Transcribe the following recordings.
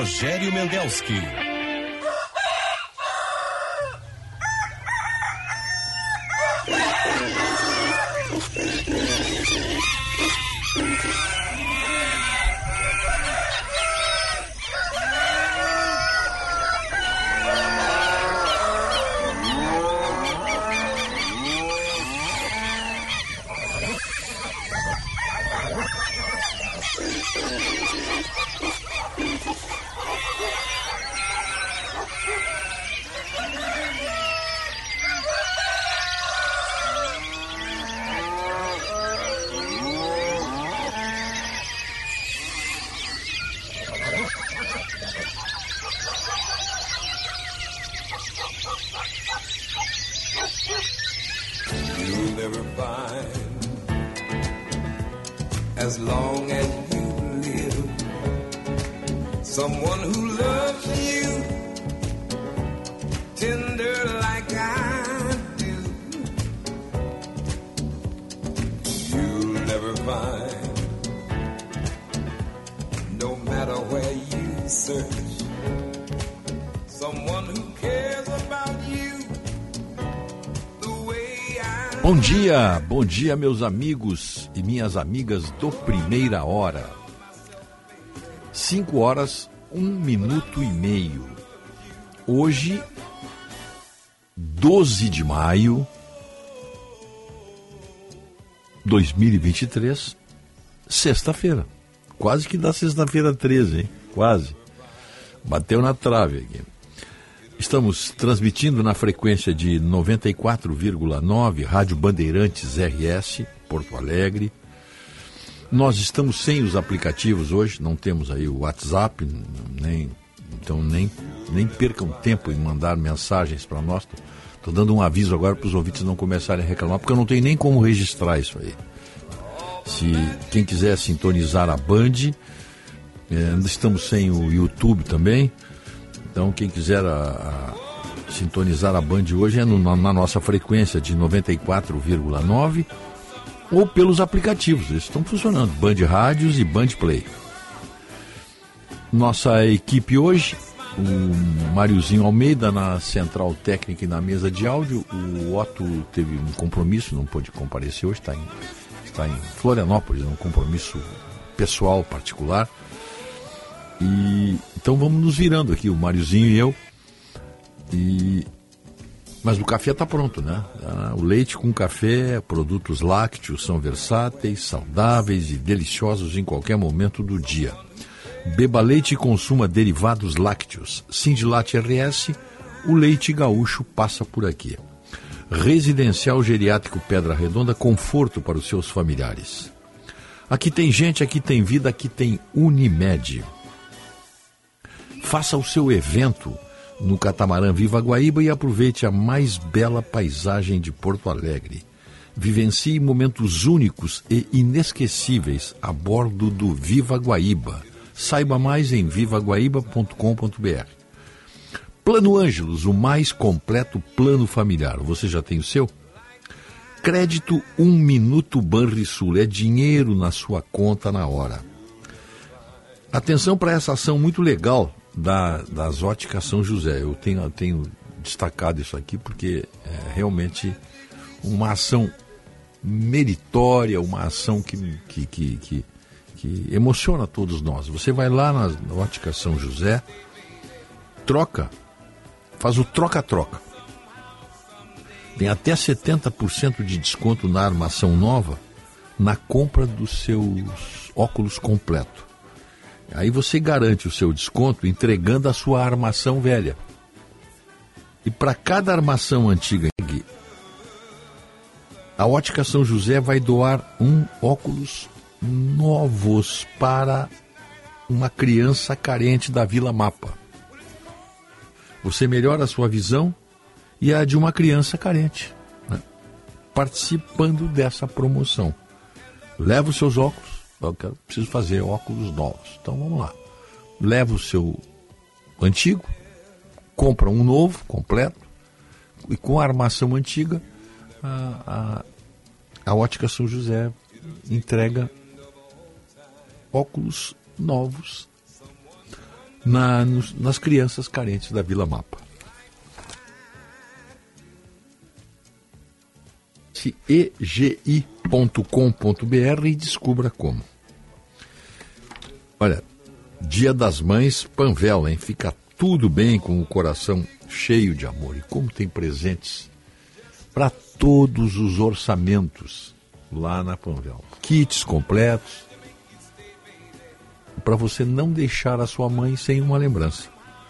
Rogério Mendelski. You'll never find, as long as you live, someone who loves you tender like I do. You'll never find, no matter where you search, someone who cares about you. Bom dia meus amigos e minhas amigas do Primeira Hora. 5 horas, 1 minuto e meio. Hoje, 12 de maio de 2023, sexta-feira. Quase que dá sexta-feira 13, hein? Quase. Bateu na trave aqui. Estamos transmitindo na frequência de 94,9, Rádio Bandeirantes RS, Porto Alegre. Nós estamos sem os aplicativos hoje, não temos aí o WhatsApp, então nem percam tempo em mandar mensagens para nós. Estou dando um aviso agora para os ouvintes não começarem a reclamar, porque eu não tenho nem como registrar isso aí. Se quem quiser sintonizar a Band, estamos sem o YouTube também. Então, quem quiser sintonizar a Band hoje é na nossa frequência de 94,9 ou pelos aplicativos. Eles estão funcionando, Band Rádios e Band Play. Nossa equipe hoje, o Máriozinho Almeida na central técnica e na mesa de áudio. O Otto teve um compromisso, não pôde comparecer hoje, está em Florianópolis, um compromisso pessoal, particular. Então vamos nos virando aqui, o Máriozinho e eu. Mas o café está pronto, né? O leite com café, produtos lácteos são versáteis, saudáveis e deliciosos em qualquer momento do dia. Beba leite e consuma derivados lácteos. Sindilate RS, o leite gaúcho passa por aqui. Residencial Geriátrico Pedra Redonda, conforto para os seus familiares. Aqui tem gente, aqui tem vida, aqui tem Unimed. Faça o seu evento no catamarã Viva Guaíba e aproveite a mais bela paisagem de Porto Alegre. Vivencie momentos únicos e inesquecíveis a bordo do Viva Guaíba. Saiba mais em vivaguaíba.com.br. Plano Ângelos, o mais completo plano familiar. Você já tem o seu? Crédito 1 Minuto Banrisul. É dinheiro na sua conta na hora. Atenção para essa ação muito legal das Óticas São José. Eu tenho destacado isso aqui porque é realmente uma ação meritória, uma ação que emociona todos nós. Você vai lá na Óticas São José, faz o troca-troca. Tem até 70% de desconto na armação nova na compra dos seus óculos completo. Aí você garante o seu desconto entregando a sua armação velha. E para cada armação antiga, a Ótica São José vai doar óculos novos para uma criança carente da Vila Mapa. Você melhora a sua visão e a de uma criança carente, né? Participando dessa promoção. Leva os seus óculos. Eu preciso fazer óculos novos. Então vamos lá. Leva o seu antigo, compra um novo, completo, e com a armação antiga, a Ótica São José entrega óculos novos nas crianças carentes da Vila Mapa. EGI.com.br e descubra como. Olha, Dia das Mães, Panvel, hein? Fica tudo bem, com o coração cheio de amor. E como tem presentes para todos os orçamentos lá na Panvel. Kits completos, para você não deixar a sua mãe sem uma lembrança.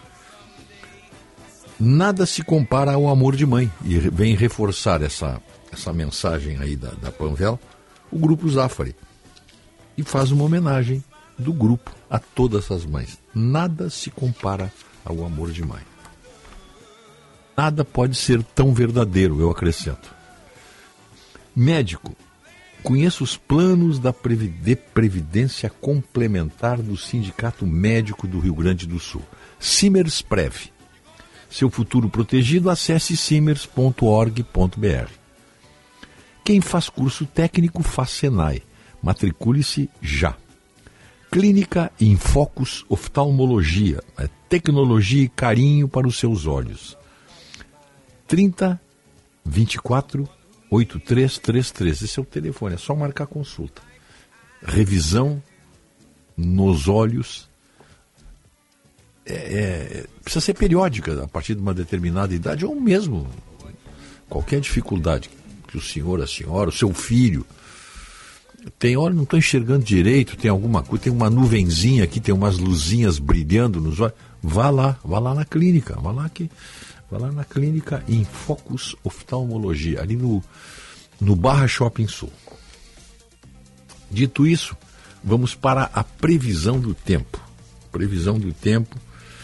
Nada se compara ao amor de mãe. E vem reforçar essa mensagem aí da Panvel, o Grupo Zafari. E faz uma homenagem do grupo a todas as mães. Nada se compara ao amor de mãe. Nada pode ser tão verdadeiro, eu acrescento. Médico. Conheça os planos de previdência complementar do Sindicato Médico do Rio Grande do Sul. Simersprev. Seu futuro protegido, acesse simers.org.br. Quem faz curso técnico faz Senai. Matricule-se já. Clínica Infocus Oftalmologia. É tecnologia e carinho para os seus olhos. 30 24 8333. Esse é o telefone, é só marcar consulta. Revisão nos olhos. Precisa ser periódica, a partir de uma determinada idade, ou mesmo qualquer dificuldade que o senhor, a senhora, o seu filho tem, olha, não estou enxergando direito, tem alguma coisa, tem uma nuvenzinha aqui, tem umas luzinhas brilhando nos olhos. Vá lá na clínica, vá lá na clínica Infocus Oftalmologia, ali no Barra Shopping Sul. Dito isso, vamos para a previsão do tempo. Previsão do tempo.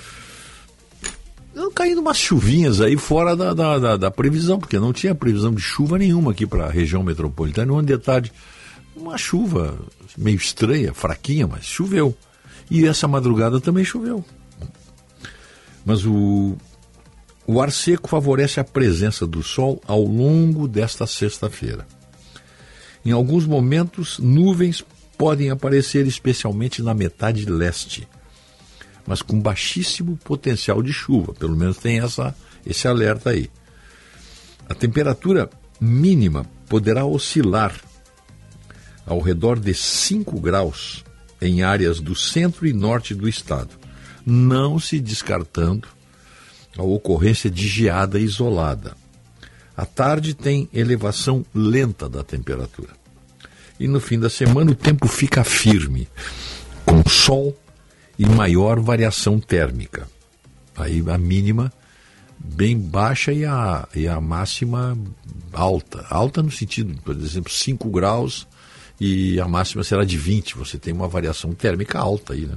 Caindo umas chuvinhas aí fora da previsão, porque não tinha previsão de chuva nenhuma aqui para a região metropolitana. Um detalhe, uma chuva meio estranha, fraquinha, mas choveu. E essa madrugada também choveu. Mas o ar seco favorece a presença do sol ao longo desta sexta-feira. Em alguns momentos, nuvens podem aparecer, especialmente na metade leste, mas com baixíssimo potencial de chuva. Pelo menos tem esse alerta aí. A temperatura mínima poderá oscilar ao redor de 5 graus em áreas do centro e norte do estado, não se descartando a ocorrência de geada isolada. À tarde tem elevação lenta da temperatura. E no fim da semana o tempo fica firme, com sol e maior variação térmica. Aí a mínima bem baixa e a máxima alta. Alta no sentido, por exemplo, 5 graus e a máxima será de 20. Você tem uma variação térmica alta aí, né?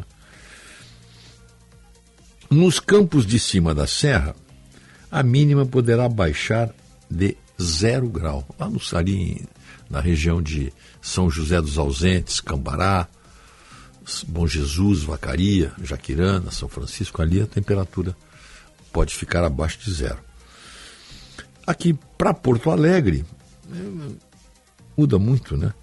Nos campos de cima da serra, a mínima poderá baixar de 0 grau. Lá ali na região de São José dos Ausentes, Cambará, Bom Jesus, Vacaria, Jaquirana, São Francisco, ali a temperatura pode ficar abaixo de 0. Aqui para Porto Alegre, muda muito, né?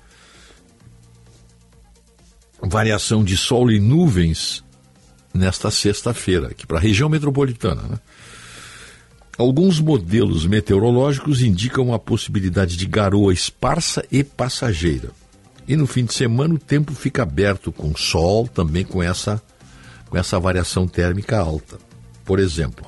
Variação de sol e nuvens nesta sexta-feira, aqui para a região metropolitana, né? Alguns modelos meteorológicos indicam a possibilidade de garoa esparsa e passageira. E no fim de semana o tempo fica aberto com sol, também com essa variação térmica alta. Por exemplo,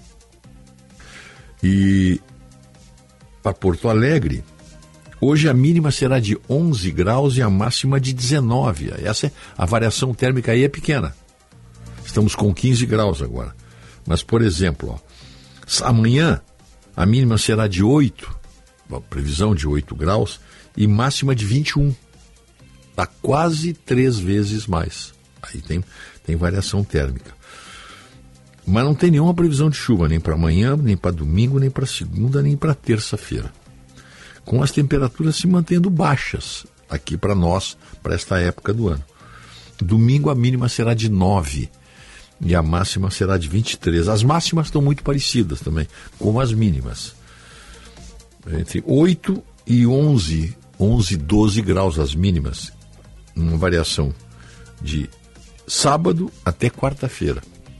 e para Porto Alegre, hoje a mínima será de 11 graus e a máxima de 19. A variação térmica aí é pequena. Estamos com 15 graus agora. Mas, por exemplo, amanhã a mínima será de 8, previsão de 8 graus, e máxima de 21. Está quase 3 vezes mais. Aí tem variação térmica. Mas não tem nenhuma previsão de chuva, nem para amanhã, nem para domingo, nem para segunda, nem para terça-feira. Com as temperaturas se mantendo baixas aqui para nós, para esta época do ano. Domingo a mínima será de 9 e a máxima será de 23. As máximas estão muito parecidas também, como as mínimas. Entre 8 e 11, 12 graus as mínimas. Uma variação de sábado até quarta-feira.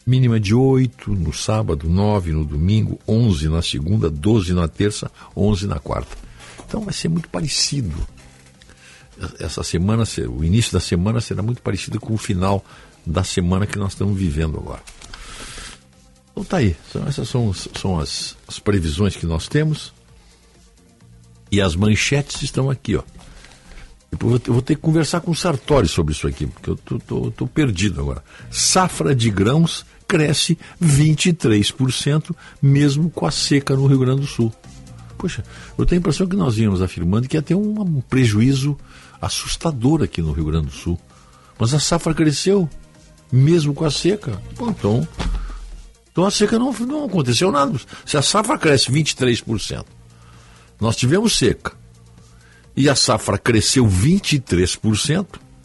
Mínima de 8 no sábado, 9 no domingo, 11 na segunda, 12 na terça, 11 na quarta. Então vai ser muito parecido. Essa semana, o início da semana será muito parecido com o final da semana que nós estamos vivendo agora. Então tá aí. Essas são as previsões que nós temos. E as manchetes estão aqui, ó. Eu vou ter que conversar com o Sartori sobre isso aqui, porque eu tô perdido agora. Safra de grãos cresce 23%, mesmo com a seca no Rio Grande do Sul. Poxa, eu tenho a impressão que nós íamos afirmando que ia ter um prejuízo assustador aqui no Rio Grande do Sul. Mas a safra cresceu, mesmo com a seca. Pô, então a seca não aconteceu nada. Se a safra cresce 23%, nós tivemos seca, e a safra cresceu 23%,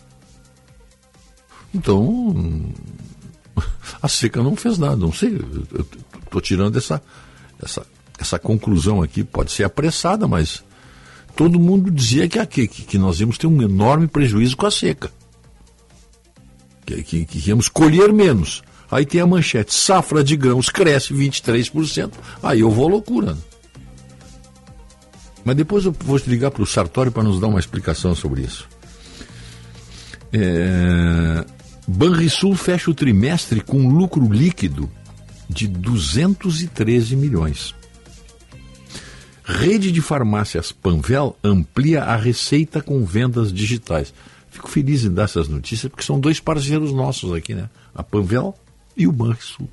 então a seca não fez nada. Não sei, eu estou tirando essa conclusão aqui, pode ser apressada, mas todo mundo dizia que nós íamos ter um enorme prejuízo com a seca, que íamos colher menos. Aí tem a manchete: safra de grãos cresce 23%, aí eu vou à loucura. Mas depois eu vou te ligar para o Sartori para nos dar uma explicação sobre isso. Banrisul fecha o trimestre com lucro líquido de 213 milhões. Rede de farmácias Panvel amplia a receita com vendas digitais. Fico feliz em dar essas notícias porque são dois parceiros nossos aqui, né? A Panvel e o Banrisul.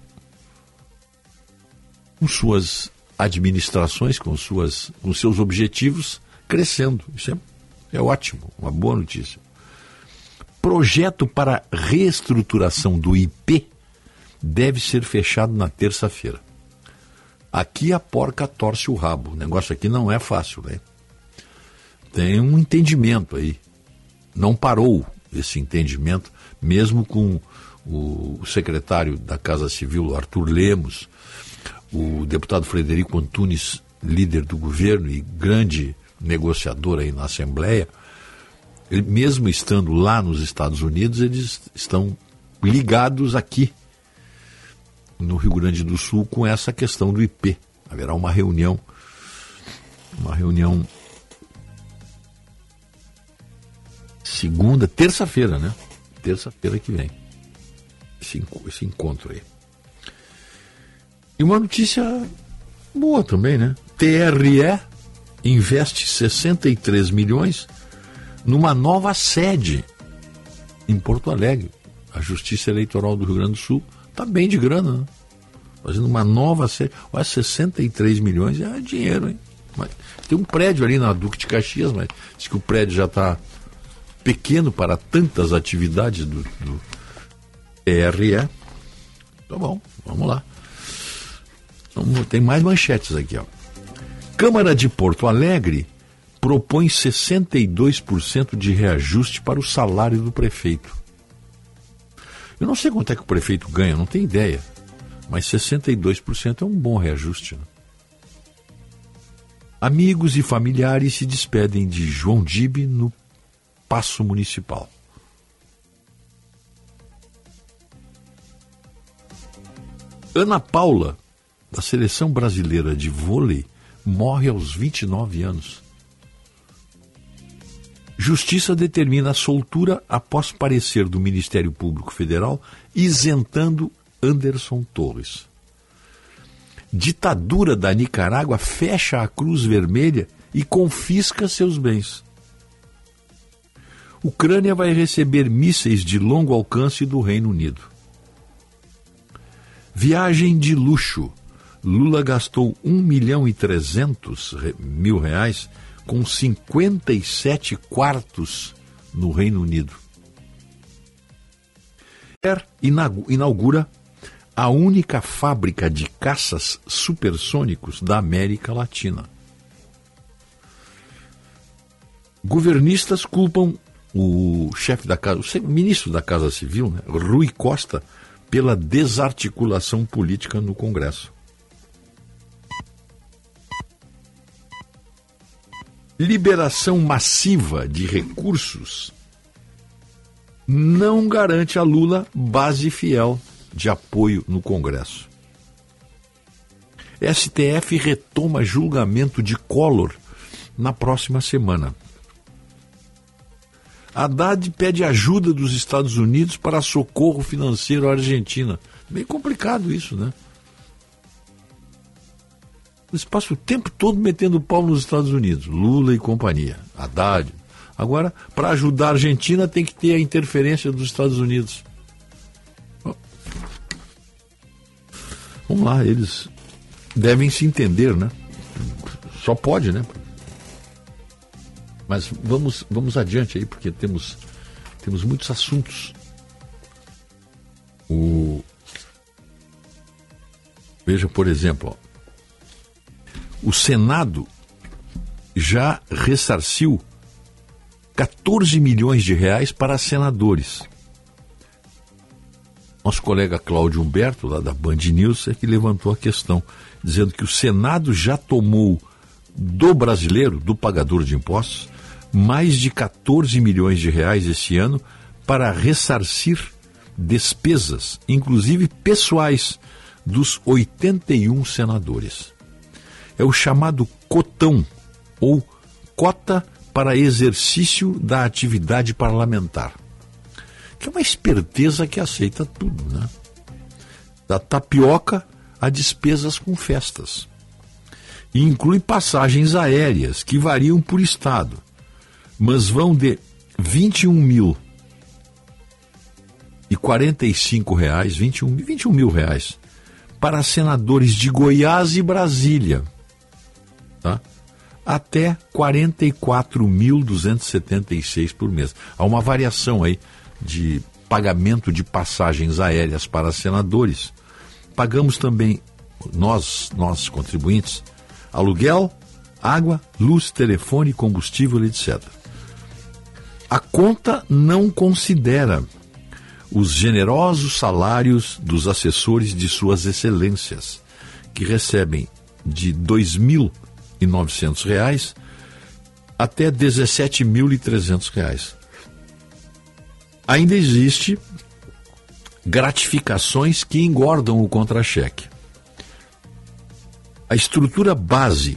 Com suas administrações, com seus objetivos crescendo. Isso é ótimo, uma boa notícia. Projeto para reestruturação do IP deve ser fechado na terça-feira. Aqui a porca torce o rabo. O negócio aqui não é fácil, né? Tem um entendimento aí. Não parou esse entendimento, mesmo com o secretário da Casa Civil, Arthur Lemos, o deputado Frederico Antunes, líder do governo e grande negociador aí na Assembleia. Mesmo estando lá nos Estados Unidos, eles estão ligados aqui no Rio Grande do Sul com essa questão do IP. Haverá uma reunião terça-feira, né? Terça-feira que vem. Esse encontro aí. E uma notícia boa também, né? TRE investe 63 milhões numa nova sede em Porto Alegre. A Justiça Eleitoral do Rio Grande do Sul está bem de grana, né? Fazendo uma nova sede. Olha, 63 milhões é dinheiro, hein? Mas tem um prédio ali na Duque de Caxias, mas diz que o prédio já está pequeno para tantas atividades do TRE. Tá bom, vamos lá. Tem mais manchetes aqui, ó. Câmara de Porto Alegre propõe 62% de reajuste para o salário do prefeito. Eu não sei quanto é que o prefeito ganha, não tenho ideia. Mas 62% é um bom reajuste, né? Amigos e familiares se despedem de João Dibe no Paço Municipal. Ana Paula, da Seleção Brasileira de Vôlei, morre aos 29 anos. Justiça determina a soltura após parecer do Ministério Público Federal isentando Anderson Torres. Ditadura da Nicarágua fecha a Cruz Vermelha e confisca seus bens. Ucrânia vai receber mísseis de longo alcance do Reino Unido. Viagem de luxo. Lula gastou 1.300.000 reais com 57 quartos no Reino Unido. Inaugura a única fábrica de caças supersônicos da América Latina. Governistas culpam o chefe da casa, o ministro da Casa Civil, né, Rui Costa, pela desarticulação política no Congresso. Liberação massiva de recursos não garante a Lula base fiel de apoio no Congresso. STF retoma julgamento de Collor na próxima semana. Haddad pede ajuda dos Estados Unidos para socorro financeiro à Argentina. Bem complicado isso, né? Eles passam o tempo todo metendo pau nos Estados Unidos, Lula e companhia, Haddad. Agora, para ajudar a Argentina, tem que ter a interferência dos Estados Unidos. Vamos lá, eles devem se entender, né? Só pode, né? Mas vamos adiante aí, porque temos muitos assuntos. Veja, por exemplo, o Senado já ressarciu 14 milhões de reais para senadores. Nosso colega Cláudio Humberto, lá da Band News, é que levantou a questão, dizendo que o Senado já tomou do brasileiro, do pagador de impostos, mais de 14 milhões de reais esse ano para ressarcir despesas, inclusive pessoais, dos 81 senadores. É o chamado cotão, ou cota para exercício da atividade parlamentar, que é uma esperteza que aceita tudo, né? Da tapioca a despesas com festas. E inclui passagens aéreas, que variam por estado, mas vão de R$21 mil para senadores de Goiás e Brasília, tá? Até 44.276 por mês. Há uma variação aí de pagamento de passagens aéreas para senadores. Pagamos também, nós contribuintes, aluguel, água, luz, telefone, combustível, etc. A conta não considera os generosos salários dos assessores de suas excelências, que recebem de R$ 2.900 até R$ 17.300. Ainda existe gratificações que engordam o contra-cheque. A estrutura base,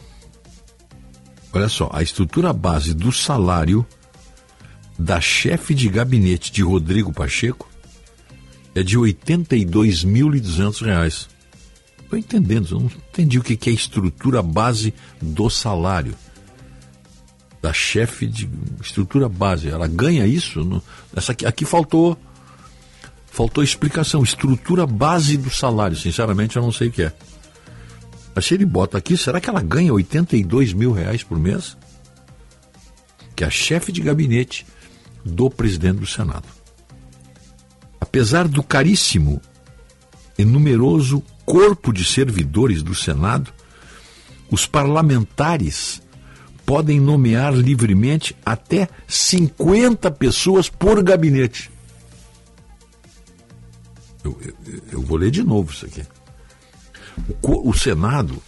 olha só, a estrutura base do salário da chefe de gabinete de Rodrigo Pacheco é de R$ 82.200. Estou entendendo, eu não entendi o que é a estrutura base do salário da chefe de estrutura base. Ela ganha isso? Aqui faltou explicação. Estrutura base do salário, sinceramente eu não sei o que é. Mas se ele bota aqui, será que ela ganha R$ 82 mil por mês? Que é a chefe de gabinete do presidente do Senado. Apesar do caríssimo e numeroso corpo de servidores do Senado, os parlamentares podem nomear livremente até 50 pessoas por gabinete. Eu vou ler de novo isso aqui. O Senado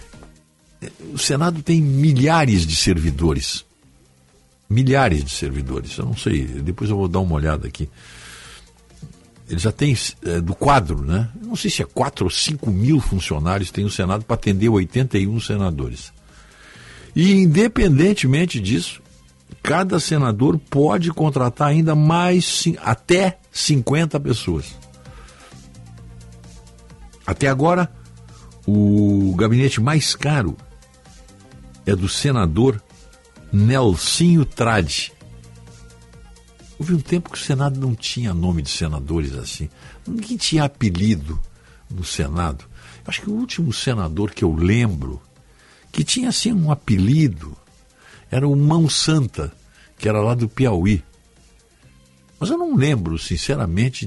tem milhares de servidores. Milhares de servidores. Eu não sei, depois eu vou dar uma olhada aqui. Ele já tem, do quadro, né? Eu não sei se é 4 ou 5 mil funcionários tem o Senado para atender 81 senadores. E, independentemente disso, cada senador pode contratar ainda até 50 pessoas. Até agora, o gabinete mais caro é do senador Nelsinho Trade. Houve um tempo que o Senado não tinha nome de senadores assim. Ninguém tinha apelido no Senado. Acho que o último senador que eu lembro que tinha assim um apelido era o Mão Santa, que era lá do Piauí. Mas eu não lembro, sinceramente,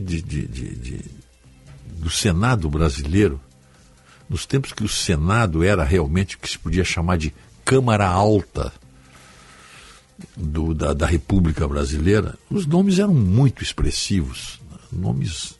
do Senado brasileiro, nos tempos que o Senado era realmente o que se podia chamar de Câmara Alta da República Brasileira. Os nomes eram muito expressivos, nomes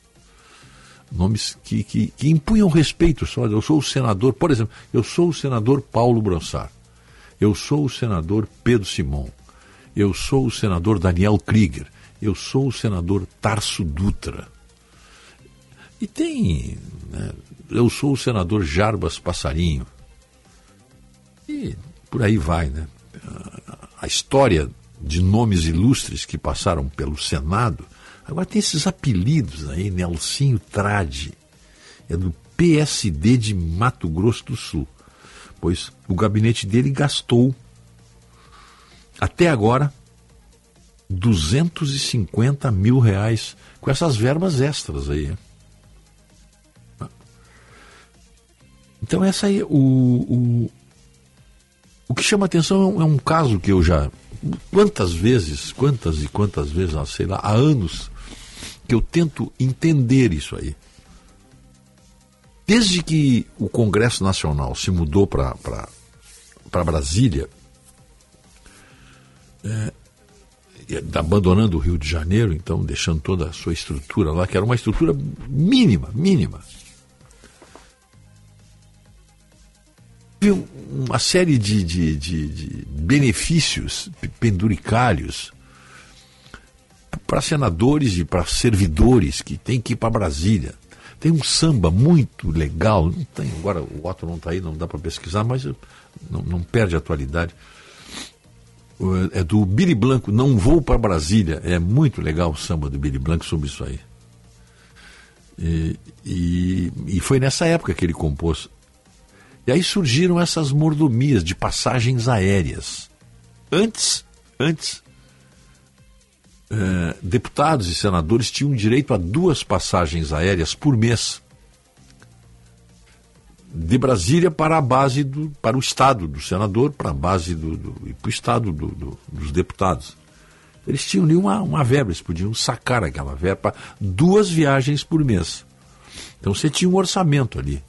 que impunham respeito. Só, eu sou o senador, por exemplo, eu sou o senador Paulo Brossard, eu sou o senador Pedro Simon, eu sou o senador Daniel Krieger, eu sou o senador Tarso Dutra. E tem, né, eu sou o senador Jarbas Passarinho. E por aí vai, né? A história de nomes ilustres que passaram pelo Senado. Agora tem esses apelidos aí, Nelsinho Trade, é do PSD de Mato Grosso do Sul, pois o gabinete dele gastou, até agora, R$250 mil com essas verbas extras aí. Então essa aí, o que chama atenção é um caso que eu já, quantas vezes, sei lá, há anos, que eu tento entender isso aí. Desde que o Congresso Nacional se mudou para Brasília, abandonando o Rio de Janeiro, então deixando toda a sua estrutura lá, que era uma estrutura mínima. Uma série de benefícios penduricalhos para senadores e para servidores que têm que ir para Brasília. Tem um samba muito legal, não tem, agora o Otto não está aí, não dá para pesquisar, mas não perde a atualidade. É do Billy Blanco, Não Vou para Brasília. É muito legal o samba do Billy Blanco sobre isso aí. E foi nessa época que ele compôs. E aí surgiram essas mordomias de passagens aéreas. Antes, deputados e senadores tinham direito a 2 passagens aéreas por mês. De Brasília para a base para o estado do senador, para a base e para o estado dos deputados. Eles tinham ali uma verba, eles podiam sacar aquela verba para 2 viagens por mês. Então você tinha um orçamento ali.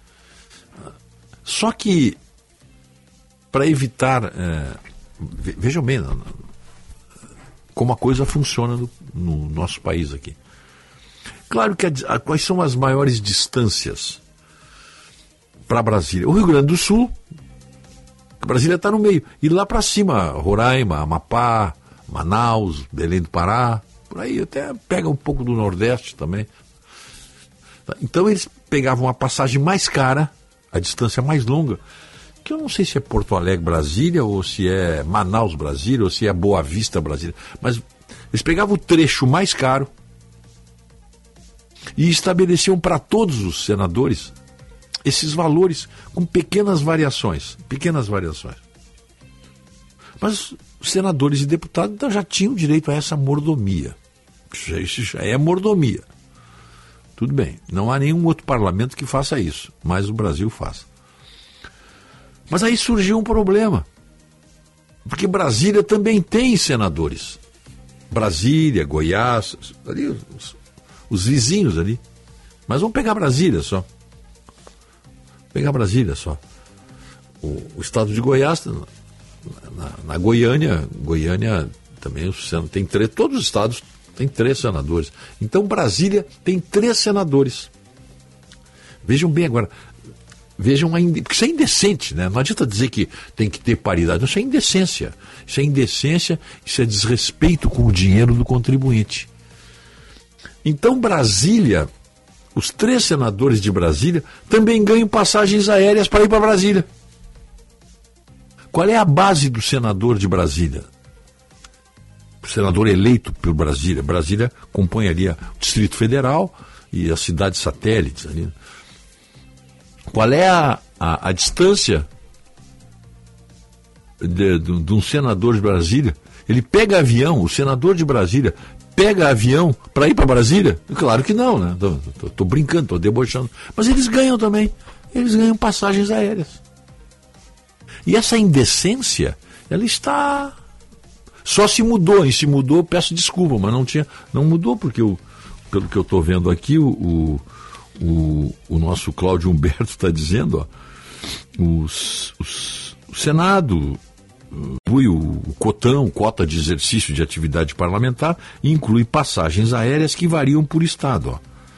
Só que, para evitar, vejam bem como a coisa funciona no nosso país aqui. Claro que quais são as maiores distâncias para Brasília? O Rio Grande do Sul, Brasília está no meio, e lá para cima, Roraima, Amapá, Manaus, Belém do Pará, por aí até pega um pouco do Nordeste também. Então eles pegavam a passagem mais cara, a distância mais longa, que eu não sei se é Porto Alegre, Brasília, ou se é Manaus, Brasília, ou se é Boa Vista, Brasília, mas eles pegavam o trecho mais caro e estabeleciam para todos os senadores esses valores com pequenas variações. Mas os senadores e deputados então, já tinham direito a essa mordomia. Isso já é mordomia. Tudo bem, não há nenhum outro parlamento que faça isso, mas o Brasil faz. Mas aí surgiu um problema, porque Brasília também tem senadores. Brasília, Goiás, ali os vizinhos ali. Mas vamos pegar Brasília só. O estado de Goiás, na Goiânia também tem 3, todos os estados têm 3 senadores. Então Brasília tem 3 senadores. Vejam bem agora, porque isso é indecente, né? Não adianta dizer que tem que ter paridade, isso é indecência. Isso é desrespeito com o dinheiro do contribuinte. Então Brasília, os 3 senadores de Brasília também ganham passagens aéreas para ir para Brasília. Qual é a base do senador de Brasília? O senador eleito por Brasília. Brasília compõe ali o Distrito Federal e as cidades satélites ali. Qual é a distância de um senador de Brasília? Ele pega avião, o senador de Brasília pega avião para ir para Brasília? Claro que não, né? Tô brincando, tô debochando. Mas eles ganham também. Eles ganham passagens aéreas. E essa indecência, ela está... Só se mudou, peço desculpa, mas não mudou, porque pelo que eu estou vendo aqui, o nosso Cláudio Humberto está dizendo, o Senado inclui o COTAM, cota de exercício de atividade parlamentar, e inclui passagens aéreas que variam por estado.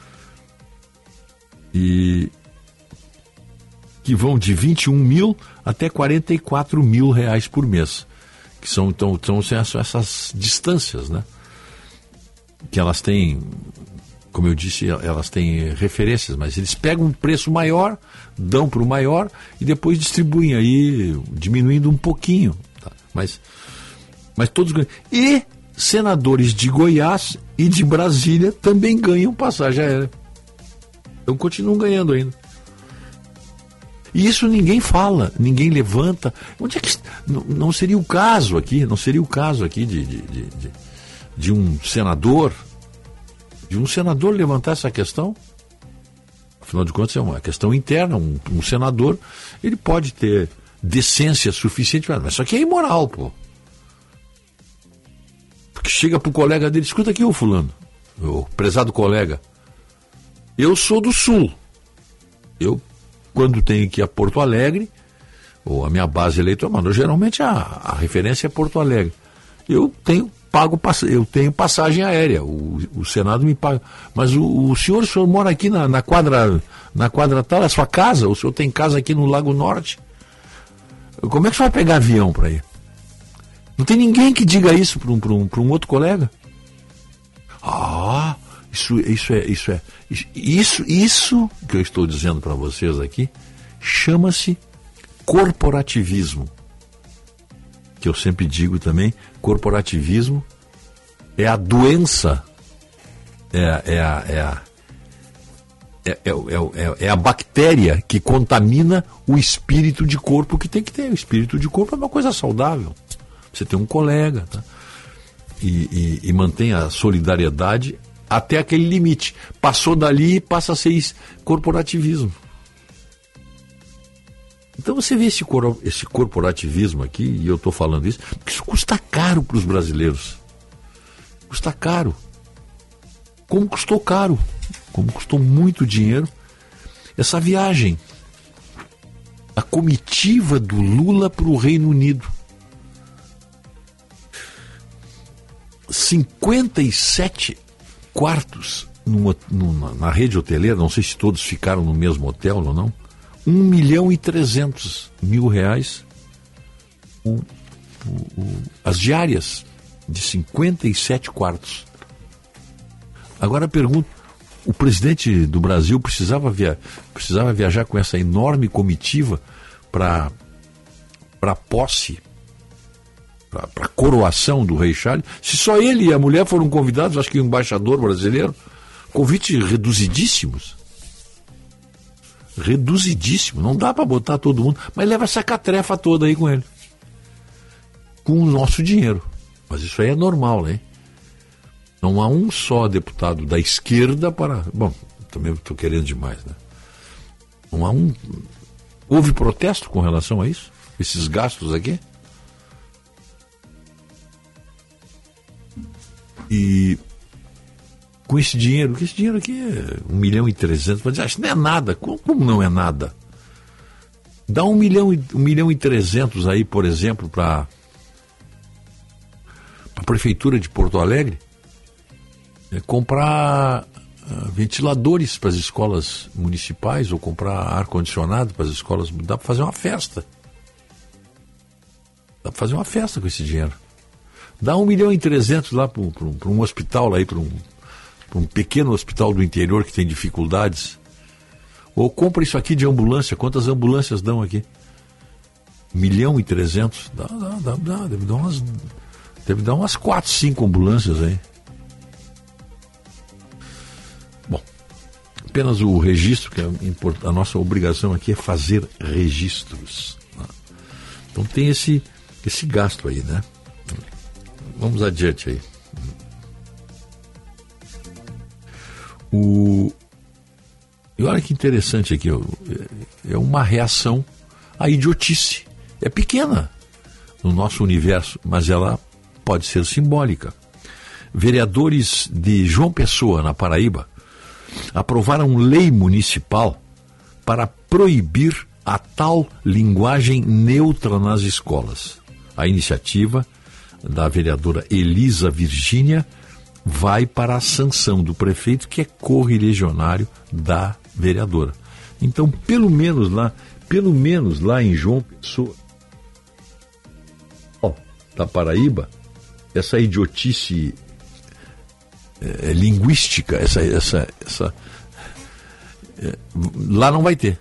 E que vão de 21 mil até 44 mil reais por mês. Que são essas distâncias, né? Que elas têm como eu disse, elas têm referências, mas eles pegam um preço maior, dão para o maior e depois distribuem aí, diminuindo um pouquinho. Tá? Mas todos ganham. E senadores de Goiás e de Brasília também ganham passagem aérea. Então continuam ganhando ainda. E isso ninguém fala, ninguém levanta. Onde é que não seria o caso aqui? Não seria o caso aqui de um senador levantar essa questão? Afinal de contas é uma questão interna. Um senador, ele pode ter decência suficiente, mas isso aqui é imoral, pô. Porque chega pro colega dele, escuta aqui, ô fulano, o prezado colega, eu sou do Sul. Eu, quando tenho que ir a Porto Alegre, ou a minha base eleitoral, mas geralmente a referência é Porto Alegre. Eu tenho passagem aérea, o Senado me paga. Mas o senhor mora aqui na quadra tal, é sua casa? O senhor tem casa aqui no Lago Norte? Como é que você vai pegar avião para ir? Não tem ninguém que diga isso para um outro colega? Isso que eu estou dizendo para vocês aqui chama-se corporativismo. Que eu sempre digo também, corporativismo é a doença, é a bactéria que contamina o espírito de corpo que tem que ter. O espírito de corpo é uma coisa saudável. Você tem um colega, tá? E mantém a solidariedade até aquele limite. Passou dali, passa a ser corporativismo. Então você vê esse corporativismo aqui, e eu estou falando isso, porque isso custa caro para os brasileiros. Custa caro. Como custou caro? Como custou muito dinheiro essa viagem. A comitiva do Lula para o Reino Unido. 57 quartos na rede hoteleira, não sei se todos ficaram no mesmo hotel ou não, 1.300.000 reais as diárias de 57 quartos. Agora pergunto, o presidente do Brasil precisava viajar com essa enorme comitiva para a posse, para a coroação do rei Charles? Se só ele e a mulher foram convidados, acho que o embaixador brasileiro, convites reduzidíssimos. Reduzidíssimo, não dá para botar todo mundo, mas leva essa catrefa toda aí com ele, com o nosso dinheiro. Mas isso aí é normal, né? Não há um só deputado da esquerda para... Bom, também estou querendo demais, né? Não há um... Houve protesto com relação a isso? Esses gastos aqui? E com esse dinheiro, que esse dinheiro aqui é 1.300.000, vai dizer, isso não é nada. Como não é nada? Dá 1.300.000 aí, por exemplo, para a Prefeitura de Porto Alegre comprar ventiladores para as escolas municipais ou comprar ar-condicionado para as escolas. Dá para fazer uma festa. Dá para fazer uma festa com esse dinheiro. Dá 1.300.000 lá para um hospital, lá, para um pequeno hospital do interior que tem dificuldades. Ou compra isso aqui de ambulância. Quantas ambulâncias dão aqui? 1.300.000. Dá. Deve dar umas 4, 5 ambulâncias aí. Bom, apenas o registro, que é a nossa obrigação aqui é fazer registros. Então tem esse gasto aí, né? Vamos adiante aí. E olha que interessante aqui, é uma reação à idiotice. É pequena no nosso universo, mas ela pode ser simbólica. Vereadores de João Pessoa, na Paraíba, aprovaram lei municipal para proibir a tal linguagem neutra nas escolas. A iniciativa da vereadora Elisa Virgínia vai para a sanção do prefeito, que é correligionário da vereadora. Então, pelo menos lá em João Pessoa, da Paraíba, essa idiotice linguística, lá não vai ter.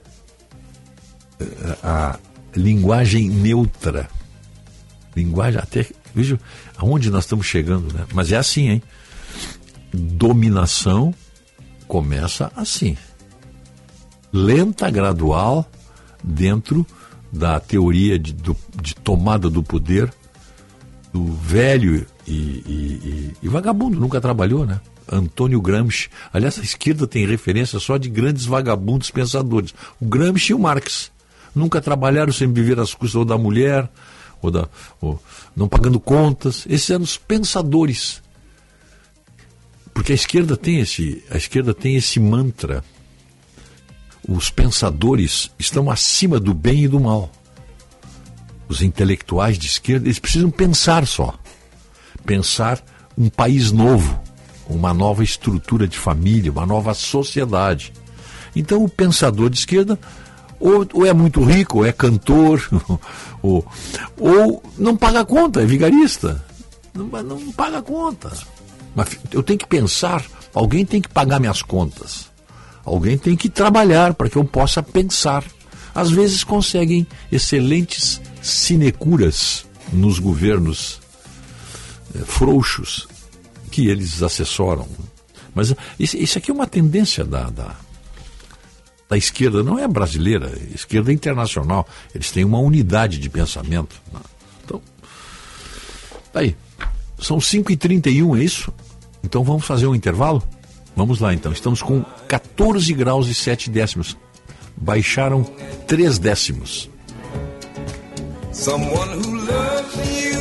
A linguagem neutra. Linguagem até... Veja aonde nós estamos chegando, né? Mas é assim, hein? Dominação começa assim. Lenta, gradual, dentro da teoria de tomada do poder do velho e vagabundo, nunca trabalhou, né? Antônio Gramsci. Aliás, a esquerda tem referência só de grandes vagabundos pensadores. O Gramsci e o Marx. Nunca trabalharam, sempre viveram às custas ou da mulher, ou não pagando contas. Esses eram os pensadores. Porque a esquerda tem esse mantra. Os pensadores estão acima do bem e do mal. Os intelectuais de esquerda, eles precisam pensar só. Pensar um país novo, uma nova estrutura de família, uma nova sociedade. Então o pensador de esquerda ou é muito rico, ou é cantor, ou não paga conta, é vigarista. Não paga conta. Mas eu tenho que pensar, alguém tem que pagar minhas contas. Alguém tem que trabalhar para que eu possa pensar. Às vezes conseguem excelentes sinecuras nos governos frouxos que eles assessoram. Mas isso aqui é uma tendência da esquerda, não é brasileira, a esquerda é internacional. Eles têm uma unidade de pensamento. Então, aí, são 5h31, é isso? Então vamos fazer um intervalo? Vamos lá então, estamos com 14 graus e 7 décimos. Baixaram 3 décimos. Someone who loves you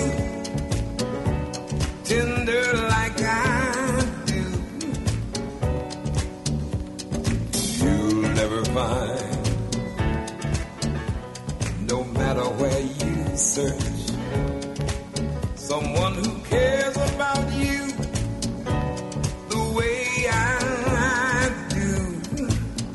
tender like I do. You'll never find, no matter where you search, someone who cares about you the way I do.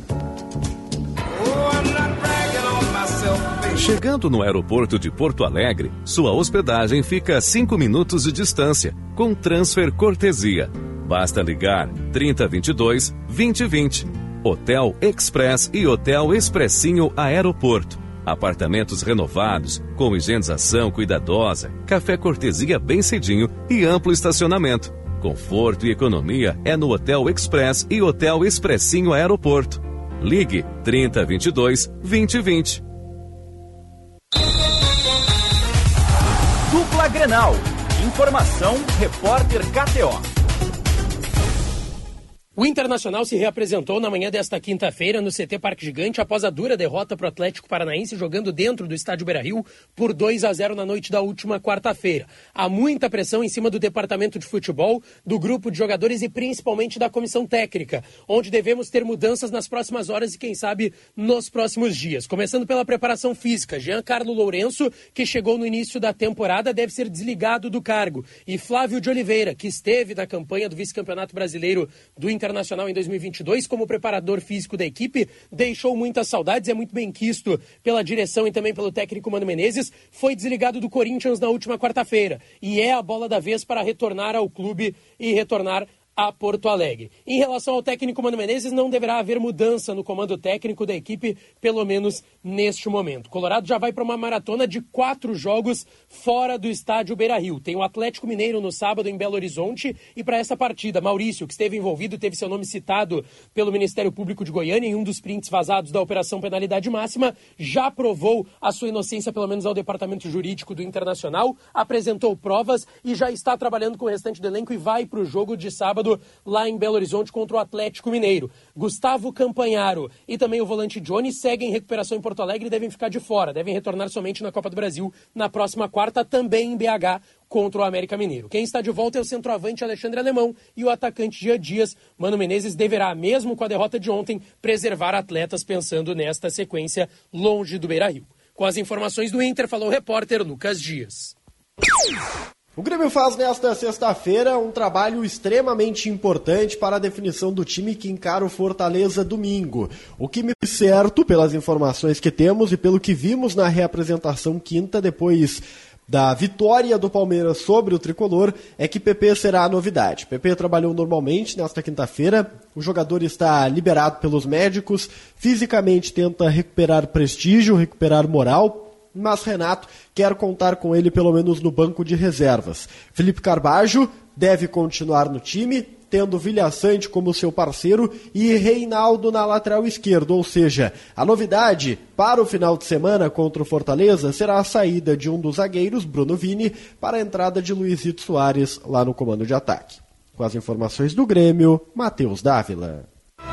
Oh, I'm not bragging on myself, baby. Chegando no aeroporto de Porto Alegre, sua hospedagem fica a 5 minutos de distância, com transfer cortesia. Basta ligar 3022-2020. Hotel Express e Hotel Expressinho Aeroporto. Apartamentos renovados, com higienização cuidadosa, café cortesia bem cedinho e amplo estacionamento. Conforto e economia é no Hotel Express e Hotel Expressinho Aeroporto. Ligue 3022-2020. Dupla Grenal. Informação, repórter KTO. O Internacional se reapresentou na manhã desta quinta-feira no CT Parque Gigante após a dura derrota para o Atlético Paranaense jogando dentro do estádio Beira-Rio por 2-0 na noite da última quarta-feira. Há muita pressão em cima do departamento de futebol, do grupo de jogadores e principalmente da comissão técnica, onde devemos ter mudanças nas próximas horas e quem sabe nos próximos dias. Começando pela preparação física, Giancarlo Lourenço, que chegou no início da temporada, deve ser desligado do cargo. E Flávio de Oliveira, que esteve na campanha do vice-campeonato brasileiro do Internacional em 2022 como preparador físico da equipe, deixou muitas saudades, é muito bem quisto pela direção e também pelo técnico Mano Menezes, foi desligado do Corinthians na última quarta-feira e é a bola da vez para retornar ao clube e retornar a Porto Alegre. Em relação ao técnico Mano Menezes, não deverá haver mudança no comando técnico da equipe, pelo menos neste momento. O Colorado já vai para uma maratona de 4 jogos fora do estádio Beira-Rio. Tem o Atlético Mineiro no sábado em Belo Horizonte e para essa partida, Maurício, que esteve envolvido, teve seu nome citado pelo Ministério Público de Goiânia em um dos prints vazados da Operação Penalidade Máxima, já provou a sua inocência, pelo menos ao Departamento Jurídico do Internacional, apresentou provas e já está trabalhando com o restante do elenco e vai para o jogo de sábado lá em Belo Horizonte contra o Atlético Mineiro. Gustavo Campanharo e também o volante Johnny seguem em recuperação em Porto Alegre e devem ficar de fora, devem retornar somente na Copa do Brasil na próxima quarta, também em BH, contra o América Mineiro. Quem está de volta é o centroavante Alexandre Alemão e o atacante Jean Dias. Mano Menezes deverá, mesmo com a derrota de ontem, preservar atletas pensando nesta sequência longe do Beira-Rio. Com as informações do Inter, falou o repórter Lucas Dias. O Grêmio faz nesta sexta-feira um trabalho extremamente importante para a definição do time que encara o Fortaleza domingo. O que me é certo, pelas informações que temos e pelo que vimos na reapresentação quinta, depois da vitória do Palmeiras sobre o Tricolor é que PP será a novidade. PP trabalhou normalmente nesta quinta-feira, o jogador está liberado pelos médicos, fisicamente tenta recuperar prestígio, recuperar moral, mas Renato quer contar com ele pelo menos no banco de reservas. Felipe Carbajo deve continuar no time, tendo Vilha Sante como seu parceiro e Reinaldo na lateral esquerda, ou seja, a novidade para o final de semana contra o Fortaleza será a saída de um dos zagueiros, Bruno Vini, para a entrada de Luizito Soares lá no comando de ataque. Com as informações do Grêmio, Matheus Dávila.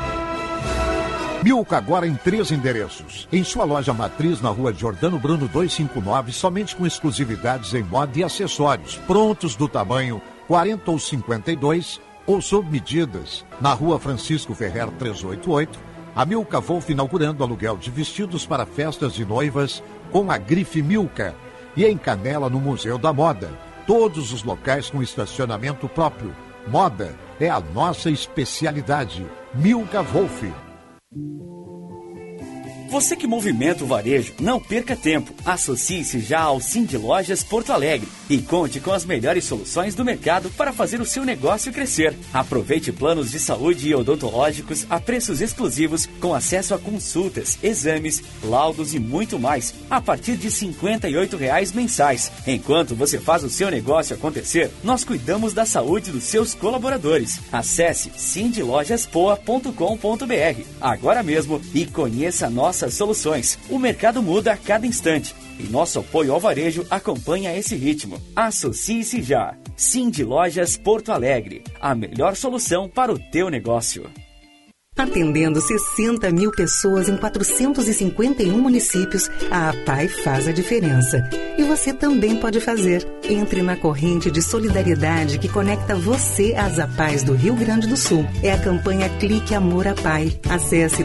Milka agora em 3 endereços. Em sua loja matriz na rua Giordano Bruno 259, somente com exclusividades em moda e acessórios, prontos do tamanho 40 ou 52, ou sob medidas. Na rua Francisco Ferrer 388, a Milka Wolf inaugurando aluguel de vestidos para festas de noivas com a grife Milka. E em Canela, no Museu da Moda. Todos os locais com estacionamento próprio. Moda é a nossa especialidade. Milka Wolf. Você que movimenta o varejo, não perca tempo. Associe-se já ao Cindy Lojas Porto Alegre e conte com as melhores soluções do mercado para fazer o seu negócio crescer. Aproveite planos de saúde e odontológicos a preços exclusivos com acesso a consultas, exames, laudos e muito mais a partir de R$ 58,00 mensais. Enquanto você faz o seu negócio acontecer, nós cuidamos da saúde dos seus colaboradores. Acesse cindylojaspoa.com.br agora mesmo e conheça nossas soluções. O mercado muda a cada instante e nosso apoio ao varejo acompanha esse ritmo. Associe-se já. Cindy Lojas Porto Alegre, a melhor solução para o teu negócio. Atendendo 60 mil pessoas em 451 municípios, a APAI faz a diferença. E você também pode fazer. Entre na corrente de solidariedade que conecta você às APAIs do Rio Grande do Sul. É a campanha Clique Amor APAI. Acesse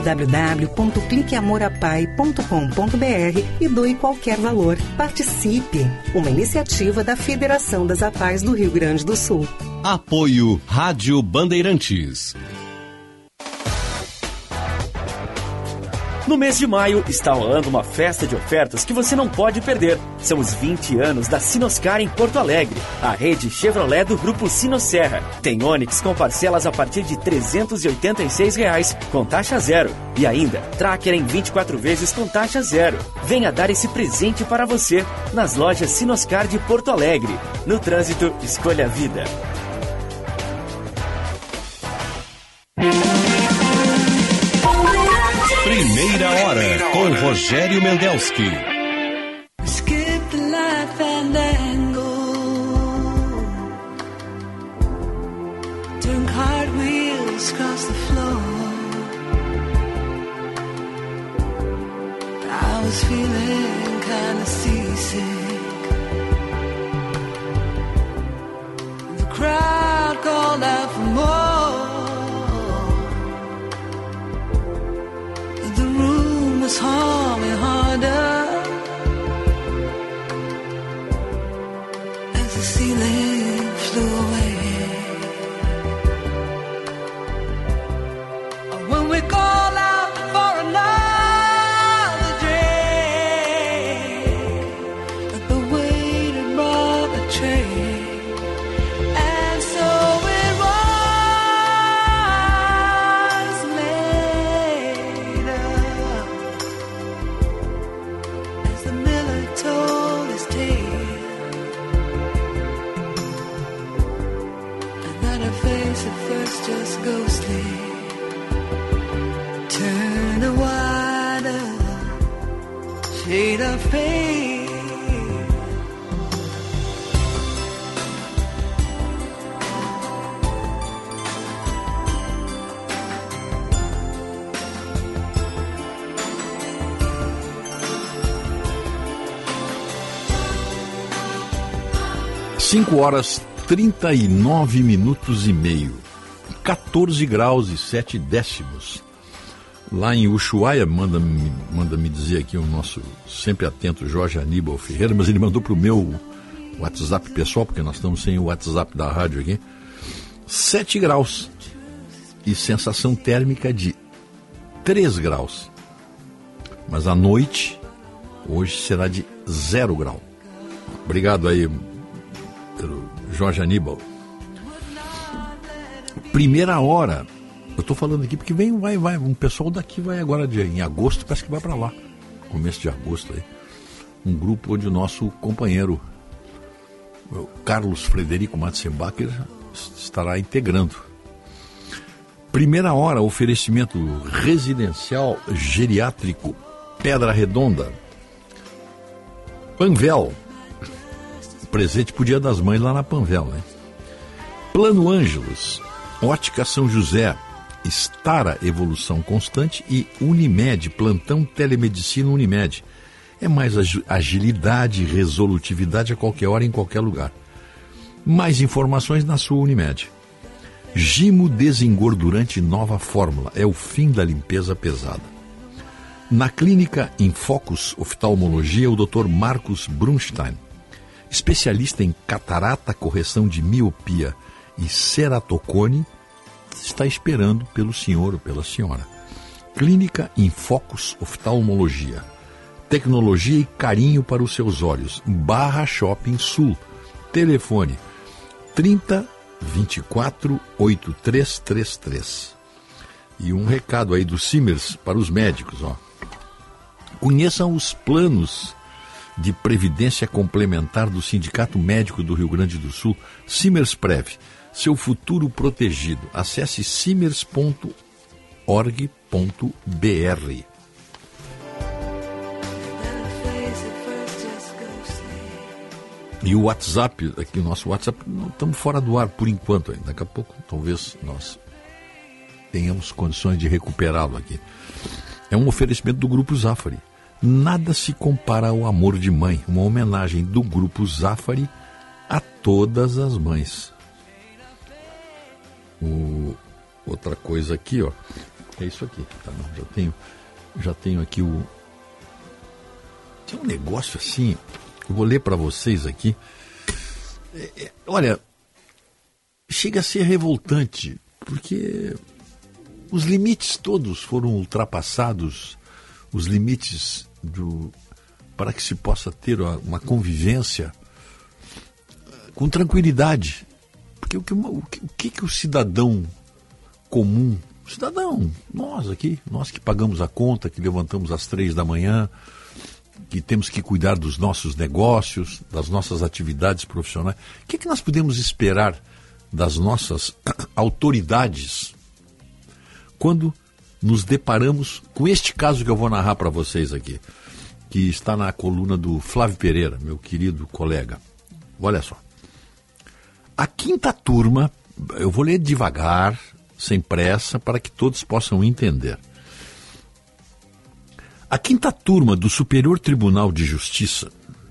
www.cliqueamorapai.com.br e doe qualquer valor. Participe! Uma iniciativa da Federação das APAIs do Rio Grande do Sul. Apoio Rádio Bandeirantes. No mês de maio, está rolando uma festa de ofertas que você não pode perder. São os 20 anos da Sinoscar em Porto Alegre, a rede Chevrolet do Grupo Sinosserra. Tem Onix com parcelas a partir de R$ 386,00 com taxa zero. E ainda, Tracker em 24 vezes com taxa zero. Venha dar esse presente para você nas lojas Sinoscar de Porto Alegre. No trânsito, escolha a vida. Primeira hora com Rogério Mendelski. Skip the life and angle. Doing cartwheels across the floor. I was feeling kind of seasick. The crowd called out for more. Harm me harder as the ceiling flew away. When we call out for another day, the weight it brought the train, and so it was later. The miller told his tale, and that her face at first just ghostly turned a wider shade of pale. 5 horas 39 minutos e meio, 14 graus e 7 décimos. Lá em Ushuaia, manda me dizer aqui o nosso sempre atento Jorge Aníbal Ferreira, mas ele mandou para o meu WhatsApp pessoal, porque nós estamos sem o WhatsApp da rádio aqui, 7 graus e sensação térmica de 3 graus. Mas a noite, hoje, será de 0 grau. Obrigado aí, pelo Jorge Aníbal. Primeira hora. Eu estou falando aqui porque vai. Um pessoal daqui vai agora em agosto, parece que vai para lá. Começo de agosto aí. Um grupo onde o nosso companheiro, o Carlos Frederico Matzenbacher, estará integrando. Primeira hora, oferecimento residencial geriátrico Pedra Redonda. Panvel. Presente pro Dia das Mães lá na Panvel, né? Plano Ângelos. Ótica São José. Stara Evolução Constante e Unimed, plantão telemedicina Unimed. É mais agilidade e resolutividade a qualquer hora, em qualquer lugar. Mais informações na sua Unimed. Gimo desengordurante nova fórmula. É o fim da limpeza pesada. Na clínica Infocus Oftalmologia, o Dr. Marcos Brunstein, especialista em catarata, correção de miopia e ceratocone, está esperando pelo senhor ou pela senhora. Clínica Infocus Oftalmologia. Tecnologia e carinho para os seus olhos. Barra Shopping Sul. Telefone 30 24 8333. E um recado aí do Simers para os médicos, ó. Conheçam os planos de previdência complementar do Sindicato Médico do Rio Grande do Sul, Simers Prev. Seu futuro protegido. Acesse simers.org.br. E o WhatsApp, aqui o nosso WhatsApp, não estamos fora do ar por enquanto ainda. Daqui a pouco talvez nós tenhamos condições de recuperá-lo aqui. É um oferecimento do Grupo Zafari. Nada se compara ao amor de mãe. Uma homenagem do Grupo Zafari a todas as mães. Outra coisa aqui, ó, é isso aqui, tá? Não, já tenho aqui tem um negócio assim, eu vou ler para vocês aqui. Olha, chega a ser revoltante, porque os limites todos foram ultrapassados, os limites para que se possa ter uma convivência com tranquilidade. Porque o que o cidadão comum, nós que pagamos a conta, que levantamos às 3 da manhã, que temos que cuidar dos nossos negócios, das nossas atividades profissionais, o que nós podemos esperar das nossas autoridades quando nos deparamos com este caso que eu vou narrar para vocês aqui, que está na coluna do Flávio Pereira, meu querido colega. Olha só. A quinta turma, eu vou ler devagar, sem pressa, para que todos possam entender. A quinta turma do Superior Tribunal de Justiça,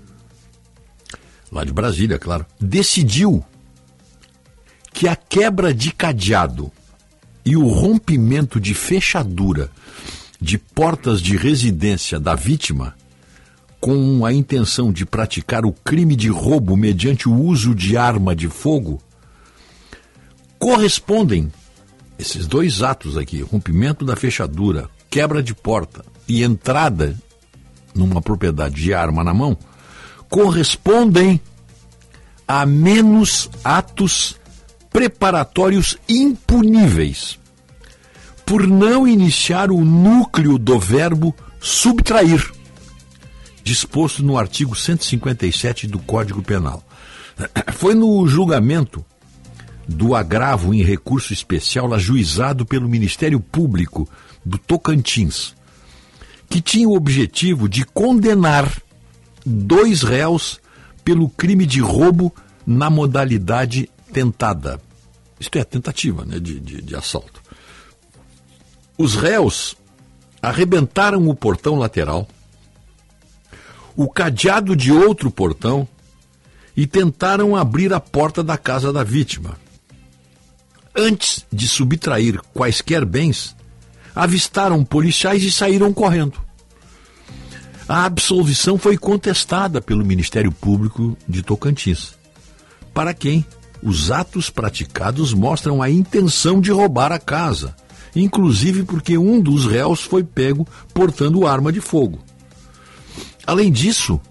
lá de Brasília, claro, decidiu que a quebra de cadeado e o rompimento de fechadura de portas de residência da vítima, com a intenção de praticar o crime de roubo mediante o uso de arma de fogo, correspondem, esses dois atos aqui, rompimento da fechadura, quebra de porta e entrada numa propriedade de arma na mão, correspondem a menos atos preparatórios impuníveis, por não iniciar o núcleo do verbo subtrair, disposto no artigo 157 do Código Penal. Foi no julgamento do agravo em recurso especial ajuizado pelo Ministério Público do Tocantins, que tinha o objetivo de condenar 2 réus pelo crime de roubo na modalidade tentada. Isto é, tentativa, né, de assalto. Os réus arrebentaram o portão lateral, o cadeado de outro portão e tentaram abrir a porta da casa da vítima. Antes de subtrair quaisquer bens, avistaram policiais e saíram correndo. A absolvição foi contestada pelo Ministério Público de Tocantins, para quem os atos praticados mostram a intenção de roubar a casa, inclusive porque um dos réus foi pego portando arma de fogo. Além disso,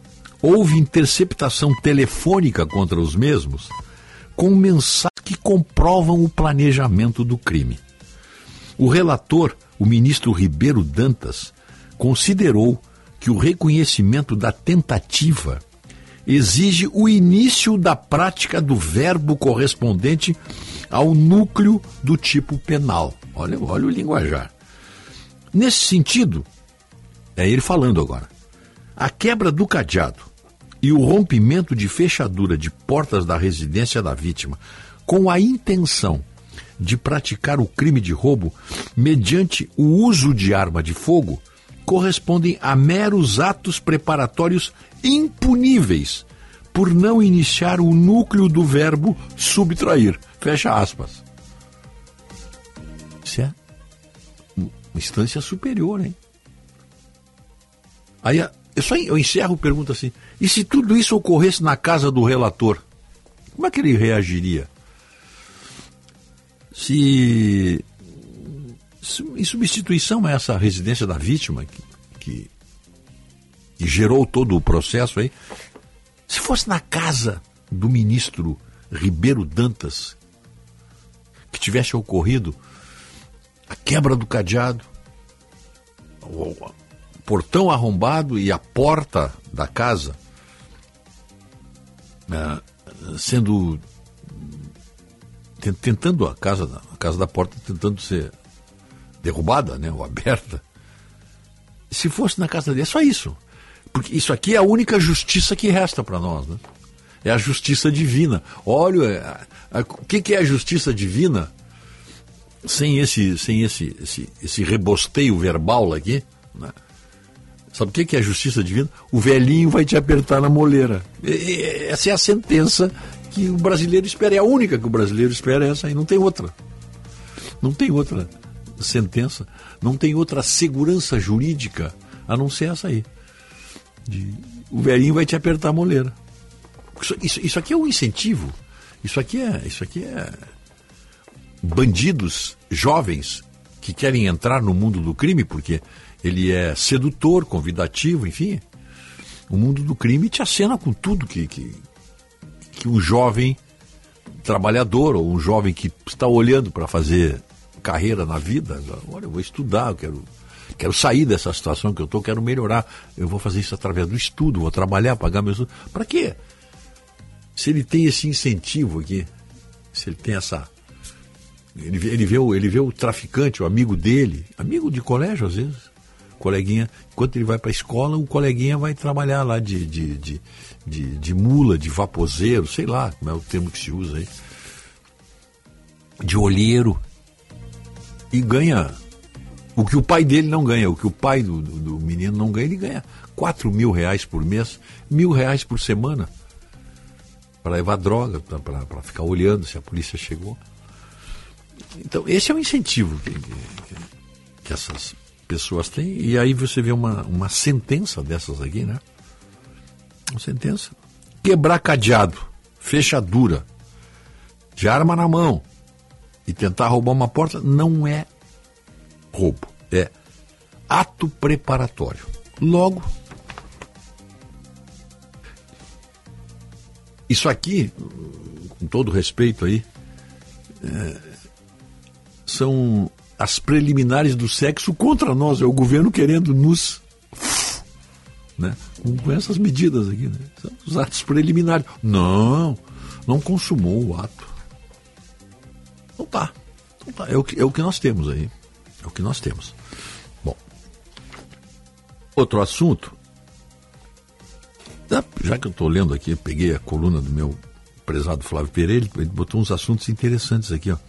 houve interceptação telefônica contra os mesmos, com mensagens que comprovam o planejamento do crime. O relator, o ministro Ribeiro Dantas, considerou que o reconhecimento da tentativa exige o início da prática do verbo correspondente ao núcleo do tipo penal. Olha o linguajar. Nesse sentido, é ele falando agora, a quebra do cadeado e o rompimento de fechadura de portas da residência da vítima com a intenção de praticar o crime de roubo mediante o uso de arma de fogo correspondem a meros atos preparatórios impuníveis por não iniciar o núcleo do verbo subtrair. Fecha aspas. Isso é uma instância superior, hein? Aí eu encerro, pergunto assim, e se tudo isso ocorresse na casa do relator, como é que ele reagiria? Se em substituição a essa residência da vítima que gerou todo o processo aí, se fosse na casa do ministro Ribeiro Dantas que tivesse ocorrido a quebra do cadeado, o portão arrombado e a porta da casa sendo tentando a casa da porta tentando ser derrubada, né, ou aberta. Se fosse na casa dele, é só isso. Porque isso aqui é a única justiça que resta para nós, né? É a justiça divina. Olha, o que é a justiça divina sem esse rebosteio verbal aqui, né? Sabe o que é a justiça divina? O velhinho vai te apertar na moleira. Essa é a sentença que o brasileiro espera. É a única que o brasileiro espera, é essa aí. Não tem outra. Não tem outra sentença. Não tem outra segurança jurídica a não ser essa aí. O velhinho vai te apertar a moleira. Isso aqui é um incentivo. Isso aqui é bandidos jovens que querem entrar no mundo do crime porque ele é sedutor, convidativo, enfim. O mundo do crime te acena com tudo que um jovem trabalhador ou um jovem que está olhando para fazer carreira na vida, olha, eu vou estudar, eu quero sair dessa situação que eu estou, quero melhorar, eu vou fazer isso através do estudo, vou trabalhar, pagar meus estudos. Para quê? Se ele tem esse incentivo aqui, se ele tem essa... Ele vê o traficante, o amigo dele, amigo de colégio às vezes, coleguinha, enquanto ele vai para a escola, o coleguinha vai trabalhar lá de mula, de vaposeiro, sei lá como é o termo que se usa aí, de olheiro, e ganha o que o pai dele não ganha, o que o pai do menino não ganha, ele ganha R$4.000 por mês, R$1.000 por semana, para levar droga, para ficar olhando se a polícia chegou. Então, esse é o incentivo que essas pessoas têm, e aí você vê uma sentença dessas aqui, né? Uma sentença. Quebrar cadeado, fechadura, de arma na mão e tentar roubar uma porta não é roubo, é ato preparatório. Logo, isso aqui, com todo respeito aí, são as preliminares do sexo contra nós, é o governo querendo nos, né, com essas medidas aqui, né? São os atos preliminares. Não consumou o ato. Não tá. É o que nós temos aí. É o que nós temos. Bom, outro assunto, já que eu estou lendo aqui, peguei a coluna do meu prezado Flávio Pereira, ele botou uns assuntos interessantes aqui, ó.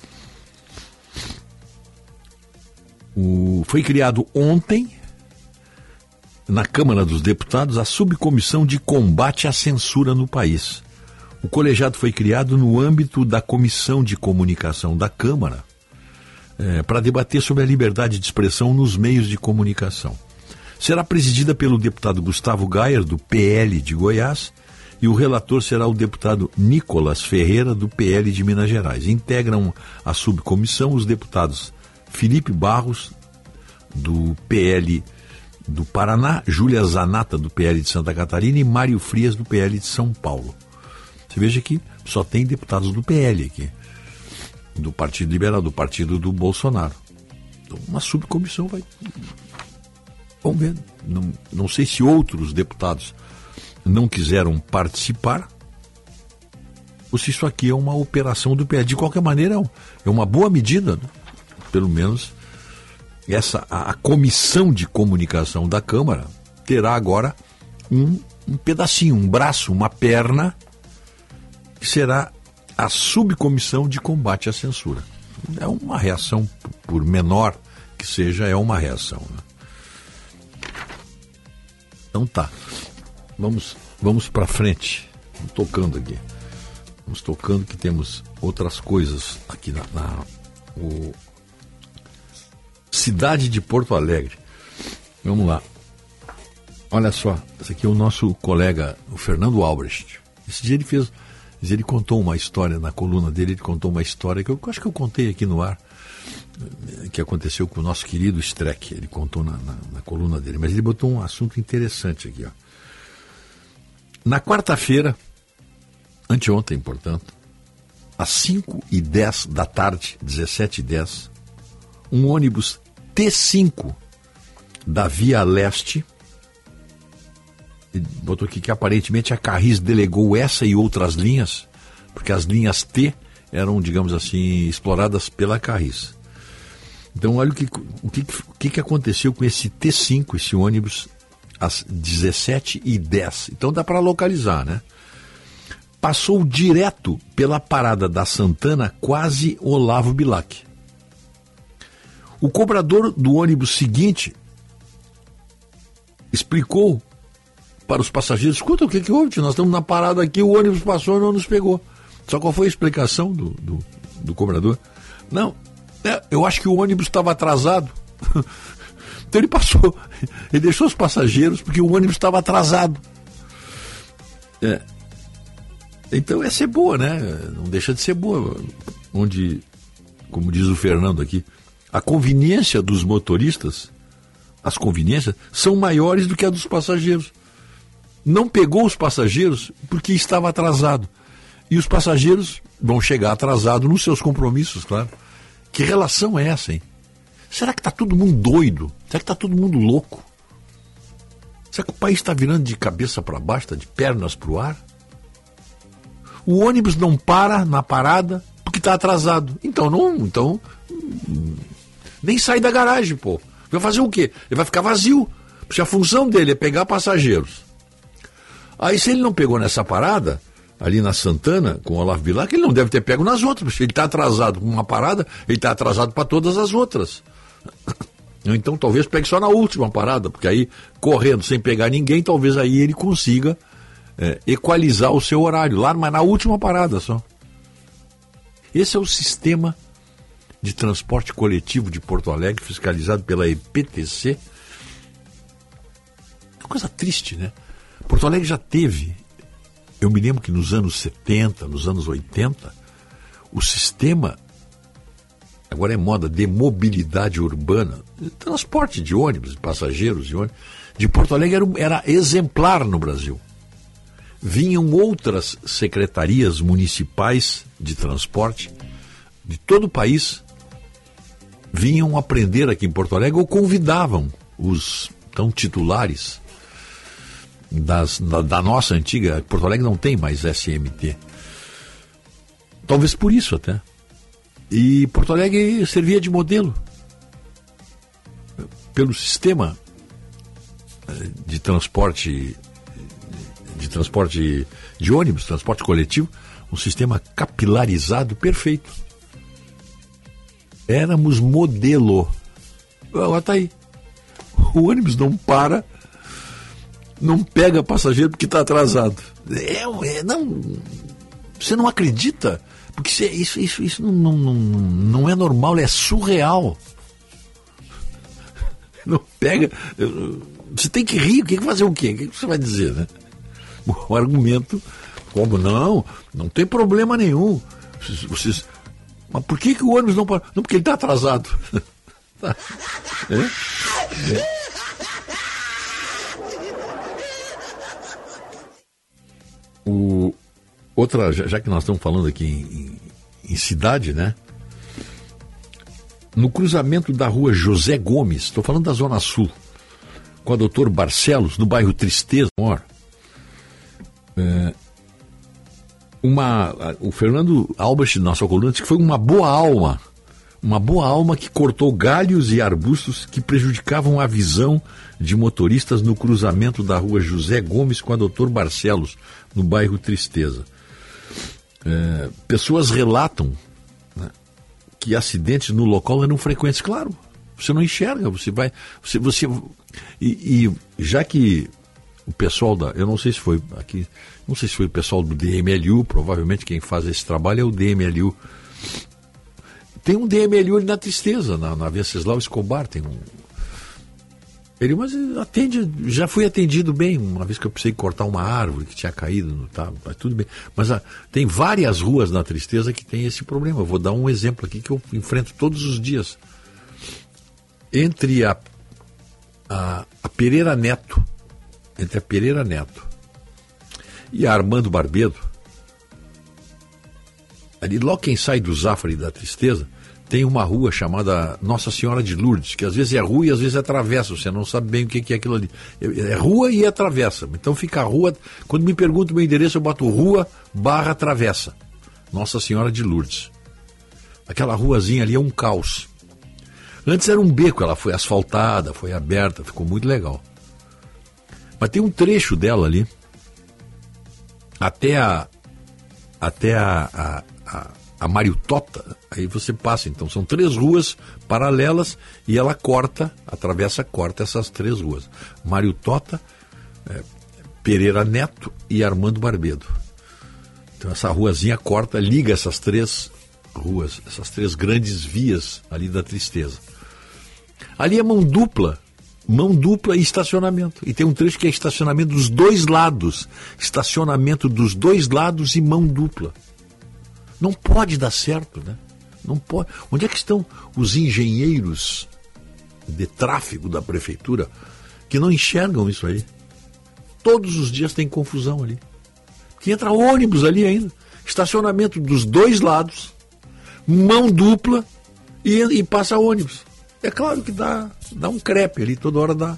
Foi criado ontem, na Câmara dos Deputados, a Subcomissão de Combate à Censura no país. O colegiado foi criado no âmbito da Comissão de Comunicação da Câmara, para debater sobre a liberdade de expressão nos meios de comunicação. Será presidida pelo deputado Gustavo Gayer, do PL de Goiás, e o relator será o deputado Nicolas Ferreira, do PL de Minas Gerais. Integram a subcomissão os deputados Felipe Barros, do PL do Paraná, Júlia Zanata, do PL de Santa Catarina, e Mário Frias, do PL de São Paulo. Você veja que só tem deputados do PL aqui, do Partido Liberal, do partido do Bolsonaro. Então, uma subcomissão vai... Vamos ver. Não sei se outros deputados não quiseram participar, ou se isso aqui é uma operação do PL. De qualquer maneira, é uma boa medida, né? Pelo menos a comissão de comunicação da Câmara terá agora um pedacinho, um braço, uma perna, que será a subcomissão de combate à censura. É uma reação, por menor que seja, é uma reação, né? Então tá, vamos para frente, tocando aqui. Vamos tocando, que temos outras coisas aqui o Cidade de Porto Alegre. Vamos lá. Olha só, esse aqui é o nosso colega, o Fernando Albrecht. Esse dia ele contou uma história na coluna dele, ele contou uma história que eu acho que eu contei aqui no ar, que aconteceu com o nosso querido Streck. Ele contou na coluna dele, mas ele botou um assunto interessante aqui, ó. Na quarta-feira, anteontem, portanto, às 5h10 da tarde, 17h10, um ônibus T5 da Via Leste, ele botou aqui que aparentemente a Carris delegou essa e outras linhas, porque as linhas T eram, digamos assim, exploradas pela Carris. Então, olha o que aconteceu com esse T5, esse ônibus, às 17h10. Então dá para localizar, né? Passou direto pela parada da Santana, quase Olavo Bilac. O cobrador do ônibus seguinte explicou para os passageiros: escuta, o que houve? Nós estamos na parada aqui, o ônibus passou e não nos pegou. Só qual foi a explicação do cobrador? Não, eu acho que o ônibus estava atrasado. Então ele passou, ele deixou os passageiros porque o ônibus estava atrasado. Então essa é boa, né? Não deixa de ser boa. Onde, como diz o Fernando aqui, a conveniência dos motoristas, as conveniências são maiores do que a dos passageiros. Não pegou os passageiros porque estava atrasado. E os passageiros vão chegar atrasados nos seus compromissos, claro. Que relação é essa, hein? Será que está todo mundo doido? Será que está todo mundo louco? Será que o país está virando de cabeça para baixo, está de pernas para o ar? O ônibus não para na parada porque está atrasado. Então nem sai da garagem, pô. Vai fazer o quê? Ele vai ficar vazio, porque a função dele é pegar passageiros. Aí, se ele não pegou nessa parada, ali na Santana, com o Olavo Bilac, ele não deve ter pego nas outras, porque ele está atrasado com uma parada, ele está atrasado para todas as outras. Então talvez pegue só na última parada, porque aí, correndo sem pegar ninguém, talvez aí ele consiga equalizar o seu horário, lá, mas na última parada só. Esse é o sistema de transporte coletivo de Porto Alegre, fiscalizado pela EPTC. Uma coisa triste, né? Porto Alegre já teve, eu me lembro que nos anos 70, nos anos 80, o sistema, agora é moda, de mobilidade urbana, transporte de ônibus, de passageiros de ônibus, de Porto Alegre era exemplar no Brasil. Vinham outras secretarias municipais de transporte de todo o país, vinham aprender aqui em Porto Alegre ou convidavam os então titulares da nossa antiga... Porto Alegre não tem mais SMT. Talvez por isso até. E Porto Alegre servia de modelo pelo sistema de transporte de ônibus, transporte coletivo, um sistema capilarizado perfeito. Éramos modelo. Olha, tá aí. O ônibus não para, não pega passageiro porque está atrasado. Não, você não acredita? Porque isso não é normal, é surreal. Não pega. Você tem que rir, fazer o quê? O que você vai dizer, né? O argumento, como não tem problema nenhum. Mas por que o ônibus não para? Não, porque ele está atrasado. Outra, já que nós estamos falando aqui em cidade, né? No cruzamento da rua José Gomes, estou falando da Zona Sul, com a Dr. Barcelos, no bairro Tristeza, o Fernando Albrecht, nosso coluna, disse que foi uma boa alma que cortou galhos e arbustos que prejudicavam a visão de motoristas no cruzamento da rua José Gomes com a Dr. Barcelos, no bairro Tristeza. Pessoas relatam, né, que acidentes no local eram frequentes. Claro, você não enxerga, e já que o pessoal eu não sei se foi aqui, não sei se foi o pessoal do DMLU, provavelmente quem faz esse trabalho é o DMLU. Tem um DMLU ali na Tristeza, na Venceslau Escobar, tem um. Mas já fui atendido bem, uma vez que eu precisei cortar uma árvore que tinha caído, mas tudo bem. Mas tem várias ruas na Tristeza que tem esse problema. Eu vou dar um exemplo aqui que eu enfrento todos os dias. Entre a Pereira Neto, e a Armando Barbedo, ali logo quem sai do Zafari da Tristeza, tem uma rua chamada Nossa Senhora de Lourdes, que às vezes é rua e às vezes é travessa, você não sabe bem o que é aquilo ali. É rua e é travessa, então fica a rua, quando me perguntam o meu endereço eu boto rua/travessa, Nossa Senhora de Lourdes. Aquela ruazinha ali é um caos. Antes era um beco, ela foi asfaltada, foi aberta, ficou muito legal. Mas tem um trecho dela ali, até a Mariutota, aí você passa, então são 3 ruas paralelas e ela corta essas 3 ruas. Mariutota, Pereira Neto e Armando Barbedo. Então essa ruazinha liga essas 3 ruas, essas 3 grandes vias ali da Tristeza. Ali é mão dupla e estacionamento. E tem um trecho que é estacionamento dos 2 lados. Estacionamento dos 2 lados e mão dupla. Não pode dar certo, né? Não pode. Onde é que estão os engenheiros de tráfego da prefeitura que não enxergam isso aí? Todos os dias tem confusão ali. Que entra ônibus ali ainda. Estacionamento dos 2 lados, mão dupla e passa ônibus. É claro que dá um crepe ali, toda hora dá.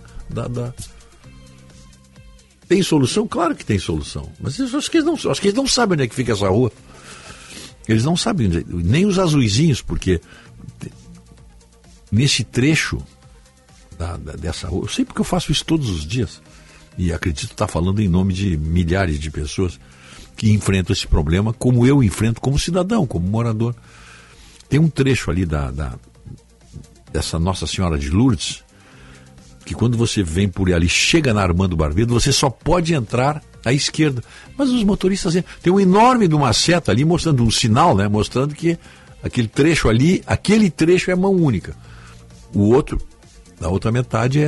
Tem solução? Claro que tem solução. Mas acho que eles não sabem onde é que fica essa rua. Eles não sabem, nem os azuizinhos, porque nesse trecho dessa rua, eu sei porque eu faço isso todos os dias, e acredito estar falando em nome de milhares de pessoas que enfrentam esse problema, como eu enfrento como cidadão, como morador. Tem um trecho ali dessa Nossa Senhora de Lourdes, que quando você vem por ali, chega na Armando Barbedo, você só pode entrar à esquerda. Mas os motoristas tem um enorme de uma seta ali, mostrando um sinal, né, mostrando que aquele trecho é mão única. O outro, da outra metade,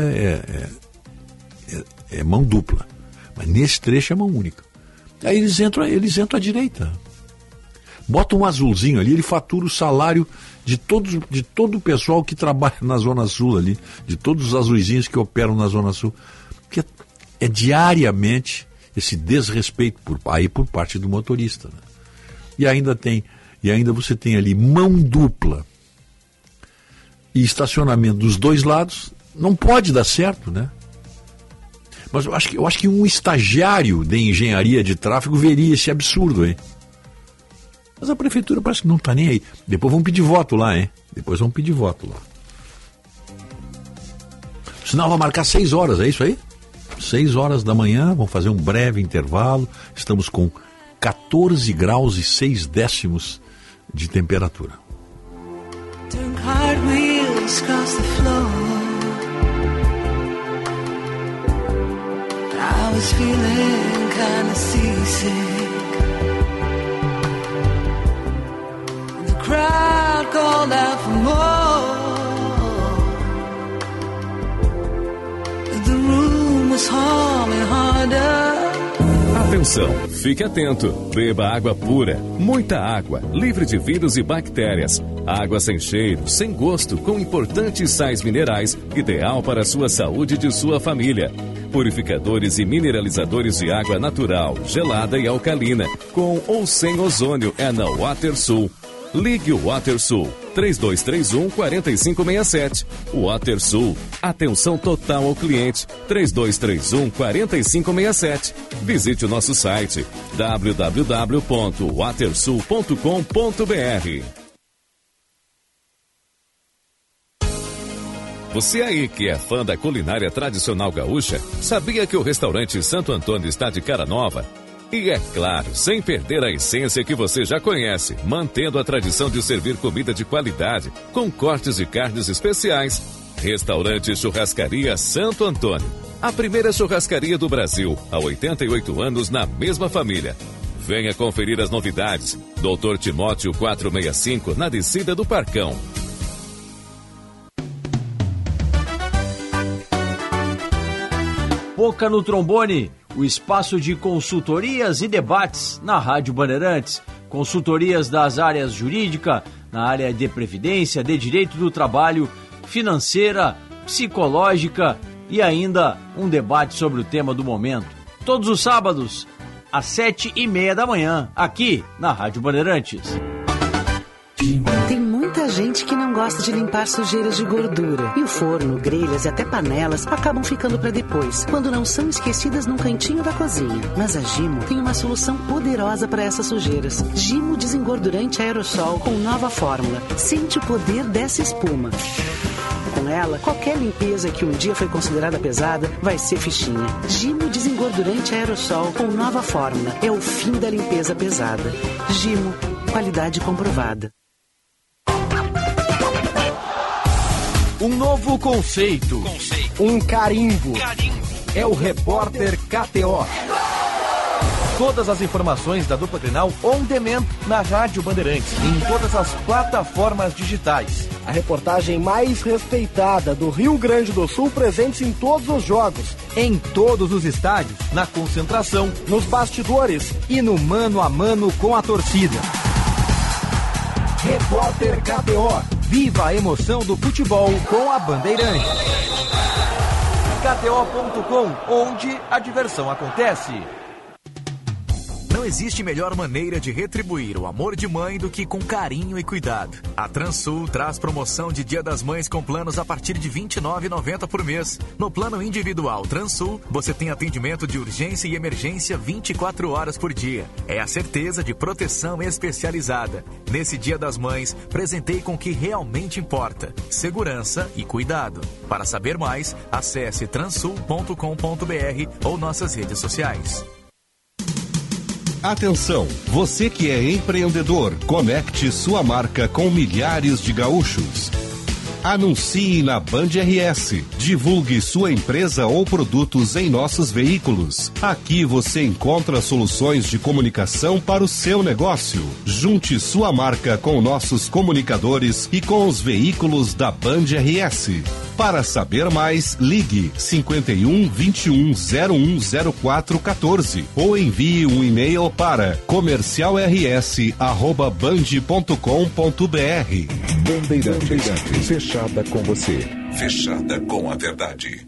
é mão dupla. Mas nesse trecho é mão única. Aí eles entram à direita. Bota um azulzinho ali, ele fatura o salário de todo o pessoal que trabalha na Zona Sul ali, de todos os azuizinhos que operam na Zona Sul. Porque é diariamente esse desrespeito por parte do motorista. Né? E ainda você tem ali mão dupla e estacionamento dos 2 lados, não pode dar certo, né? Mas eu acho que um estagiário de engenharia de tráfego veria esse absurdo, hein? Mas a prefeitura parece que não está nem aí. Depois vão pedir voto lá, hein? O sinal vai marcar 6 horas, é isso aí? 6 horas da manhã, vamos fazer um breve intervalo. Estamos com 14 graus e 6 décimos de temperatura. Turn cartwheels across the floor. I was feeling kinda seasick. Crowd called out for more. The room was humming harder. Atenção, fique atento. Beba água pura, muita água, livre de vírus e bactérias. Água sem cheiro, sem gosto, com importantes sais minerais, ideal para a sua saúde e de sua família. Purificadores e mineralizadores de água natural, gelada e alcalina, com ou sem ozônio, é na WaterSul. Ligue o WaterSul, 3231-4567. WaterSul, atenção total ao cliente, 3231-4567. Visite o nosso site, www.watersul.com.br. Você aí que é fã da culinária tradicional gaúcha, sabia que o restaurante Santo Antônio está de cara nova? E é claro, sem perder a essência que você já conhece, mantendo a tradição de servir comida de qualidade, com cortes de carnes especiais. Restaurante Churrascaria Santo Antônio, a primeira churrascaria do Brasil, há 88 anos na mesma família. Venha conferir as novidades. Dr. Timóteo 465, na descida do Parcão. Boca no Trombone, o espaço de consultorias e debates na Rádio Bandeirantes. Consultorias das áreas jurídica, na área de previdência, de direito do trabalho, financeira, psicológica e ainda um debate sobre o tema do momento. Todos os sábados, às 7h30 da manhã, aqui na Rádio Bandeirantes. Tem muita gente que não gosta de limpar sujeiras de gordura. E o forno, grelhas e até panelas acabam ficando para depois, quando não são esquecidas num cantinho da cozinha. Mas a Gimo tem uma solução poderosa para essas sujeiras. Gimo Desengordurante Aerossol com nova fórmula. Sente o poder dessa espuma. Com ela, qualquer limpeza que um dia foi considerada pesada vai ser fichinha. Gimo Desengordurante Aerossol com nova fórmula. É o fim da limpeza pesada. Gimo, qualidade comprovada. Um novo conceito. Um carimbo. É o Repórter KTO. Todas as informações da dupla Grenal on demand na Rádio Bandeirantes e em todas as plataformas digitais. A reportagem mais respeitada do Rio Grande do Sul, presente em todos os jogos. Em todos os estádios, na concentração, nos bastidores e no mano a mano com a torcida. Repórter KTO. Viva a emoção do futebol com a Bandeirantes. KTO.com, onde a diversão acontece. Não existe melhor maneira de retribuir o amor de mãe do que com carinho e cuidado. A Transul traz promoção de Dia das Mães com planos a partir de R$ 29,90 por mês. No plano individual Transul, você tem atendimento de urgência e emergência 24 horas por dia. É a certeza de proteção especializada. Nesse Dia das Mães, presenteie com o que realmente importa: segurança e cuidado. Para saber mais, acesse transul.com.br ou nossas redes sociais. Atenção, você que é empreendedor, conecte sua marca com milhares de gaúchos. Anuncie na Band RS. Divulgue sua empresa ou produtos em nossos veículos. Aqui você encontra soluções de comunicação para o seu negócio. Junte sua marca com nossos comunicadores e com os veículos da Band RS. Para saber mais, ligue 51 21 01 04 14 ou envie um e-mail para comercialrs@band.com.br. Bandeirantes, fechada com você. Fechada com a verdade.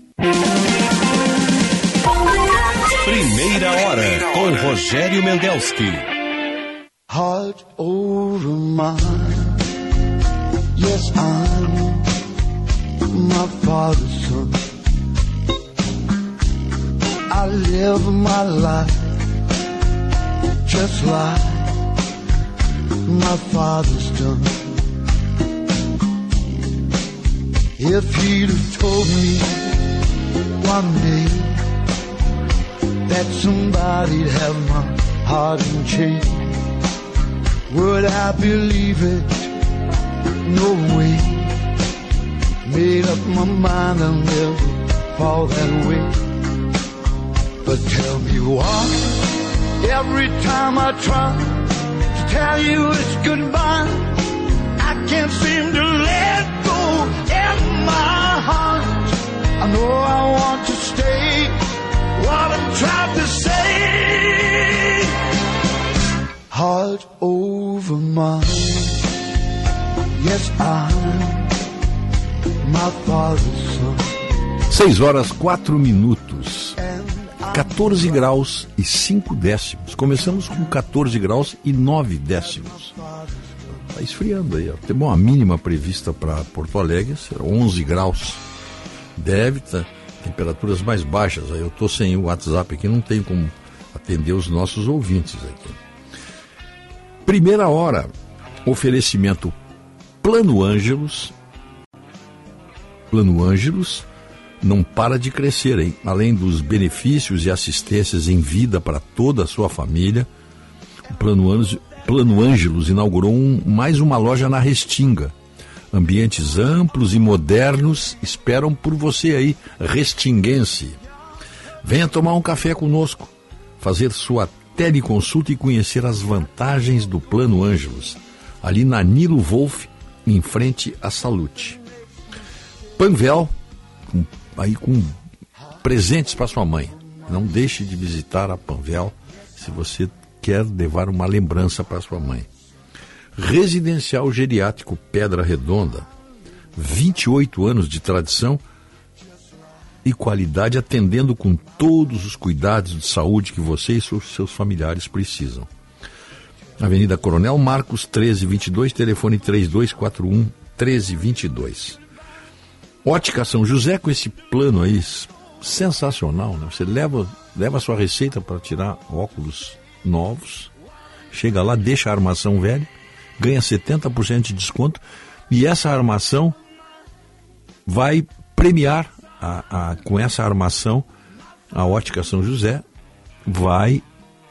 Primeira hora, com Rogério Mendelski. Heart over mind. Yes, I'm my father's son. I live my life just like my father's done. If he'd have told me one day that somebody'd have my heart in chains, would I believe it? No way. Made up my mind I'll never fall that way. But tell me why, every time I try to tell you it's goodbye, I can't seem to let go in my heart. I know I want to stay, what I'm trying to say. Heart over mind. Yes, Yes, I'm my father's son. 6h04. 14 graus e 5 décimos. Começamos com 14 graus e 9 décimos. Está esfriando aí. Tem uma mínima prevista para Porto Alegre, 11 graus. Deve estar temperaturas mais baixas. Aí eu estou sem o WhatsApp aqui, não tenho como atender os nossos ouvintes aqui. Primeira hora, oferecimento Plano Ângelos. Plano Ângelos não para de crescer, hein? Além dos benefícios e assistências em vida para toda a sua família, o Plano Ângelos inaugurou mais uma loja na Restinga. Ambientes amplos e modernos esperam por você aí, restinguense. Venha tomar um café conosco, fazer sua teleconsulta e conhecer as vantagens do Plano Ângelos, ali na Nilo Wolff, em frente à Salute. Panvel, com presentes para sua mãe. Não deixe de visitar a Panvel se você quer levar uma lembrança para sua mãe. Residencial Geriátrico Pedra Redonda, 28 anos de tradição e qualidade, atendendo com todos os cuidados de saúde que você e seus familiares precisam. Avenida Coronel Marcos, 1322, telefone 3241-1322. Ótica São José, com esse plano aí sensacional, né? Você leva a sua receita para tirar óculos novos, chega lá, deixa a armação velha, ganha 70% de desconto e essa armação vai premiar, com essa armação, a Ótica São José vai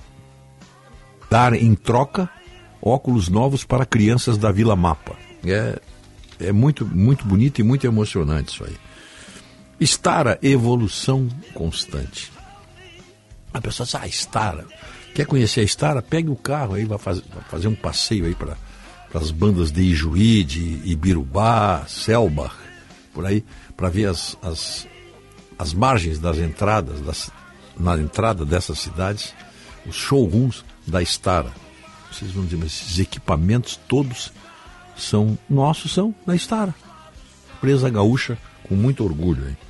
dar em troca óculos novos para crianças da Vila Mapa. É muito, muito bonito e muito emocionante isso aí. Stara, evolução constante. A pessoa diz, Stara, quer conhecer a Stara? Pegue o carro aí, vai fazer um passeio aí para as bandas de Ijuí, de Ibirubá, Selbach, por aí, para ver as margens das entradas, na entrada dessas cidades, os showrooms da Stara. Vocês vão dizer, mas esses equipamentos todos são nossos, são da Stara. Empresa gaúcha com muito orgulho, hein?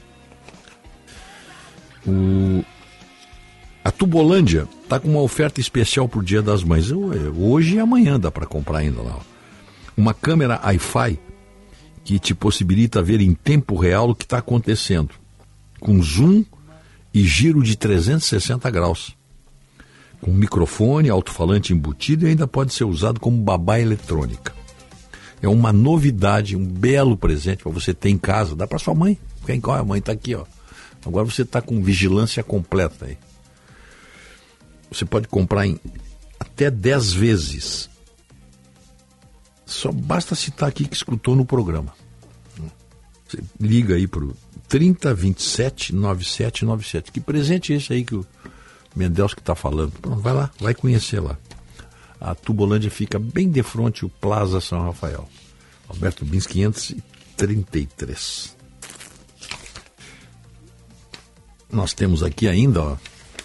A Tubolândia está com uma oferta especial para o Dia das Mães. Hoje e amanhã dá para comprar ainda lá. Uma câmera Wi-Fi que te possibilita ver em tempo real o que está acontecendo, com zoom e giro de 360 graus. Com microfone, alto-falante embutido e ainda pode ser usado como babá eletrônica. É uma novidade, um belo presente para você ter em casa. Dá para sua mãe. A mãe está aqui, ó. Agora você está com vigilância completa aí. Você pode comprar em até 10 vezes. Só basta citar aqui que escutou no programa. Você liga aí para o 3027-9797. Que presente é esse aí que o Mendels que está falando? Pronto, vai lá, vai conhecer lá. A Tubolândia fica bem de frente ao Plaza São Rafael. Alberto Bins 533. Nós temos aqui ainda, ó,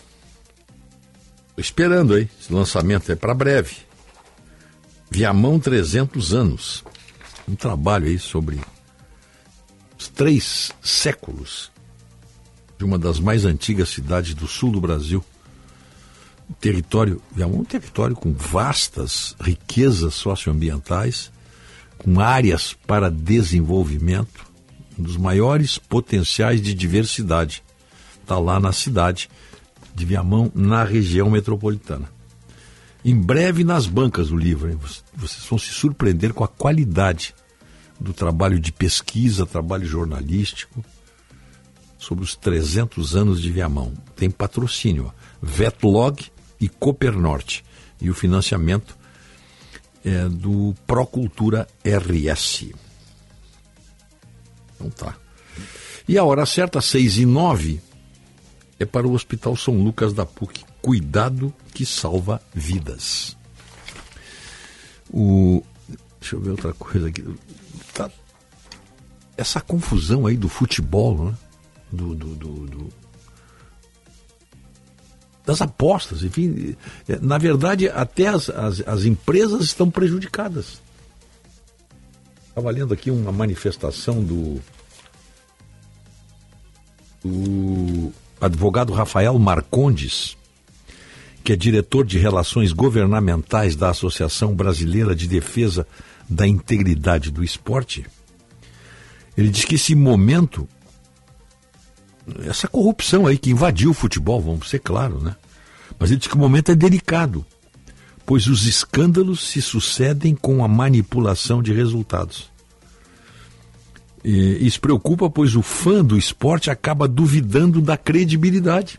esperando aí, esse lançamento é para breve. Viamão 300 anos. Um trabalho aí sobre os 3 séculos de uma das mais antigas cidades do sul do Brasil. Viamão é um território com vastas riquezas socioambientais, com áreas para desenvolvimento, um dos maiores potenciais de diversidade. Está lá na cidade de Viamão, na região metropolitana. Em breve nas bancas o livro, hein? Vocês vão se surpreender com a qualidade do trabalho de pesquisa, trabalho jornalístico sobre os 300 anos de Viamão. Tem patrocínio, ó, Vetlog e Coopernorte. E o financiamento é do Procultura RS. Então tá. E a hora certa, 6h09, é para o Hospital São Lucas da PUC. Cuidado que salva vidas. Deixa eu ver outra coisa aqui. Tá. Essa confusão aí do futebol, né? Das apostas, enfim, na verdade até as empresas estão prejudicadas. Estava lendo aqui uma manifestação do advogado Rafael Marcondes, que é diretor de Relações Governamentais da Associação Brasileira de Defesa da Integridade do Esporte. Ele diz que esse momento, essa corrupção aí que invadiu o futebol, vamos ser claros, né? Mas ele diz que o momento é delicado, pois os escândalos se sucedem com a manipulação de resultados. E isso preocupa, pois o fã do esporte acaba duvidando da credibilidade.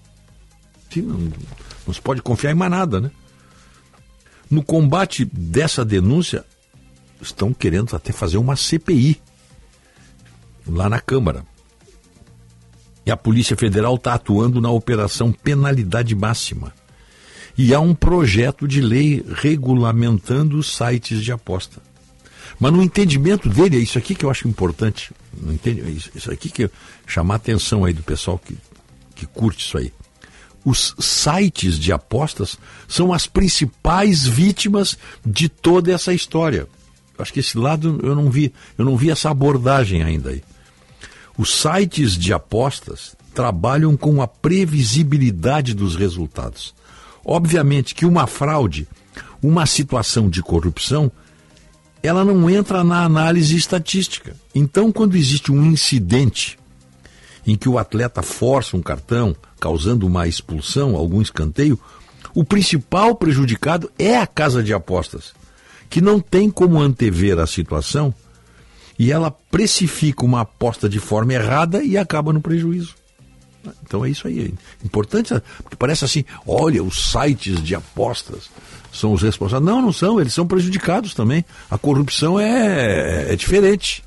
Não se pode confiar em mais nada, né? No combate dessa denúncia, estão querendo até fazer uma CPI lá na Câmara. E a Polícia Federal está atuando na Operação Penalidade Máxima. E há um projeto de lei regulamentando os sites de aposta. Mas no entendimento dele, é isso aqui que eu acho importante. Não entende? É isso aqui que chamar a atenção aí do pessoal que curte isso aí. Os sites de apostas são as principais vítimas de toda essa história. Acho que esse lado eu não vi essa abordagem ainda aí. Os sites de apostas trabalham com a previsibilidade dos resultados. Obviamente que uma fraude, uma situação de corrupção, ela não entra na análise estatística. Então, quando existe um incidente em que o atleta força um cartão, causando uma expulsão, algum escanteio, o principal prejudicado é a casa de apostas, que não tem como antever a situação e ela precifica uma aposta de forma errada e acaba no prejuízo. Então é isso aí, é importante, porque parece assim, olha, os sites de apostas são os responsáveis. Não, não são, eles são prejudicados também. A corrupção é diferente.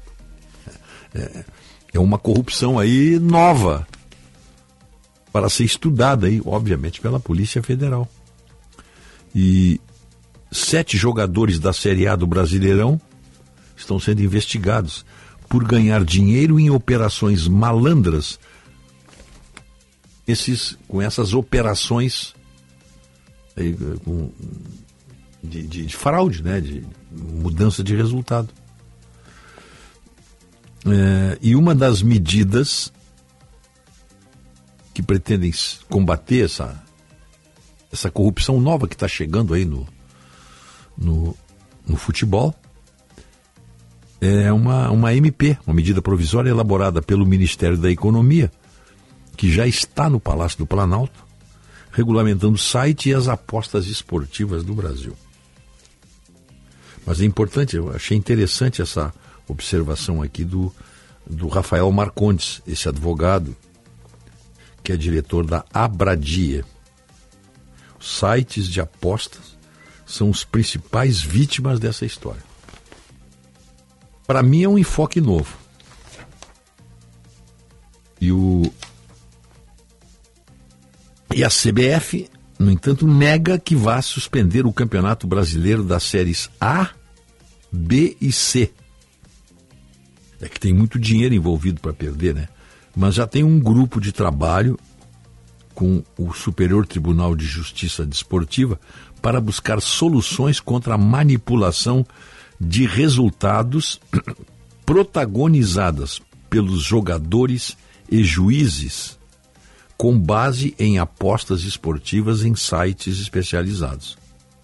É uma corrupção aí nova, para ser estudada aí, obviamente, pela Polícia Federal. E 7 jogadores da Série A do Brasileirão estão sendo investigados por ganhar dinheiro em operações malandras, com essas operações aí, de fraude, né, de mudança de resultado. E uma das medidas que pretendem combater essa corrupção nova que está chegando aí no futebol é uma MP, uma medida provisória elaborada pelo Ministério da Economia, que já está no Palácio do Planalto, regulamentando o site e as apostas esportivas do Brasil. Mas é importante, eu achei interessante essa observação aqui do Rafael Marcondes, esse advogado, que é diretor da Abradia. Os sites de apostas são os principais vítimas dessa história. Para mim é um enfoque novo. E a CBF, no entanto, nega que vá suspender o Campeonato Brasileiro das séries A, B e C. É que tem muito dinheiro envolvido para perder, né? Mas já tem um grupo de trabalho com o Superior Tribunal de Justiça Desportiva para buscar soluções contra a manipulação de resultados protagonizadas pelos jogadores e juízes com base em apostas esportivas em sites especializados.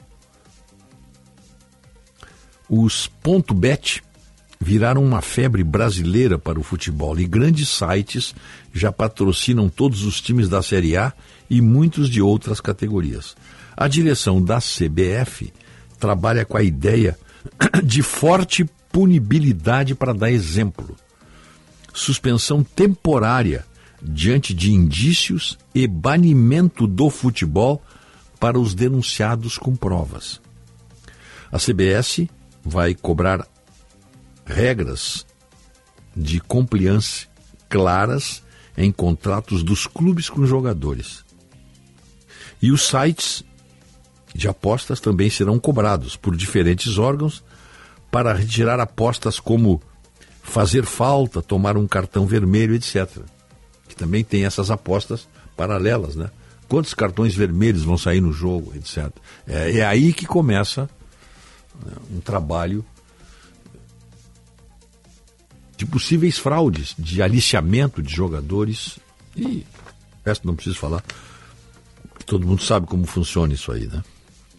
Os .bet viraram uma febre brasileira para o futebol e grandes sites já patrocinam todos os times da Série A e muitos de outras categorias. A direção da CBF trabalha com a ideia de forte punibilidade para dar exemplo. Suspensão temporária diante de indícios e banimento do futebol para os denunciados com provas. A CBS vai cobrar regras de compliance claras em contratos dos clubes com jogadores. E os sites de apostas também serão cobrados por diferentes órgãos para retirar apostas como fazer falta, tomar um cartão vermelho, etc. Que também tem essas apostas paralelas, né? Quantos cartões vermelhos vão sair no jogo, etc. É aí que começa um trabalho possíveis fraudes, de aliciamento de jogadores, e o resto não preciso falar, todo mundo sabe como funciona isso aí, né?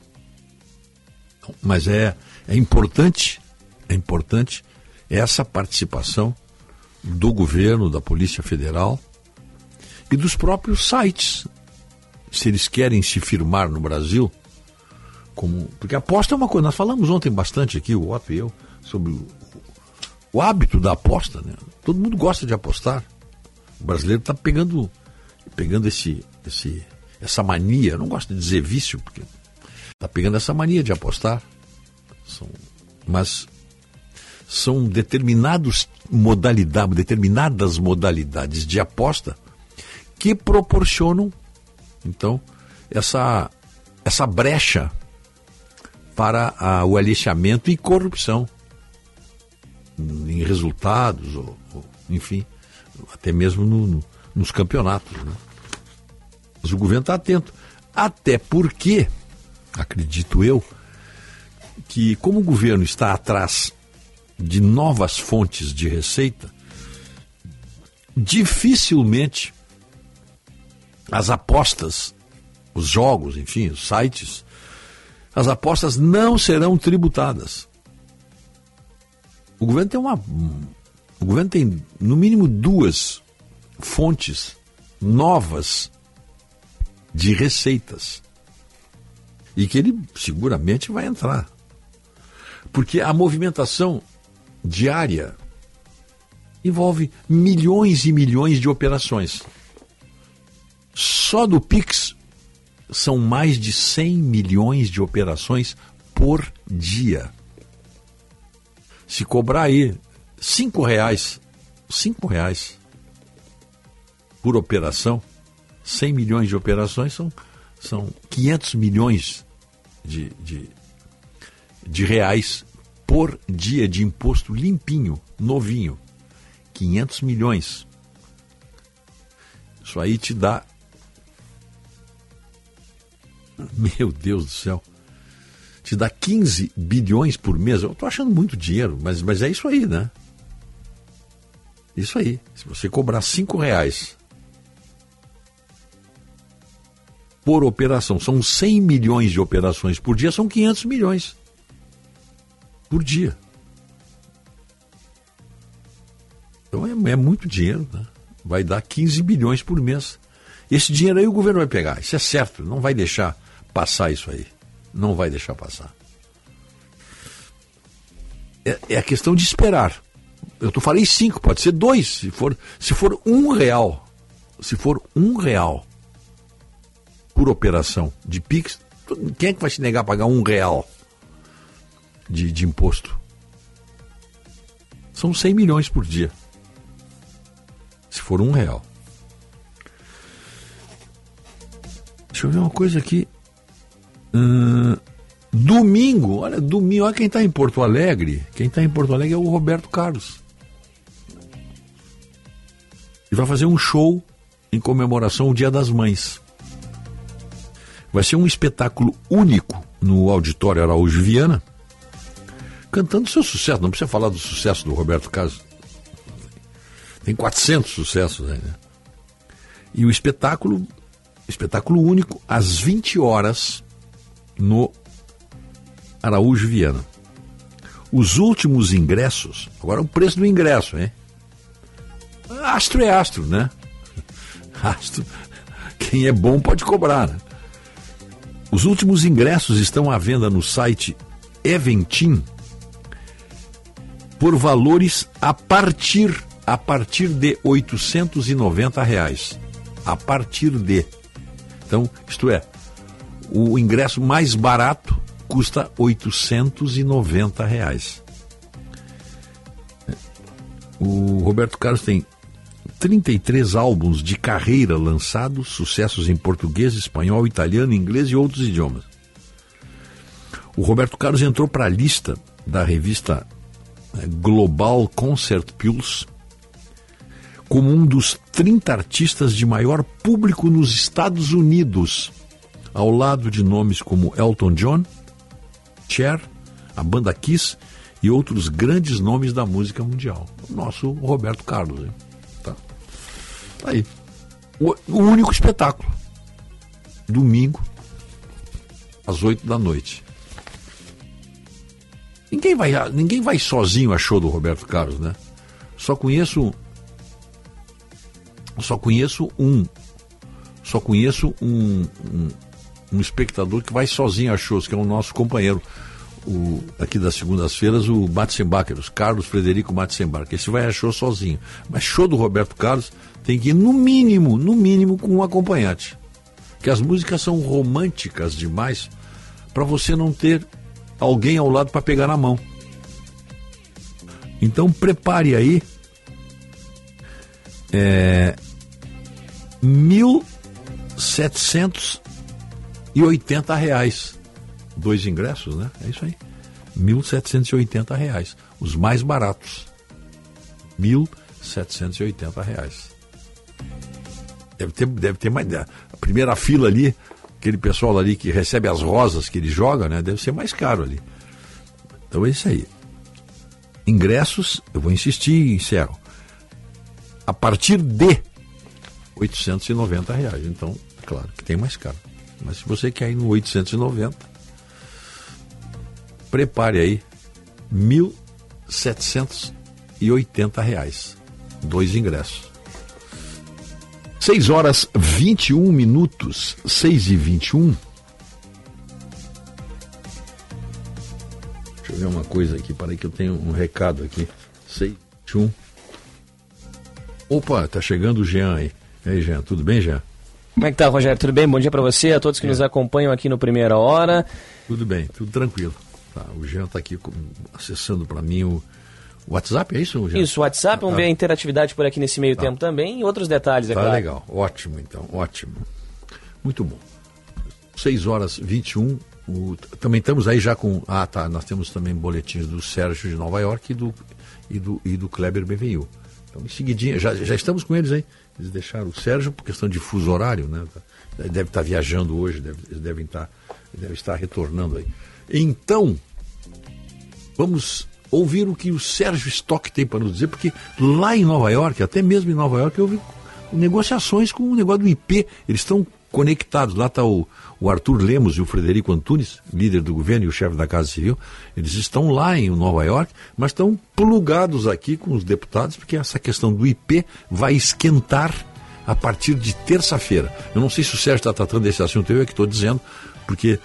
Mas é importante essa participação do governo, da Polícia Federal e dos próprios sites, se eles querem se firmar no Brasil, porque aposta é uma coisa, nós falamos ontem bastante aqui, o Otto e eu, sobre o hábito da aposta, né? Todo mundo gosta de apostar. O brasileiro está pegando essa mania, eu não gosto de dizer vício, porque está pegando essa mania de apostar. Mas são determinadas modalidades de aposta que proporcionam, então, essa brecha para o aliciamento e corrupção em resultados, ou enfim, até mesmo nos campeonatos, né? Mas o governo está atento, até porque, acredito eu, que como o governo está atrás de novas fontes de receita, dificilmente as apostas, os jogos, enfim, os sites, as apostas não serão tributadas. O governo tem no mínimo 2 fontes novas de receitas e que ele seguramente vai entrar, porque a movimentação diária envolve milhões e milhões de operações. Só do Pix são mais de 100 milhões de operações por dia. Se cobrar aí R$5 por operação, 100 milhões de operações são 500 milhões de reais por dia de imposto limpinho, novinho. 500 milhões. Isso aí te dá... Meu Deus do céu. Te dá 15 bilhões por mês. Eu estou achando muito dinheiro, mas é isso aí, né? Isso aí. Se você cobrar R$5 por operação, são 100 milhões de operações por dia, são 500 milhões por dia. Então é muito dinheiro, né? Vai dar 15 bilhões por mês. Esse dinheiro aí o governo vai pegar, isso é certo, não vai deixar passar isso aí. Não vai deixar passar. É a questão de esperar. Eu falei 5, pode ser 2, se for R$1. Se for R$1 por operação de Pix, quem é que vai se negar a pagar R$1 de imposto? São 100 milhões por dia. Se for R$1. Deixa eu ver uma coisa aqui. Domingo, olha quem está em Porto Alegre. Quem está em Porto Alegre é o Roberto Carlos. Ele vai fazer um show em comemoração ao Dia das Mães. Vai ser um espetáculo único no Auditório Araújo Viana, cantando seu sucesso. Não precisa falar do sucesso do Roberto Carlos. Tem 400 sucessos aí, né? E o espetáculo único, às 20 horas, no Araújo Viana. Os últimos ingressos, agora o preço do ingresso, hein? Astro é astro, né? Astro, quem é bom pode cobrar, né? Os últimos ingressos estão à venda no site Eventim por valores a partir de R$890. A partir de. Então, isto é, o ingresso mais barato custa R$890. O Roberto Carlos tem 33 álbuns de carreira lançados, sucessos em português, espanhol, italiano, inglês e outros idiomas. O Roberto Carlos entrou para a lista da revista Global Concert Pulse como um dos 30 artistas de maior público nos Estados Unidos, ao lado de nomes como Elton John, Cher, a banda Kiss e outros grandes nomes da música mundial. O nosso Roberto Carlos. Hein? Tá aí. O único espetáculo. Domingo, às 8 da noite. Ninguém vai sozinho a show do Roberto Carlos, né? Só conheço um espectador que vai sozinho a shows, que é o nosso companheiro aqui das segundas-feiras, o Matzenbacher, o Carlos Frederico Matzenbacher. Esse vai a show sozinho. Mas show do Roberto Carlos tem que ir no mínimo com um acompanhante. Que as músicas são românticas demais para você não ter alguém ao lado para pegar na mão. Então prepare aí R$1.780. 2 ingressos, né? É isso aí. R$1.780. Os mais baratos. R$1.780. Deve ter mais. A primeira fila ali, aquele pessoal ali que recebe as rosas que ele joga, né? Deve ser mais caro ali. Então é isso aí. Ingressos, eu vou insistir e encerro. A partir de R$890. Então, claro que tem mais caro. Mas se você quer ir no 890, prepare aí R$1.780. 2 ingressos. 6h21, 6h21. Deixa eu ver uma coisa aqui, para aí que eu tenho um recado aqui. 6h21. Opa, tá chegando o Jean aí. E aí, Jean, tudo bem, Jean? Como é que tá, Rogério? Tudo bem? Bom dia para você, a todos que nos acompanham aqui no Primeira Hora. Tudo bem, tudo tranquilo. Tá, o Jean tá aqui acessando para mim o WhatsApp, é isso, Jean? Isso, o WhatsApp, vamos ver a interatividade por aqui nesse meio tempo também e outros detalhes, é claro. Tá legal, ótimo então, ótimo. Muito bom. 6h21, também estamos aí já com... nós temos também boletins do Sérgio de Nova York e do Kleber BVU. Então, em seguidinha, já estamos com eles aí. Eles deixaram o Sérgio por questão de fuso horário, né? Deve estar viajando hoje, deve estar retornando aí. Então, vamos ouvir o que o Sérgio Stock tem para nos dizer, porque lá em Nova York, até mesmo em Nova York, houve negociações com o negócio do IP. Eles estão conectados. Lá está o Arthur Lemos e o Frederico Antunes, líder do governo e o chefe da Casa Civil. Eles estão lá em Nova York, mas estão plugados aqui com os deputados, porque essa questão do IP vai esquentar a partir de terça-feira. Eu não sei se o Sérgio está tratando desse assunto, eu é que estou dizendo, porque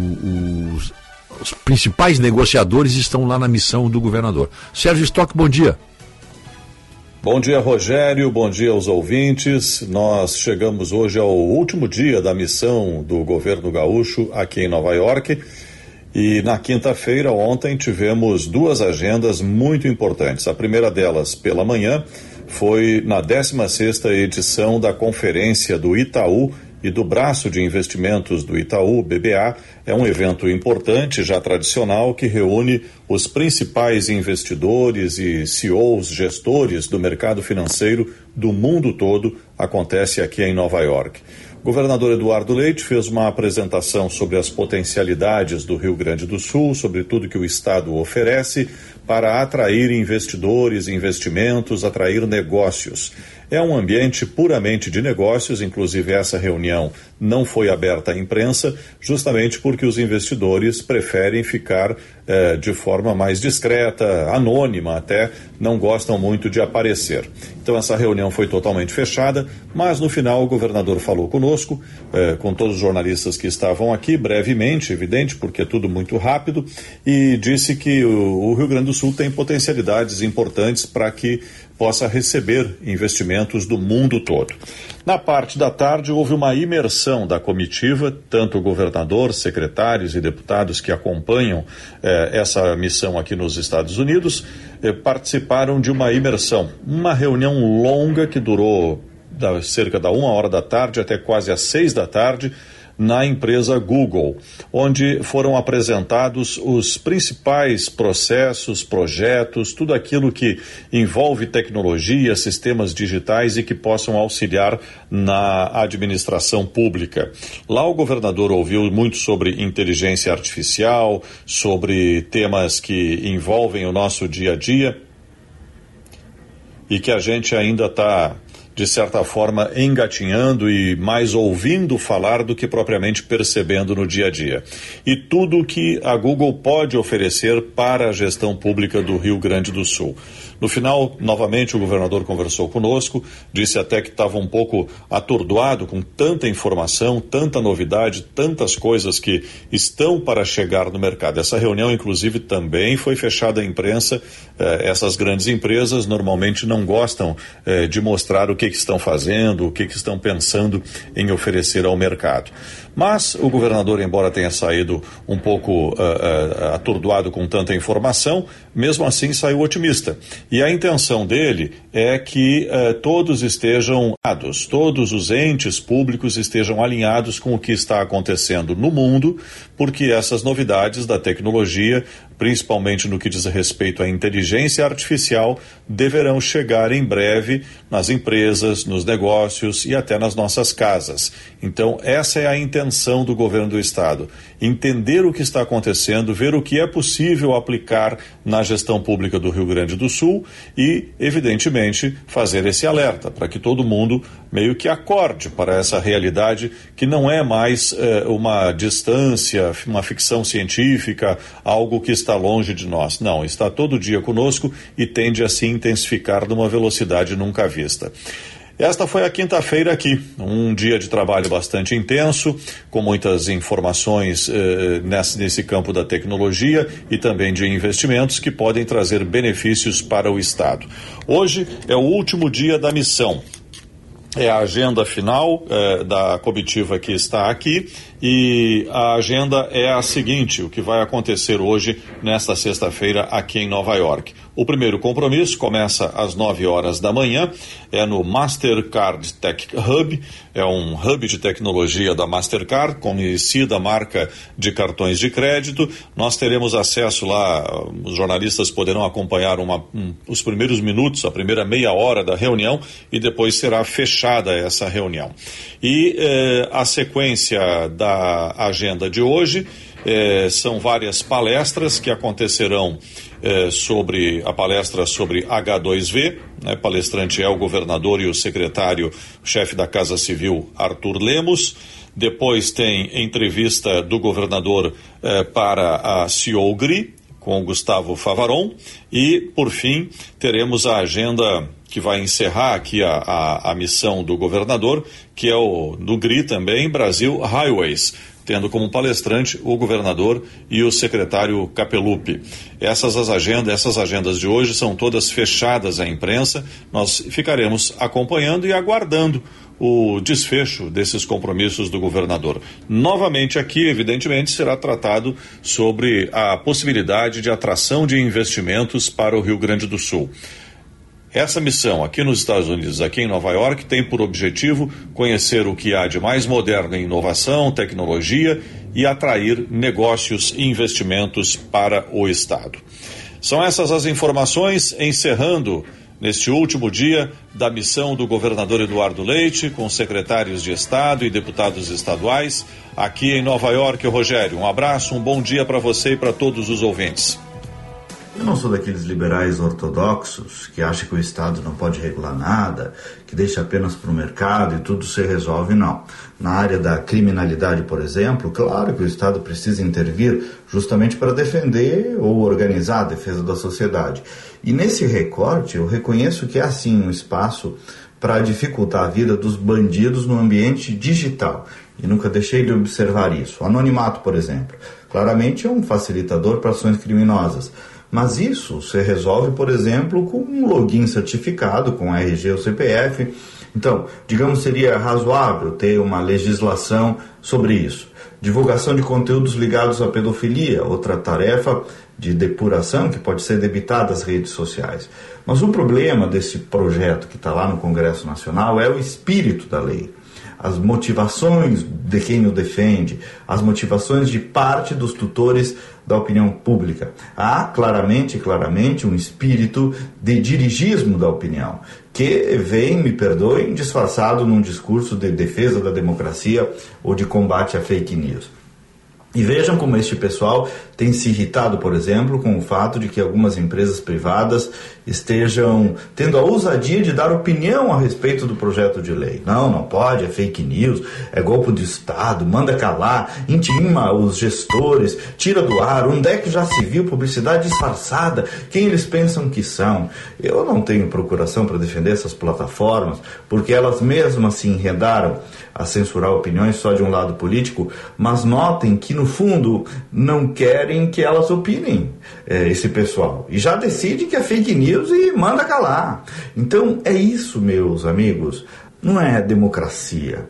os principais negociadores estão lá na missão do governador. Sérgio Stock, bom dia. Bom dia, Rogério, bom dia aos ouvintes. Nós chegamos hoje ao último dia da missão do governo gaúcho aqui em Nova York. E na quinta-feira, ontem, tivemos 2 agendas muito importantes. A primeira delas, pela manhã, foi na 16ª edição da Conferência do Itaú e do Braço de Investimentos do Itaú, BBA. É um evento importante, já tradicional, que reúne os principais investidores e CEOs, gestores do mercado financeiro do mundo todo. Acontece aqui em Nova York. O governador Eduardo Leite fez uma apresentação sobre as potencialidades do Rio Grande do Sul, sobre tudo que o estado oferece para atrair investidores, investimentos, atrair negócios. É um ambiente puramente de negócios, inclusive essa reunião não foi aberta à imprensa, justamente porque os investidores preferem ficar de forma mais discreta, anônima até, não gostam muito de aparecer. Então essa reunião foi totalmente fechada, mas no final o governador falou conosco, com todos os jornalistas que estavam aqui, brevemente, evidente, porque é tudo muito rápido, e disse que o Rio Grande do Sul tem potencialidades importantes para que possa receber investimentos do mundo todo. Na parte da tarde houve uma imersão da comitiva, tanto o governador, secretários e deputados que acompanham essa missão aqui nos Estados Unidos participaram de uma imersão, uma reunião longa que durou cerca da 1h da tarde até quase às 6 da tarde, na empresa Google, onde foram apresentados os principais processos, projetos, tudo aquilo que envolve tecnologia, sistemas digitais e que possam auxiliar na administração pública. Lá o governador ouviu muito sobre inteligência artificial, sobre temas que envolvem o nosso dia a dia e que a gente ainda está, de certa forma, engatinhando e mais ouvindo falar do que propriamente percebendo no dia a dia. E tudo que a Google pode oferecer para a gestão pública do Rio Grande do Sul. No final, novamente, o governador conversou conosco, disse até que estava um pouco atordoado com tanta informação, tanta novidade, tantas coisas que estão para chegar no mercado. Essa reunião, inclusive, também foi fechada à imprensa. Essas grandes empresas normalmente não gostam de mostrar o que estão fazendo, o que estão pensando em oferecer ao mercado. Mas o governador, embora tenha saído um pouco atordoado com tanta informação, mesmo assim saiu otimista. E a intenção dele é que todos estejam alinhados, todos os entes públicos estejam alinhados com o que está acontecendo no mundo, porque essas novidades da tecnologia, principalmente no que diz respeito à inteligência artificial, deverão chegar em breve nas empresas, nos negócios e até nas nossas casas. Então, essa é a intenção do governo do estado, entender o que está acontecendo, ver o que é possível aplicar na gestão pública do Rio Grande do Sul e, evidentemente, fazer esse alerta para que todo mundo meio que acorde para essa realidade que não é mais uma distância, uma ficção científica, algo que está longe de nós. Não, está todo dia conosco e tende a se intensificar numa velocidade nunca vista. Esta foi a quinta-feira aqui, um dia de trabalho bastante intenso, com muitas informações nesse campo da tecnologia e também de investimentos que podem trazer benefícios para o Estado. Hoje é o último dia da missão. É a agenda final da comitiva que está aqui e a agenda é a seguinte, o que vai acontecer hoje, nesta sexta-feira, aqui em Nova York. O primeiro compromisso começa às 9 horas da manhã, é no Mastercard Tech Hub, é um hub de tecnologia da Mastercard, conhecida marca de cartões de crédito. Nós teremos acesso lá, os jornalistas poderão acompanhar os primeiros minutos, a primeira meia hora da reunião e depois será fechada essa reunião. E a sequência da agenda de hoje são várias palestras que acontecerão sobre a palestra sobre H2V, né? Palestrante é o governador e o secretário-chefe da Casa Civil, Arthur Lemos. Depois tem entrevista do governador para a CEO GRI, com o Gustavo Favaron, e, por fim, teremos a agenda que vai encerrar aqui a missão do governador, que é o do GRI também, Brasil Highways, tendo como palestrante o governador e o secretário Capelupi. Essas agendas de hoje são todas fechadas à imprensa, nós ficaremos acompanhando e aguardando o desfecho desses compromissos do governador. Novamente aqui, evidentemente, será tratado sobre a possibilidade de atração de investimentos para o Rio Grande do Sul. Essa missão aqui nos Estados Unidos, aqui em Nova York, tem por objetivo conhecer o que há de mais moderno em inovação, tecnologia e atrair negócios e investimentos para o Estado. São essas as informações, encerrando neste último dia da missão do governador Eduardo Leite, com secretários de Estado e deputados estaduais, aqui em Nova York. Rogério, um abraço, um bom dia para você e para todos os ouvintes. Eu não sou daqueles liberais ortodoxos que acham que o Estado não pode regular nada, que deixa apenas para o mercado e tudo se resolve, não. Na área da criminalidade, por exemplo, claro que o Estado precisa intervir justamente para defender ou organizar a defesa da sociedade. E nesse recorte eu reconheço que há sim um espaço para dificultar a vida dos bandidos no ambiente digital. E nunca deixei de observar isso. O anonimato, por exemplo, claramente é um facilitador para ações criminosas. Mas isso se resolve, por exemplo, com um login certificado, com RG ou CPF. Então, digamos, seria razoável ter uma legislação sobre isso. Divulgação de conteúdos ligados à pedofilia, outra tarefa de depuração que pode ser debitada às redes sociais. Mas o problema desse projeto que está lá no Congresso Nacional é o espírito da lei. As motivações de quem o defende, as motivações de parte dos tutores da opinião pública. Há claramente um espírito de dirigismo da opinião, que vem, me perdoem, disfarçado num discurso de defesa da democracia ou de combate à fake news. E vejam como este pessoal tem se irritado, por exemplo, com o fato de que algumas empresas privadas estejam tendo a ousadia de dar opinião a respeito do projeto de lei. Não pode, é fake news, é golpe de Estado, manda calar, intima os gestores, tira do ar, onde é que já se viu publicidade disfarçada, quem eles pensam que são. Eu não tenho procuração para defender essas plataformas, porque elas mesmas se enredaram a censurar opiniões só de um lado político, mas notem que no fundo não querem que elas opinem, esse pessoal, e já decide que é fake news e manda calar. Então é isso, meus amigos, não é democracia.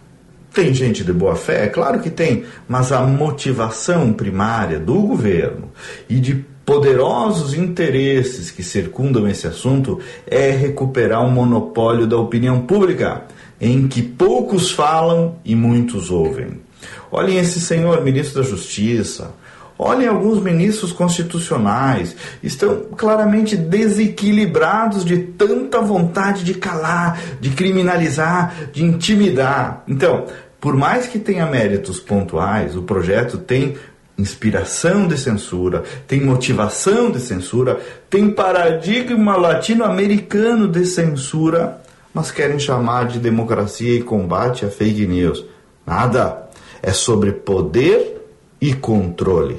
Tem gente de boa fé? Claro que tem, mas a motivação primária do governo e de poderosos interesses que circundam esse assunto é recuperar o monopólio da opinião pública, em que poucos falam e muitos ouvem. Olhem esse senhor ministro da Justiça, olhem alguns ministros constitucionais, estão claramente desequilibrados de tanta vontade de calar, de criminalizar, de intimidar. Então, por mais que tenha méritos pontuais, o projeto tem inspiração de censura, tem motivação de censura, tem paradigma latino-americano de censura, mas querem chamar de democracia e combate a fake news. Nada. É sobre poder e controle.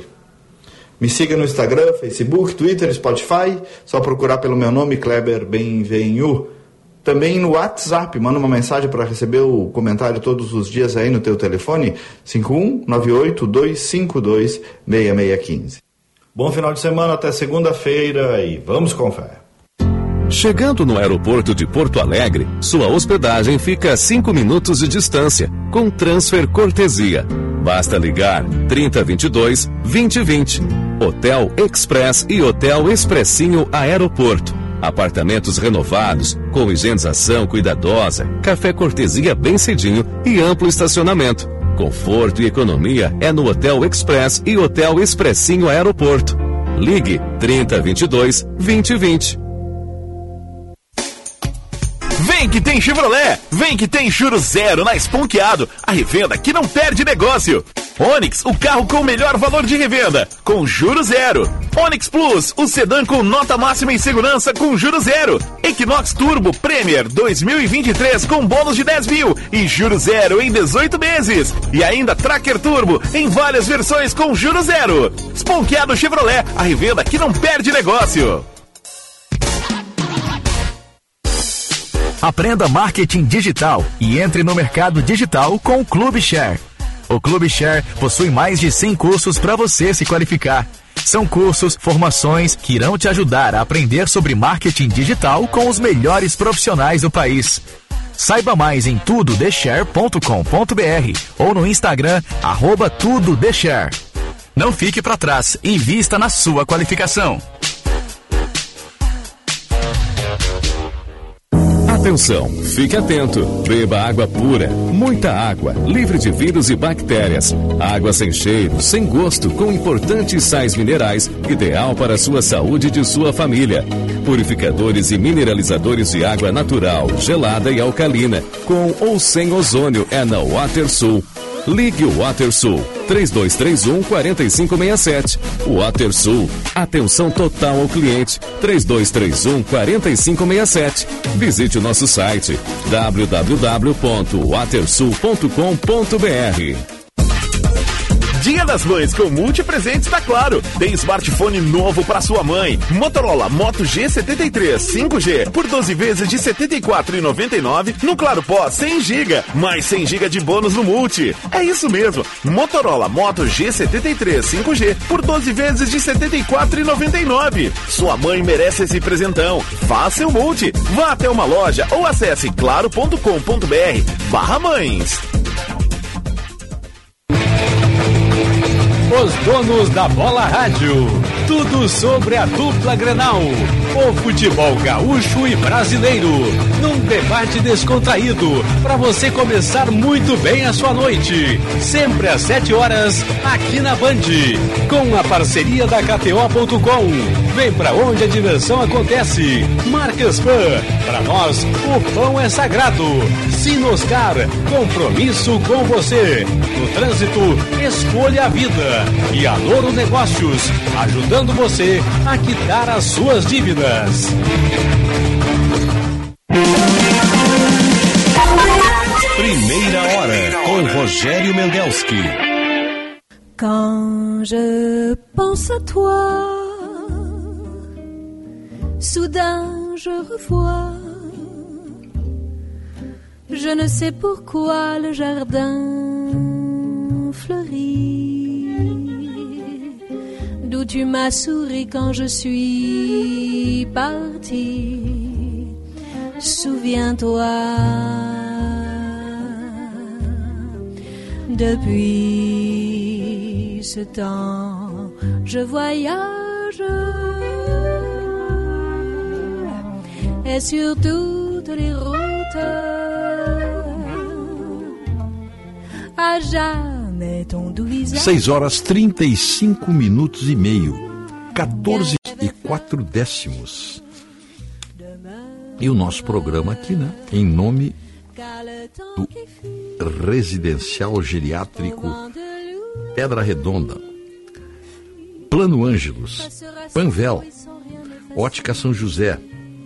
Me siga no Instagram, Facebook, Twitter, Spotify. Só procurar pelo meu nome, Kleber Benvenu. Também no WhatsApp, manda uma mensagem para receber o comentário todos os dias aí no teu telefone, 5198-252-6615. Bom final de semana, até segunda-feira e vamos com fé. Chegando no aeroporto de Porto Alegre, sua hospedagem fica a 5 minutos de distância, com transfer cortesia. Basta ligar 3022-2020. Hotel Express e Hotel Expressinho Aeroporto. Apartamentos renovados, com higienização cuidadosa, café cortesia bem cedinho e amplo estacionamento. Conforto e economia é no Hotel Express e Hotel Expressinho Aeroporto. Ligue 3022-2020. Vem que tem Chevrolet, vem que tem juros zero na Esponqueado, a revenda que não perde negócio. Onix, o carro com o melhor valor de revenda, com juros zero. Onix Plus, o sedã com nota máxima em segurança com juros zero. Equinox Turbo Premier 2023 com bônus de 10 mil e juros zero em 18 meses. E ainda Tracker Turbo em várias versões com juros zero. Esponqueado Chevrolet, a revenda que não perde negócio. Aprenda marketing digital e entre no mercado digital com o Clube Share. O Clube Share possui mais de 100 cursos para você se qualificar. São cursos, formações que irão te ajudar a aprender sobre marketing digital com os melhores profissionais do país. Saiba mais em tudodeshare.com.br ou no Instagram @tudodeshare. Não fique para trás, invista na sua qualificação. Atenção, fique atento. Beba água pura, muita água, livre de vírus e bactérias. Água sem cheiro, sem gosto, com importantes sais minerais, ideal para a sua saúde e de sua família. Purificadores e mineralizadores de água natural, gelada e alcalina, com ou sem ozônio, é na WaterSul. Ligue o WaterSul 3231-4567. WaterSul, atenção total ao cliente 3231-4567. Visite o nosso site www.watersul.com.br. Dia das Mães com multipresentes da Claro. Tem smartphone novo para sua mãe. Motorola Moto G73 5G por 12 vezes de R$ 74,99 no Claro Pós 100 GB, mais 100 GB de bônus no Multi. É isso mesmo. Motorola Moto G73 5G por 12 vezes de R$ 74,99. Sua mãe merece esse presentão. Faça seu Multi. Vá até uma loja ou acesse claro.com.br/mães. Os donos da bola rádio. Tudo sobre a dupla Grenal. O futebol gaúcho e brasileiro, num debate descontraído, para você começar muito bem a sua noite. Sempre às 7 horas, aqui na Band, com a parceria da KTO.com. Vem pra onde a diversão acontece. Marcas Pan, pra nós o pão é sagrado. Sinoscar, compromisso com você. No trânsito, escolha a vida. E a Louro Negócios, ajudando você a quitar as suas dívidas. Primeira hora com Rogério Mendelski. Quand je pense à toi, soudain je revois, je ne sais pourquoi le jardin fleurit, d'où tu m'as souri quand je suis partie. Souviens-toi, depuis ce temps, je voyage et sur toutes les routes, à jamais ton doux visage. 6 horas 35 minutos e meio, 14:04. E o nosso programa aqui, né? Em nome do Residencial Geriátrico Pedra Redonda, Plano Ângelos, Panvel, Ótica São José,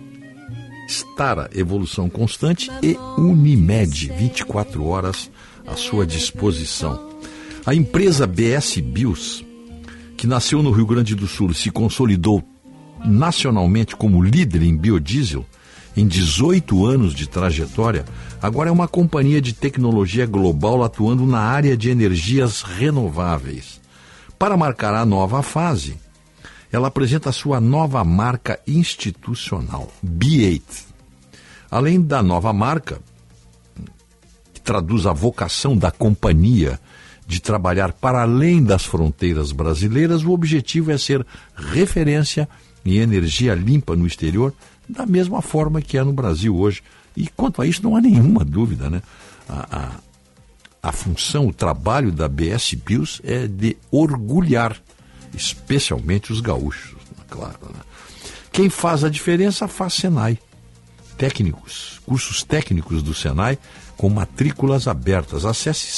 Stara Evolução Constante e Unimed, 24 horas à sua disposição. A empresa BS Bios, que nasceu no Rio Grande do Sul e se consolidou nacionalmente como líder em biodiesel, em 18 anos de trajetória, agora é uma companhia de tecnologia global atuando na área de energias renováveis. Para marcar a nova fase, ela apresenta a sua nova marca institucional, B8. Além da nova marca, que traduz a vocação da companhia de trabalhar para além das fronteiras brasileiras, o objetivo é ser referência em energia limpa no exterior, da mesma forma que é no Brasil hoje. E quanto a isso não há nenhuma dúvida, né? A função, o trabalho da BS Bios é de orgulhar, especialmente os gaúchos, claro, né? Quem faz a diferença faz Senai. Técnicos, cursos técnicos do Senai com matrículas abertas. Acesse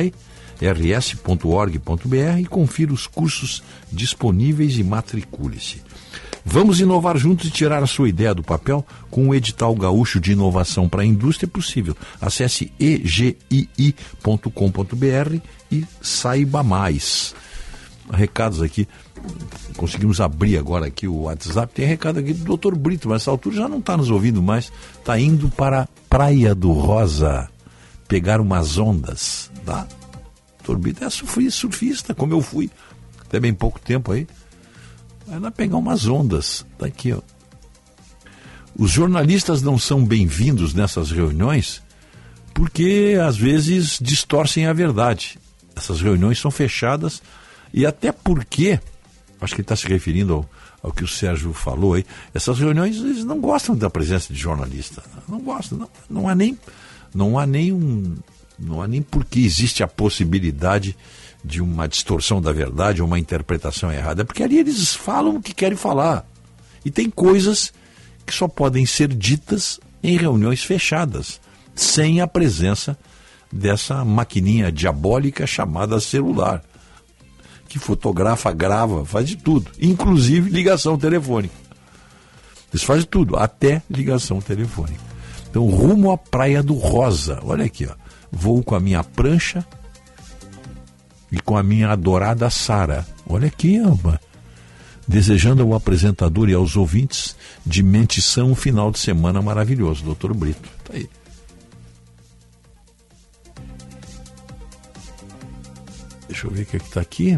senai.rs.org.br e confira os cursos disponíveis e matricule-se. Vamos inovar juntos e tirar a sua ideia do papel com o edital gaúcho de inovação para a indústria possível. Acesse egii.com.br e saiba mais. Recados aqui, conseguimos abrir agora aqui o WhatsApp, tem recado aqui do Dr. Brito, mas nessa altura já não está nos ouvindo mais, está indo para a Praia do Rosa pegar umas ondas, tá? Dr. Brito é surfista, como eu fui, até bem pouco tempo aí. Vai lá pegar umas ondas. Tá aqui, ó. Os jornalistas não são bem-vindos nessas reuniões porque, às vezes, distorcem a verdade. Essas reuniões são fechadas e até porque, acho que ele está se referindo ao que o Sérgio falou aí, essas reuniões, eles não gostam da presença de jornalista. Não gostam. Não há nem porque existe a possibilidade de uma distorção da verdade ou uma interpretação errada, porque ali eles falam o que querem falar. E tem coisas que só podem ser ditas em reuniões fechadas, sem a presença dessa maquininha diabólica chamada celular, que fotografa, grava, faz de tudo, inclusive ligação telefônica. Eles fazem tudo, até ligação telefônica. Então, rumo à Praia do Rosa. Olha aqui, ó. Vou com a minha prancha e com a minha adorada Sara. Olha aqui, ó, desejando ao apresentador e aos ouvintes de mentição um final de semana maravilhoso, Dr. Brito. Tá aí. Deixa eu ver o que está aqui.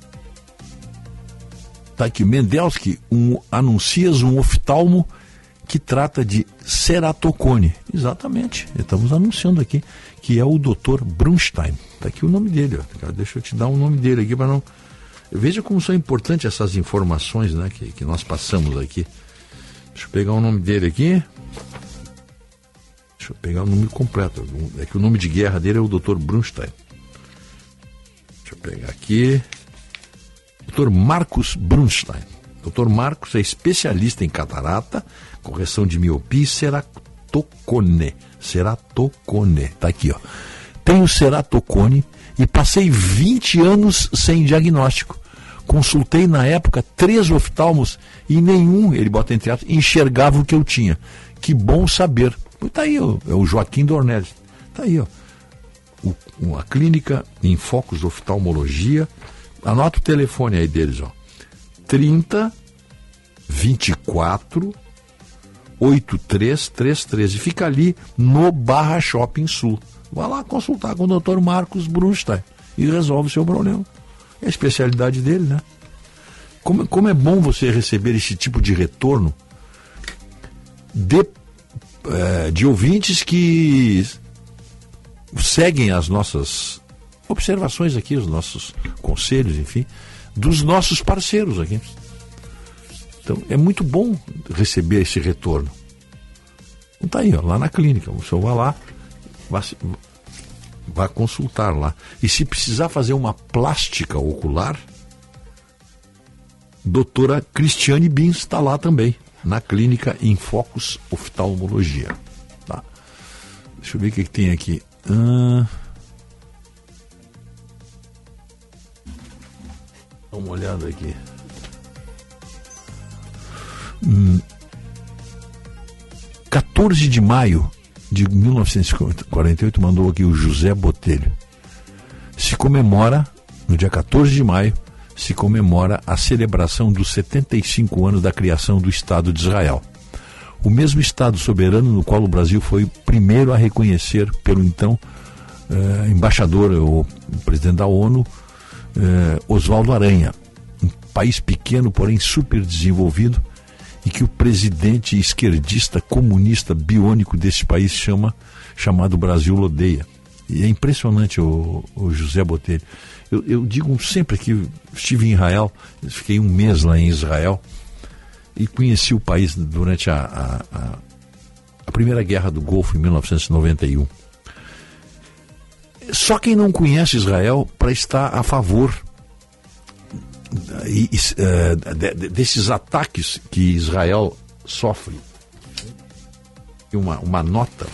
Está aqui, Mendelski, anuncias um oftalmo que trata de ceratocone. Exatamente, estamos anunciando aqui que é o Dr. Brunstein. Está aqui o nome dele, ó. Deixa eu te dar o nome dele aqui para não... Veja como são importantes essas informações, né, que nós passamos aqui. Deixa eu pegar o nome dele aqui. Deixa eu pegar o nome completo. É que o nome de guerra dele é o Dr. Brunstein. Deixa eu pegar aqui. Dr. Marcus Brunstein. Dr. Marcos é especialista em catarata, correção de miopia e ceratocone. Ceratocone. Tá aqui, ó. Tenho ceratocone e passei 20 anos sem diagnóstico. Consultei na época 3 oftalmos e nenhum, ele bota entre aspas, enxergava o que eu tinha. Que bom saber. Tá aí, ó, é o Joaquim Dornelles. Tá aí, ó. A clínica em Focus Oftalmologia. Anota o telefone aí deles, ó. 30 24 8333. E fica ali no Barra Shopping Sul. Vai lá consultar com o Dr. Marcos Brunstein e resolve o seu problema. É a especialidade dele, né? Como é bom você receber esse tipo de retorno de ouvintes que seguem as nossas observações aqui, os nossos conselhos, enfim, dos nossos parceiros aqui. Então, é muito bom receber esse retorno. Então tá aí, ó, lá na clínica. O senhor vai lá, vai consultar lá. E se precisar fazer uma plástica ocular, doutora Cristiane Bins está lá também, na clínica em Focus Oftalmologia. Tá. Deixa eu ver o que tem aqui. Dá uma olhada aqui. 14 de maio de 1948, mandou aqui o José Botelho. Se comemora, no dia 14 de maio, se comemora a celebração dos 75 anos da criação do Estado de Israel. O mesmo Estado soberano no qual o Brasil foi o primeiro a reconhecer pelo então embaixador, o presidente da ONU, Oswaldo Aranha. Um país pequeno, porém super desenvolvido, e que o presidente esquerdista comunista biônico desse país chamado Brasil odeia. E é impressionante o José Botelho. Eu digo sempre que estive em Israel, fiquei um mês lá em Israel e conheci o país durante a Primeira Guerra do Golfo, em 1991. Só quem não conhece Israel para estar a favor desses ataques que Israel sofre. Uma nota.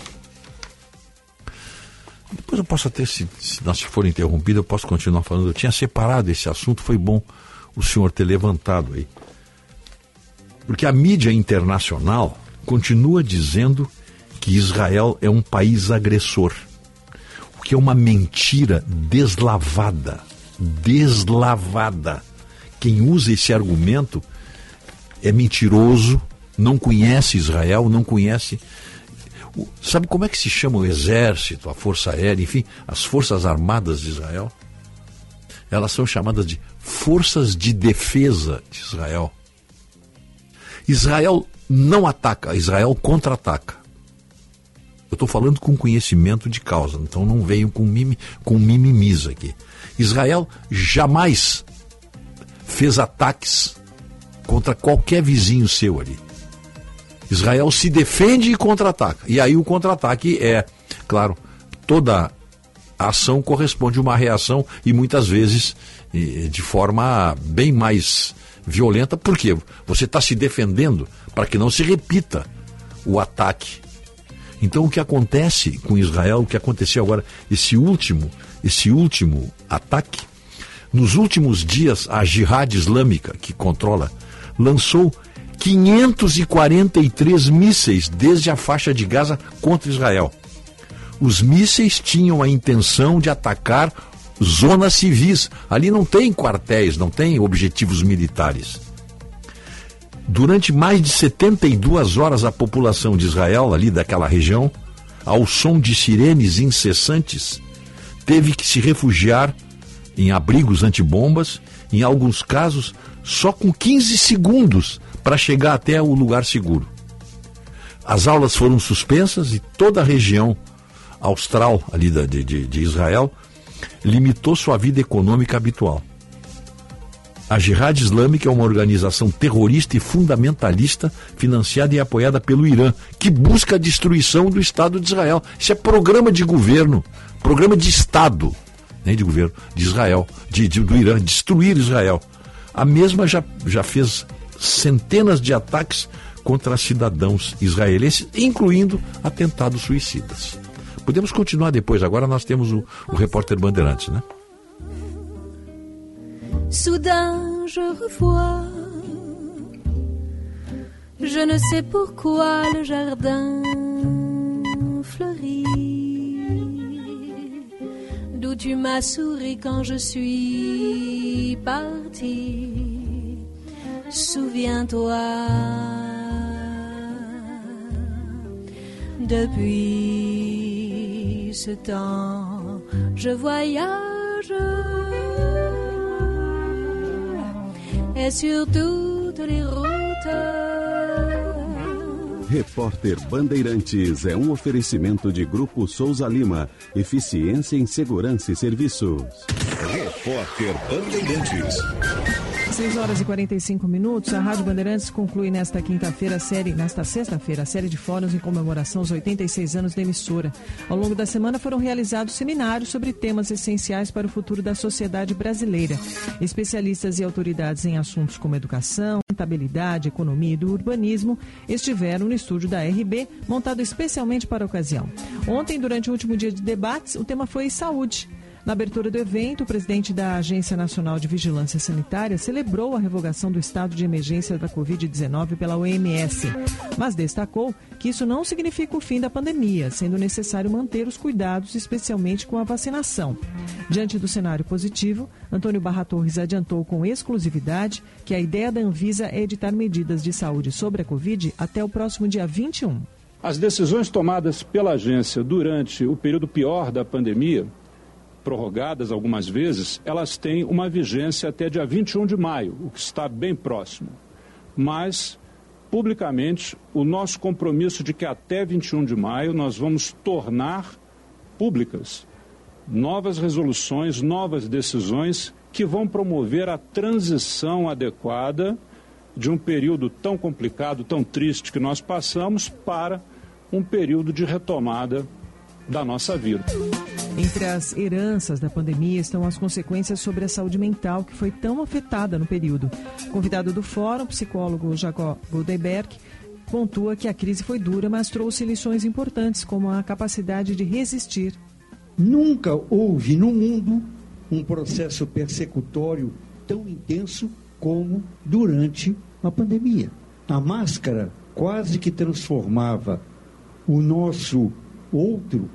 Depois eu posso até, se nós for interrompido, eu posso continuar falando. Eu tinha separado esse assunto, foi bom o senhor ter levantado aí. Porque a mídia internacional continua dizendo que Israel é um país agressor. O que é uma mentira deslavada. Deslavada. Quem usa esse argumento é mentiroso, não conhece Israel, não conhece... Sabe como é que se chama o exército, a força aérea, enfim, as forças armadas de Israel? Elas são chamadas de forças de defesa de Israel. Israel não ataca, Israel contra-ataca. Eu estou falando com conhecimento de causa, então não venho com mimimis aqui. Israel jamais fez ataques contra qualquer vizinho seu ali. Israel se defende e contra-ataca. E aí o contra-ataque é, claro, toda a ação corresponde a uma reação e muitas vezes de forma bem mais violenta, porque você está se defendendo para que não se repita o ataque. Então o que acontece com Israel, o que aconteceu agora, esse último ataque, nos últimos dias a Jihad Islâmica, que controla, lançou 543 mísseis desde a faixa de Gaza contra Israel. Os mísseis tinham a intenção de atacar zonas civis. Ali não tem quartéis, não tem objetivos militares. Durante mais de 72 horas, a população de Israel, ali daquela região, ao som de sirenes incessantes, teve que se refugiar em abrigos antibombas, em alguns casos, só com 15 segundos para chegar até o lugar seguro. As aulas foram suspensas e toda a região austral ali de Israel limitou sua vida econômica habitual. A Jihad Islâmica é uma organização terrorista e fundamentalista financiada e apoiada pelo Irã, que busca a destruição do Estado de Israel. Isso é programa de governo, programa de Estado, nem de governo, de Israel, do Irã, destruir Israel. A mesma já fez centenas de ataques contra cidadãos israelenses, incluindo atentados suicidas. Podemos continuar depois, agora nós temos o repórter Bandeirantes, né? Soudain je revois, je ne sais pourquoi le jardin fleuri, d'où tu m'as souri quand je suis partie. Souviens-toi, depuis ce temps, je voyage. É sur toutes les routes. Repórter Bandeirantes é um oferecimento de Grupo Souza Lima. Eficiência em Segurança e Serviços. Repórter Bandeirantes. 6 horas e 45 minutos. A Rádio Bandeirantes conclui nesta sexta-feira, a série de fóruns em comemoração aos 86 anos da emissora. Ao longo da semana foram realizados seminários sobre temas essenciais para o futuro da sociedade brasileira. Especialistas e autoridades em assuntos como educação, rentabilidade, economia e do urbanismo estiveram no estúdio da RB, montado especialmente para a ocasião. Ontem, durante o último dia de debates, o tema foi saúde. Na abertura do evento, o presidente da Agência Nacional de Vigilância Sanitária celebrou a revogação do estado de emergência da Covid-19 pela OMS, mas destacou que isso não significa o fim da pandemia, sendo necessário manter os cuidados, especialmente com a vacinação. Diante do cenário positivo, Antônio Barra Torres adiantou com exclusividade que a ideia da Anvisa é editar medidas de saúde sobre a Covid até o próximo dia 21. As decisões tomadas pela agência durante o período pior da pandemia, prorrogadas algumas vezes, elas têm uma vigência até dia 21 de maio, o que está bem próximo. Mas, publicamente, o nosso compromisso de que até 21 de maio nós vamos tornar públicas novas resoluções, novas decisões que vão promover a transição adequada de um período tão complicado, tão triste que nós passamos para um período de retomada da nossa vida. Entre as heranças da pandemia estão as consequências sobre a saúde mental, que foi tão afetada no período. Convidado do fórum, o psicólogo Jacob Goldenberg pontua que a crise foi dura, mas trouxe lições importantes, como a capacidade de resistir. Nunca houve no mundo um processo persecutório tão intenso como durante a pandemia. A máscara quase que transformava o nosso outro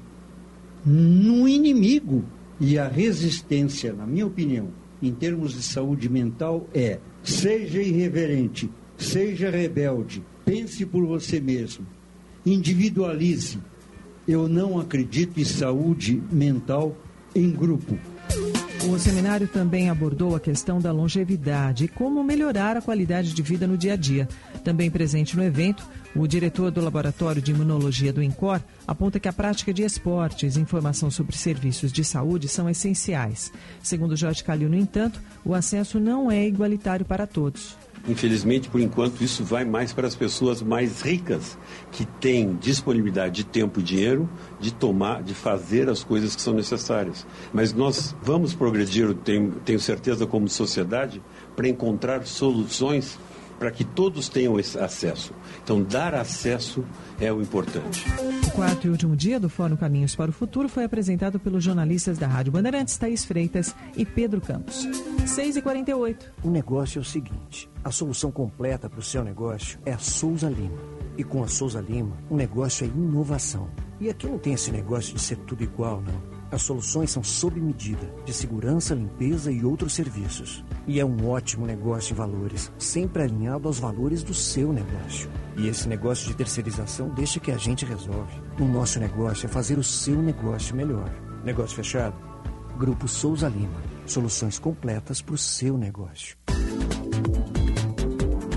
num inimigo. E a resistência, na minha opinião, em termos de saúde mental, é: seja irreverente, seja rebelde, pense por você mesmo, individualize. Eu não acredito em saúde mental em grupo. O seminário também abordou a questão da longevidade e como melhorar a qualidade de vida no dia a dia. Também presente no evento, o diretor do Laboratório de Imunologia do INCOR aponta que a prática de esportes e informação sobre serviços de saúde são essenciais. Segundo Jorge Calil, no entanto, o acesso não é igualitário para todos. Infelizmente, por enquanto, isso vai mais para as pessoas mais ricas, que têm disponibilidade de tempo e dinheiro de fazer as coisas que são necessárias. Mas nós vamos progredir, tenho certeza, como sociedade, para encontrar soluções para que todos tenham esse acesso. Então, dar acesso é o importante. O quarto e último dia do Fórum Caminhos para o Futuro foi apresentado pelos jornalistas da Rádio Bandeirantes, Thaís Freitas e Pedro Campos. 6h48. O negócio é o seguinte: a solução completa para o seu negócio é a Souza Lima. E com a Souza Lima, o negócio é inovação. E aqui não tem esse negócio de ser tudo igual, não. As soluções são sob medida, de segurança, limpeza e outros serviços. E é um ótimo negócio em valores, sempre alinhado aos valores do seu negócio. E esse negócio de terceirização deixa que a gente resolve. O nosso negócio é fazer o seu negócio melhor. Negócio fechado? Grupo Souza Lima. Soluções completas para o seu negócio. Que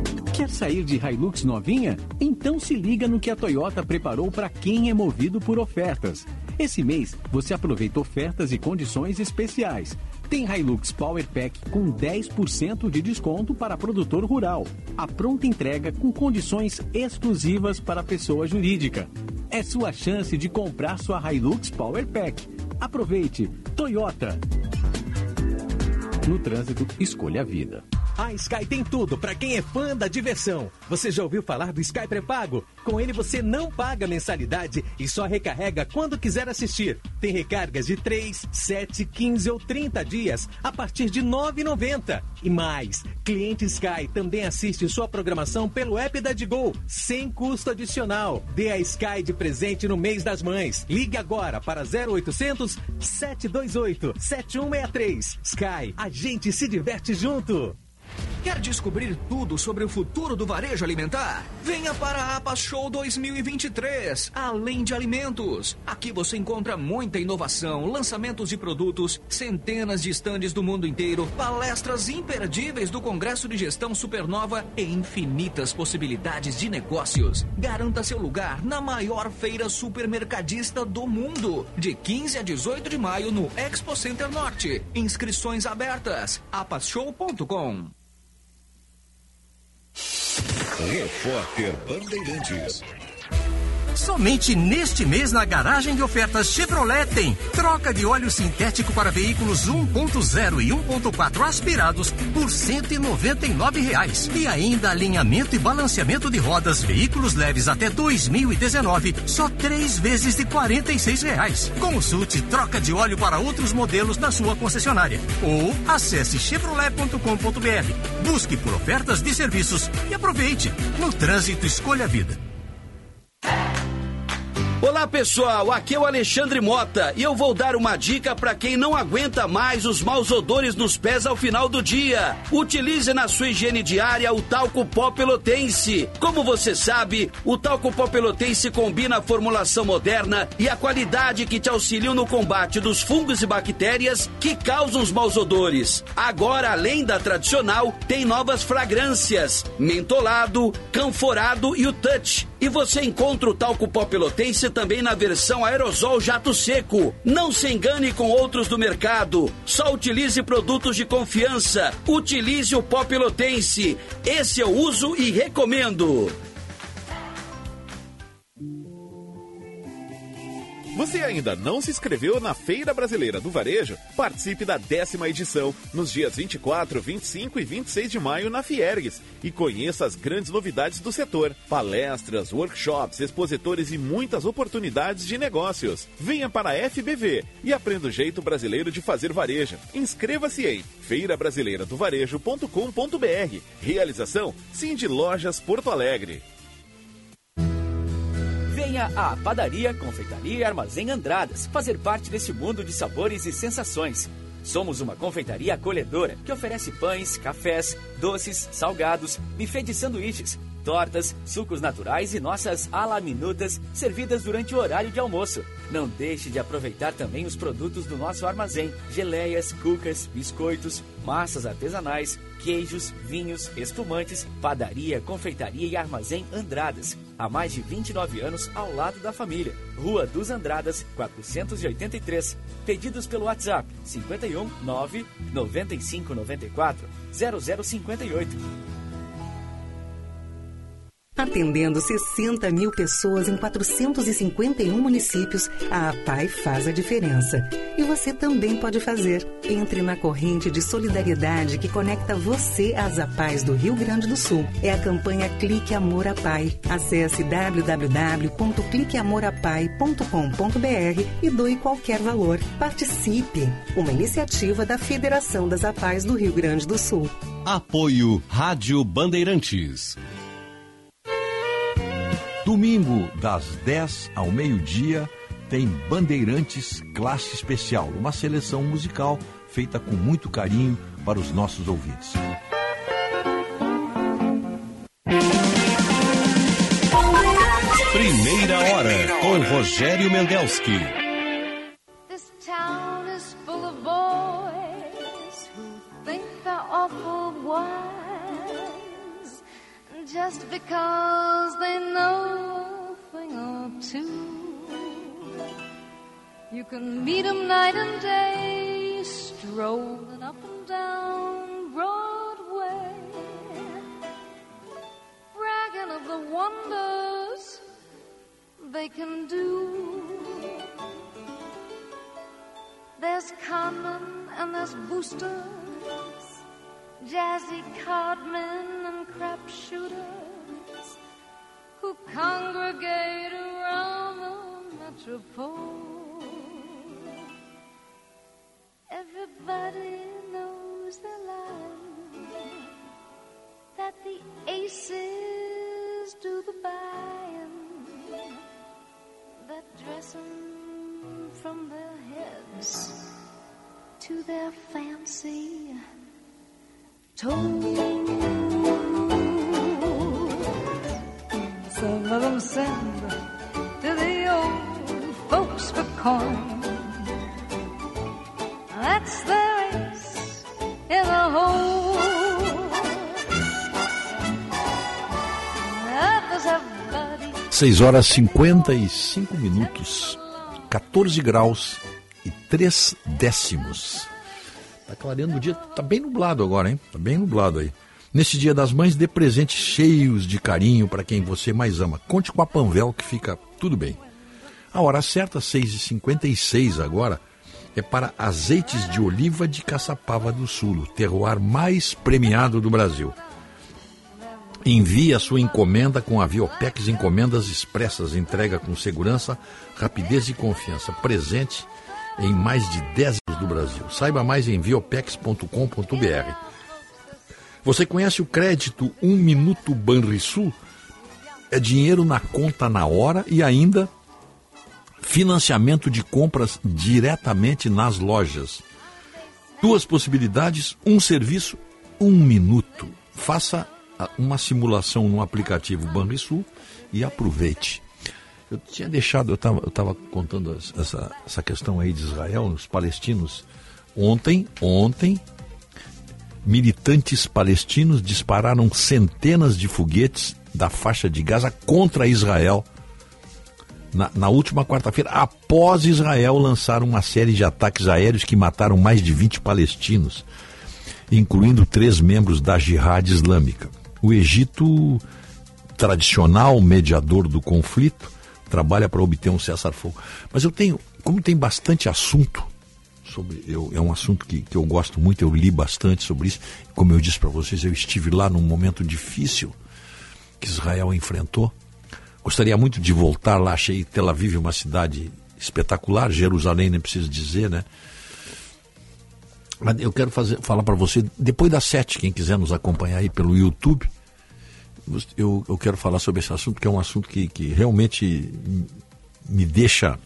Quer sair de Hilux novinha? Então se liga no que a Toyota preparou para quem é movido por ofertas. Esse mês, você aproveita ofertas e condições especiais. Tem Hilux Power Pack com 10% de desconto para produtor rural. A pronta entrega com condições exclusivas para pessoa jurídica. É sua chance de comprar sua Hilux Power Pack. Aproveite. Toyota. No trânsito, escolha a vida. A Sky tem tudo para quem é fã da diversão. Você já ouviu falar do Sky Pré-Pago? Com ele você não paga mensalidade e só recarrega quando quiser assistir. Tem recargas de 3, 7, 15 ou 30 dias a partir de R$ 9,90. E mais, cliente Sky também assiste sua programação pelo app da Digol, sem custo adicional. Dê a Sky de presente no mês das mães. Ligue agora para 0800 728 7163. Sky, a gente se diverte junto. Quer descobrir tudo sobre o futuro do varejo alimentar? Venha para a APAS Show 2023, além de alimentos. Aqui você encontra muita inovação, lançamentos de produtos, centenas de estandes do mundo inteiro, palestras imperdíveis do Congresso de Gestão Supernova e infinitas possibilidades de negócios. Garanta seu lugar na maior feira supermercadista do mundo, de 15 a 18 de maio no Expo Center Norte. Inscrições abertas, apasshow.com. Repórter Bandeirantes. Somente neste mês na garagem de ofertas Chevrolet tem troca de óleo sintético para veículos 1.0 e 1.4 aspirados por R$ 199,00. E ainda alinhamento e balanceamento de rodas veículos leves até 2019, só 3 vezes de R$ 46,00. Consulte troca de óleo para outros modelos na sua concessionária ou acesse chevrolet.com.br. Busque por ofertas de serviços e aproveite. No trânsito, escolha a vida. Olá pessoal, aqui é o Alexandre Mota e eu vou dar uma dica para quem não aguenta mais os maus odores nos pés ao final do dia. Utilize na sua higiene diária o talco pó pelotense. Como você sabe, o talco pó pelotense combina a formulação moderna e a qualidade que te auxiliam no combate dos fungos e bactérias que causam os maus odores. Agora, além da tradicional, tem novas fragrâncias, mentolado, canforado e o touch. E você encontra o talco pó pelotense também na versão aerosol jato seco. Não se engane com outros do mercado. Só utilize produtos de confiança. Utilize o pó pelotense. Esse eu uso e recomendo. Você ainda não se inscreveu na Feira Brasileira do Varejo? Participe da 10ª edição, nos dias 24, 25 e 26 de maio na Fiergues e conheça as grandes novidades do setor. Palestras, workshops, expositores e muitas oportunidades de negócios. Venha para a FBV e aprenda o jeito brasileiro de fazer varejo. Inscreva-se em feirabrasileiradovarejo.com.br. Realização Cindy Lojas Porto Alegre. Venha à Padaria, Confeitaria e Armazém Andradas fazer parte desse mundo de sabores e sensações. Somos uma confeitaria acolhedora que oferece pães, cafés, doces, salgados, buffet de sanduíches, tortas, sucos naturais e nossas alaminutas servidas durante o horário de almoço. Não deixe de aproveitar também os produtos do nosso armazém: geleias, cucas, biscoitos, massas artesanais, queijos, vinhos, espumantes. Padaria, Confeitaria e Armazém Andradas. Há mais de 29 anos ao lado da família. Rua dos Andradas, 483. Pedidos pelo WhatsApp 51 9 95 94 0058. Atendendo 60 mil pessoas em 451 municípios, a APAI faz a diferença. E você também pode fazer. Entre na corrente de solidariedade que conecta você às APAIs do Rio Grande do Sul. É a campanha Clique Amor APAI. Acesse www.cliqueamorapai.com.br e doe qualquer valor. Participe! Uma iniciativa da Federação das APAIs do Rio Grande do Sul. Apoio Rádio Bandeirantes. Domingo, das 10 ao meio-dia, tem Bandeirantes Classe Especial, uma seleção musical feita com muito carinho para os nossos ouvintes. Primeira hora, com Rogério Mendelski. This town is full of boys who think they're awful wise. just because they know a thing or two. You can meet 'em night and day, strolling up and down Broadway, bragging of the wonders they can do. There's conmen and there's boosters, jazzy cardmen and crap shooters who congregate around the metropole. Everybody knows their line, that the aces do the buying, that dress 'em from their heads to their fancy toes. Some of them send to the old folks for coin. That's the race in the hole. Others have buddy. 6 horas 55 minutos, 14 graus e 3 décimos. Tá clareando o dia, tá bem nublado agora, hein? Tá bem nublado aí. Nesse Dia das Mães, dê presentes cheios de carinho para quem você mais ama. Conte com a Panvel que fica tudo bem. A hora certa, 6h56 agora, é para azeites de oliva de Caçapava do Sul, o terroir mais premiado do Brasil. Envie a sua encomenda com a Viopex Encomendas Expressas, entrega com segurança, rapidez e confiança. Presente em mais de 10 do Brasil. Saiba mais em viopex.com.br. Você conhece o crédito 1 Minuto Banrisul? É dinheiro na conta na hora e ainda financiamento de compras diretamente nas lojas. 2 possibilidades, um serviço, 1 minuto. Faça uma simulação no aplicativo Banrisul e aproveite. Eu tinha deixado, eu estava contando essa questão aí de Israel, os palestinos. Ontem, militantes palestinos dispararam centenas de foguetes da faixa de Gaza contra Israel. Na última quarta-feira, após Israel lançar uma série de ataques aéreos que mataram mais de 20 palestinos, incluindo 3 membros da Jihad Islâmica. O Egito, tradicional mediador do conflito, trabalha para obter um cessar-fogo. Mas como tem bastante assunto sobre, é um assunto que eu gosto muito, eu li bastante sobre isso. Como eu disse para vocês, eu estive lá num momento difícil que Israel enfrentou. Gostaria muito de voltar lá, achei Tel Aviv uma cidade espetacular, Jerusalém nem preciso dizer, né? Mas eu quero falar para você, depois das 7, quem quiser nos acompanhar aí pelo YouTube, eu quero falar sobre esse assunto, que é um assunto que realmente me deixa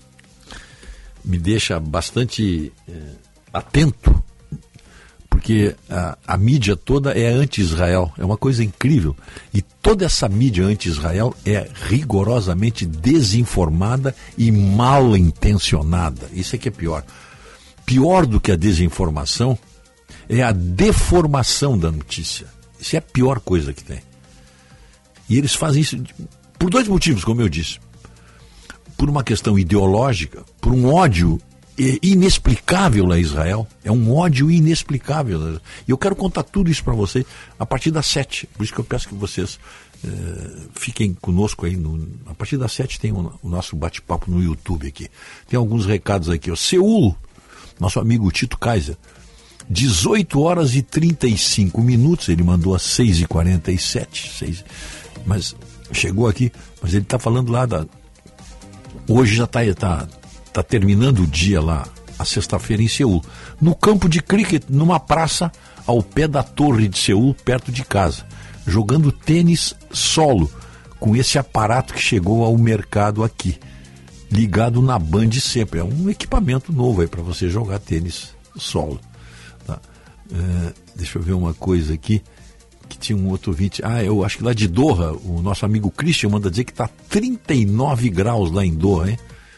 bastante atento, porque a mídia toda é anti-Israel, é uma coisa incrível, e toda essa mídia anti-Israel é rigorosamente desinformada e mal intencionada. Isso é que é pior. Pior do que a desinformação é a deformação da notícia. Isso é a pior coisa que tem. E eles fazem isso por 2 motivos, como eu disse. Por uma questão ideológica, por um ódio inexplicável a Israel. É um ódio inexplicável. E eu quero contar tudo isso para vocês a partir das 7. Por isso que eu peço que vocês fiquem conosco aí. A partir das 7 tem o nosso bate-papo no YouTube aqui. Tem alguns recados aqui. Seul, nosso amigo Tito Kaiser, 18 horas e 35 minutos. Ele mandou às 6h47. Mas chegou aqui. Mas ele está falando lá hoje já está terminando o dia lá, a sexta-feira em Seul, no campo de cricket, numa praça ao pé da torre de Seul, perto de casa, jogando tênis solo, com esse aparato que chegou ao mercado aqui, ligado na Band sempre. É um equipamento novo aí para você jogar tênis solo. Tá? Deixa eu ver uma coisa aqui, que tinha um outro ouvinte. Eu acho que lá de Doha, o nosso amigo Christian manda dizer que está 39 graus lá em Doha, hein?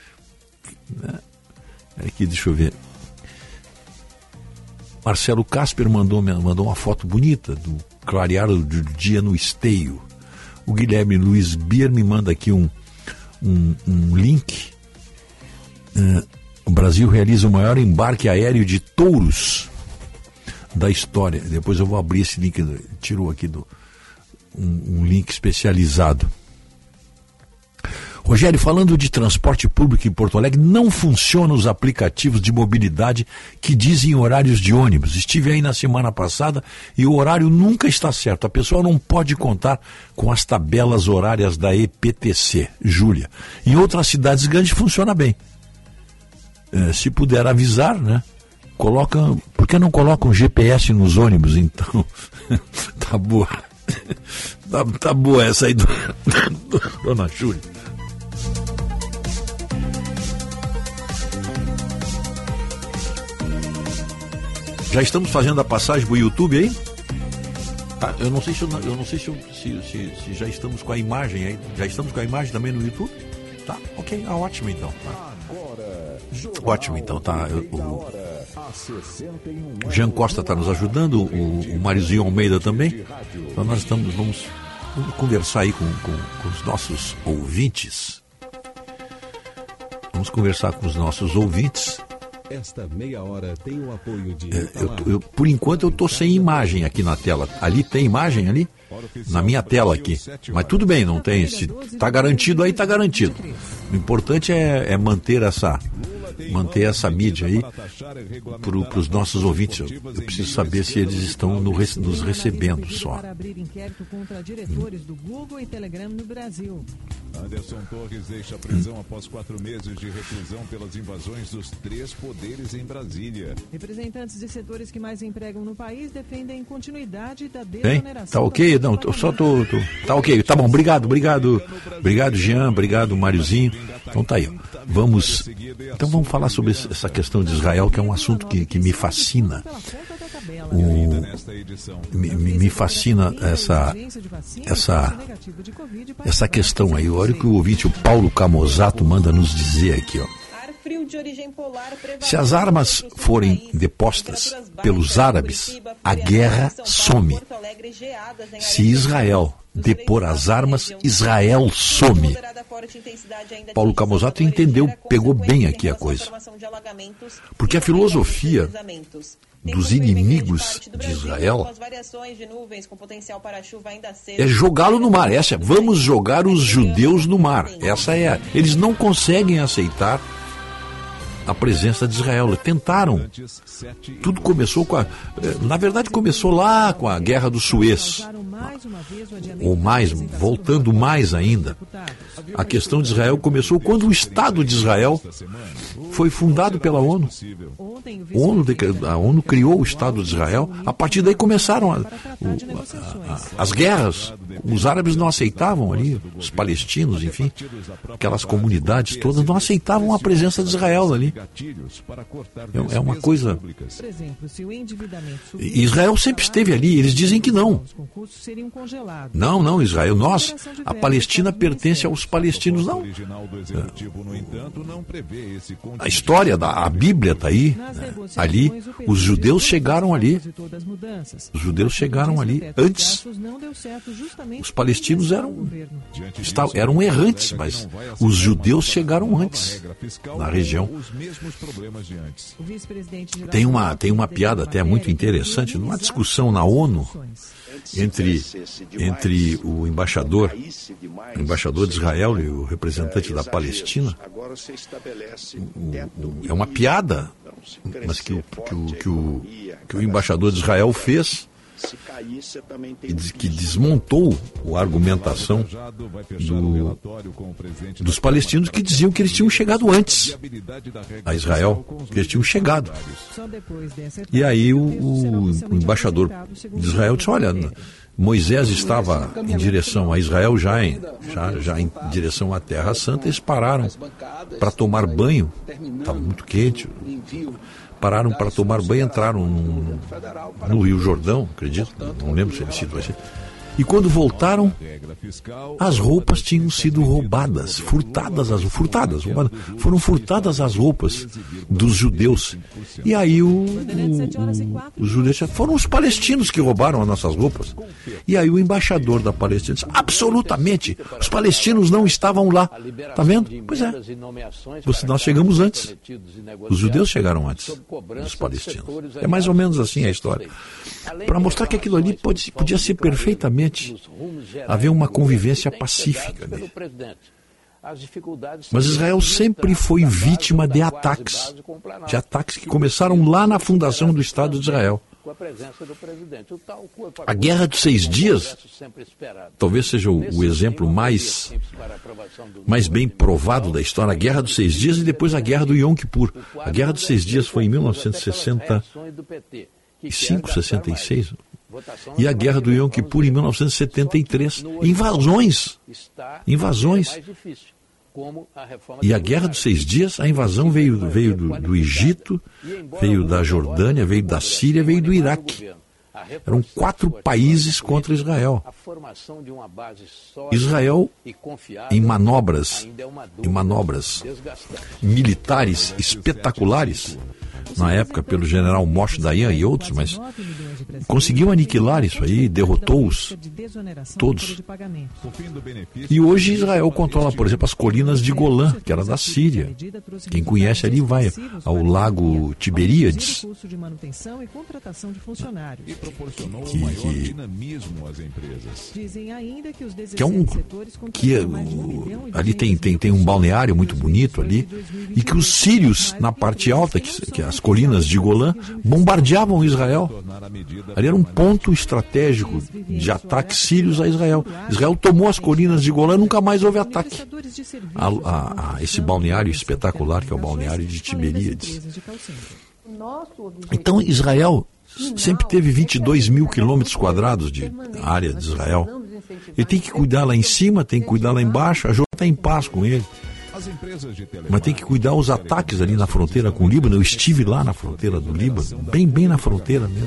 Aqui, deixa eu ver. Marcelo Casper mandou uma foto bonita do clarear do dia no Esteio. O Guilherme Luiz Bier me manda aqui um link. O Brasil realiza o maior embarque aéreo de touros da história. Depois eu vou abrir esse link, tirou aqui um link especializado. Rogério, falando de transporte público em Porto Alegre, não funcionam os aplicativos de mobilidade que dizem horários de ônibus. Estive aí na semana passada e o horário nunca está certo. A pessoa não pode contar com as tabelas horárias da EPTC. Júlia. Em outras cidades grandes funciona bem. Se puder avisar, né? Por que não colocam GPS nos ônibus, então? Tá boa. Tá boa essa aí, dona Júlia. Já estamos fazendo a passagem pro YouTube aí? Tá, eu não sei se já estamos com a imagem aí. Já estamos com a imagem também no YouTube? Tá, ok, ótimo então. Tá. Ótimo então, tá. O Jean Costa está nos ajudando, o Marizinho Almeida também. Então nós vamos conversar aí com os nossos ouvintes. Vamos conversar com os nossos ouvintes. Esta meia hora tem o apoio de... por enquanto eu estou sem imagem aqui na tela. Ali tem imagem ali? Na minha tela aqui. Mas tudo bem, não tem. Se está garantido aí, está garantido. O importante é manter essa mídia aí para os nossos ouvintes. Eu preciso saber se eles estão nos recebendo só. Anderson Torres deixa a prisão após 4 meses de reclusão pelas invasões dos 3 poderes em Brasília. Representantes de setores que mais empregam no país defendem continuidade da desoneração. Tá ok? Não, tá ok, tá bom, obrigado, Jean, obrigado, Máriozinho. Então tá aí, então vamos falar sobre essa questão de Israel, que é um assunto que me fascina. Me fascina essa questão aí. Olha o que o ouvinte, o Paulo Camozato, manda nos dizer aqui, ó. Se as armas forem depostas pelos árabes, a guerra some. Se Israel depor as armas, Israel some. Paulo Camozato entendeu, pegou bem aqui a coisa. Porque a filosofia dos inimigos de Israel é jogá-lo no mar. Vamos jogar os judeus no mar. Eles não conseguem aceitar a presença de Israel. Tentaram. Tudo começou na verdade começou lá com a Guerra do Suez. Ou mais, voltando mais ainda. A questão de Israel começou quando o Estado de Israel foi fundado pela ONU. A ONU criou o Estado de Israel. A partir daí começaram as guerras. Os árabes não aceitavam ali, os palestinos, enfim, aquelas comunidades todas não aceitavam a presença de Israel ali. É uma coisa... Israel sempre esteve ali, eles dizem que não. Não, Israel, a Palestina pertence aos palestinos, não. A história, a Bíblia está aí, né? Ali, os judeus chegaram ali. Antes. Os palestinos eram errantes, mas os judeus chegaram antes na região. Tem uma piada até muito interessante, numa discussão na ONU entre o embaixador de Israel e o representante da Palestina. É uma piada, mas que o embaixador de Israel fez, que desmontou a argumentação dos palestinos, que diziam que eles tinham chegado antes a Israel, que eles tinham chegado. E aí o embaixador de Israel disse: olha, Moisés estava em direção a Israel, já em direção à Terra Santa. Eles pararam para tomar banho, estava muito quente. Pararam para tomar banho, entraram no Rio Jordão, acredito, não lembro se ele citou assim. E quando voltaram, as roupas tinham sido roubadas, foram furtadas as roupas dos judeus. E aí os judeus foram os palestinos que roubaram as nossas roupas. E aí o embaixador da Palestina disse, absolutamente, os palestinos não estavam lá. Tá vendo? Pois é. Nós chegamos antes. Os judeus chegaram antes dos palestinos. É mais ou menos assim a história. Para mostrar que aquilo ali podia ser perfeitamente haver uma convivência pacífica. Né? Mas Israel sempre foi vítima de ataques que começaram lá na fundação do Estado de Israel. A Guerra dos 6 Dias talvez seja o exemplo mais bem provado da história. A Guerra dos 6 Dias e depois a Guerra do Yom Kippur. A Guerra dos 6 Dias foi em 1965, 66. E a Guerra do Yom Kippur em 1973. Invasões. E a Guerra dos 6 Dias, a invasão veio do Egito, veio da Jordânia, veio da Síria, veio do Iraque. Eram 4 países contra Israel. Israel, em manobras militares espetaculares, na época pelo general Moshe Dayan e outros, mas conseguiu aniquilar isso aí, derrotou-os todos. E hoje Israel controla, por exemplo, as colinas de Golã, que era da Síria. Quem conhece ali vai ao lago Tiberíades, ali tem um balneário muito bonito ali, e que os sírios na parte alta, que as colinas de Golã, bombardeavam Israel. Ali era um ponto estratégico de ataques sírios a Israel. Israel tomou as colinas de Golã e nunca mais houve ataque a esse balneário espetacular que é o balneário de Tiberíades. Então Israel sempre teve 22 mil quilômetros quadrados de área de Israel. Ele tem que cuidar lá em cima, tem que cuidar lá embaixo. A Jô está em paz com ele. Mas tem que cuidar os ataques ali na fronteira com o Líbano. Eu estive lá na fronteira do Líbano, bem na fronteira mesmo.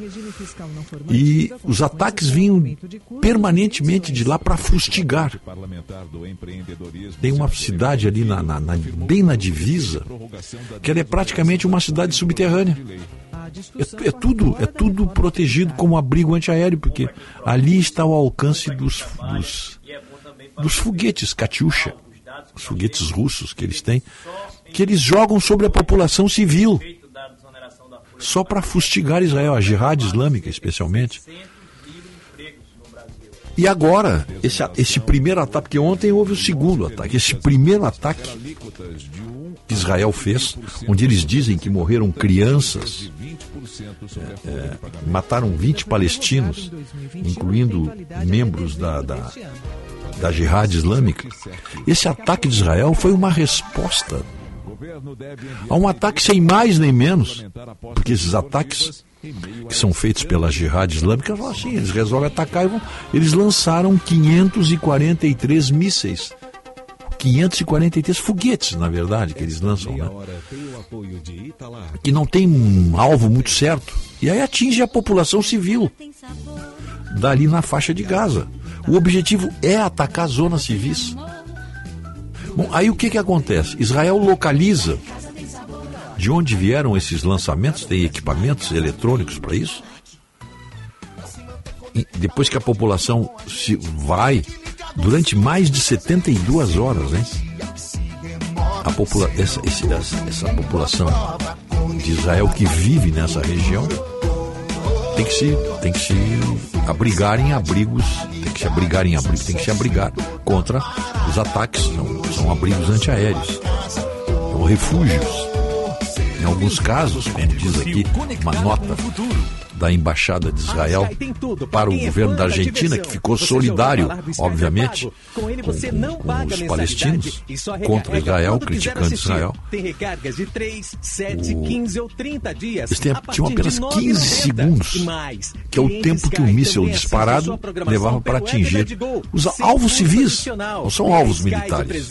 E os ataques vinham permanentemente de lá para fustigar. Tem uma cidade ali bem na divisa, que ela é praticamente uma cidade subterrânea. É tudo protegido como abrigo antiaéreo, porque ali está ao alcance dos foguetes Katyusha. Os foguetes russos que eles têm, que eles jogam sobre a população civil, só para fustigar Israel, a Jihad Islâmica especialmente. E agora, esse primeiro ataque, porque ontem houve o segundo ataque, esse primeiro ataque que Israel fez, onde eles dizem que morreram crianças, mataram 20 palestinos, incluindo membros da Jihad Islâmica. Esse ataque de Israel foi uma resposta a um ataque sem mais nem menos, porque esses ataques que são feitos pela Jihad Islâmica, assim, eles resolvem atacar e eles lançaram 543 mísseis, 543 foguetes, na verdade, que eles lançam, né? Que não tem um alvo muito certo, e aí atinge a população civil dali na faixa de Gaza. O objetivo é atacar zonas civis. Bom, aí o que acontece? Israel localiza de onde vieram esses lançamentos, tem equipamentos eletrônicos para isso. E depois que a população vai, durante mais de 72 horas, hein? Essa população de Israel que vive nessa região tem que se abrigar em abrigos, tem que se abrigar contra os ataques, são abrigos antiaéreos, são refúgios. Em alguns casos, como diz aqui uma nota da Embaixada de Israel para o governo da Argentina, que ficou solidário, obviamente, com os palestinos, contra Israel, criticando Israel. Eles tinham apenas 15 segundos, que é o tempo que um míssil disparado levava para atingir os alvos civis, não são alvos militares.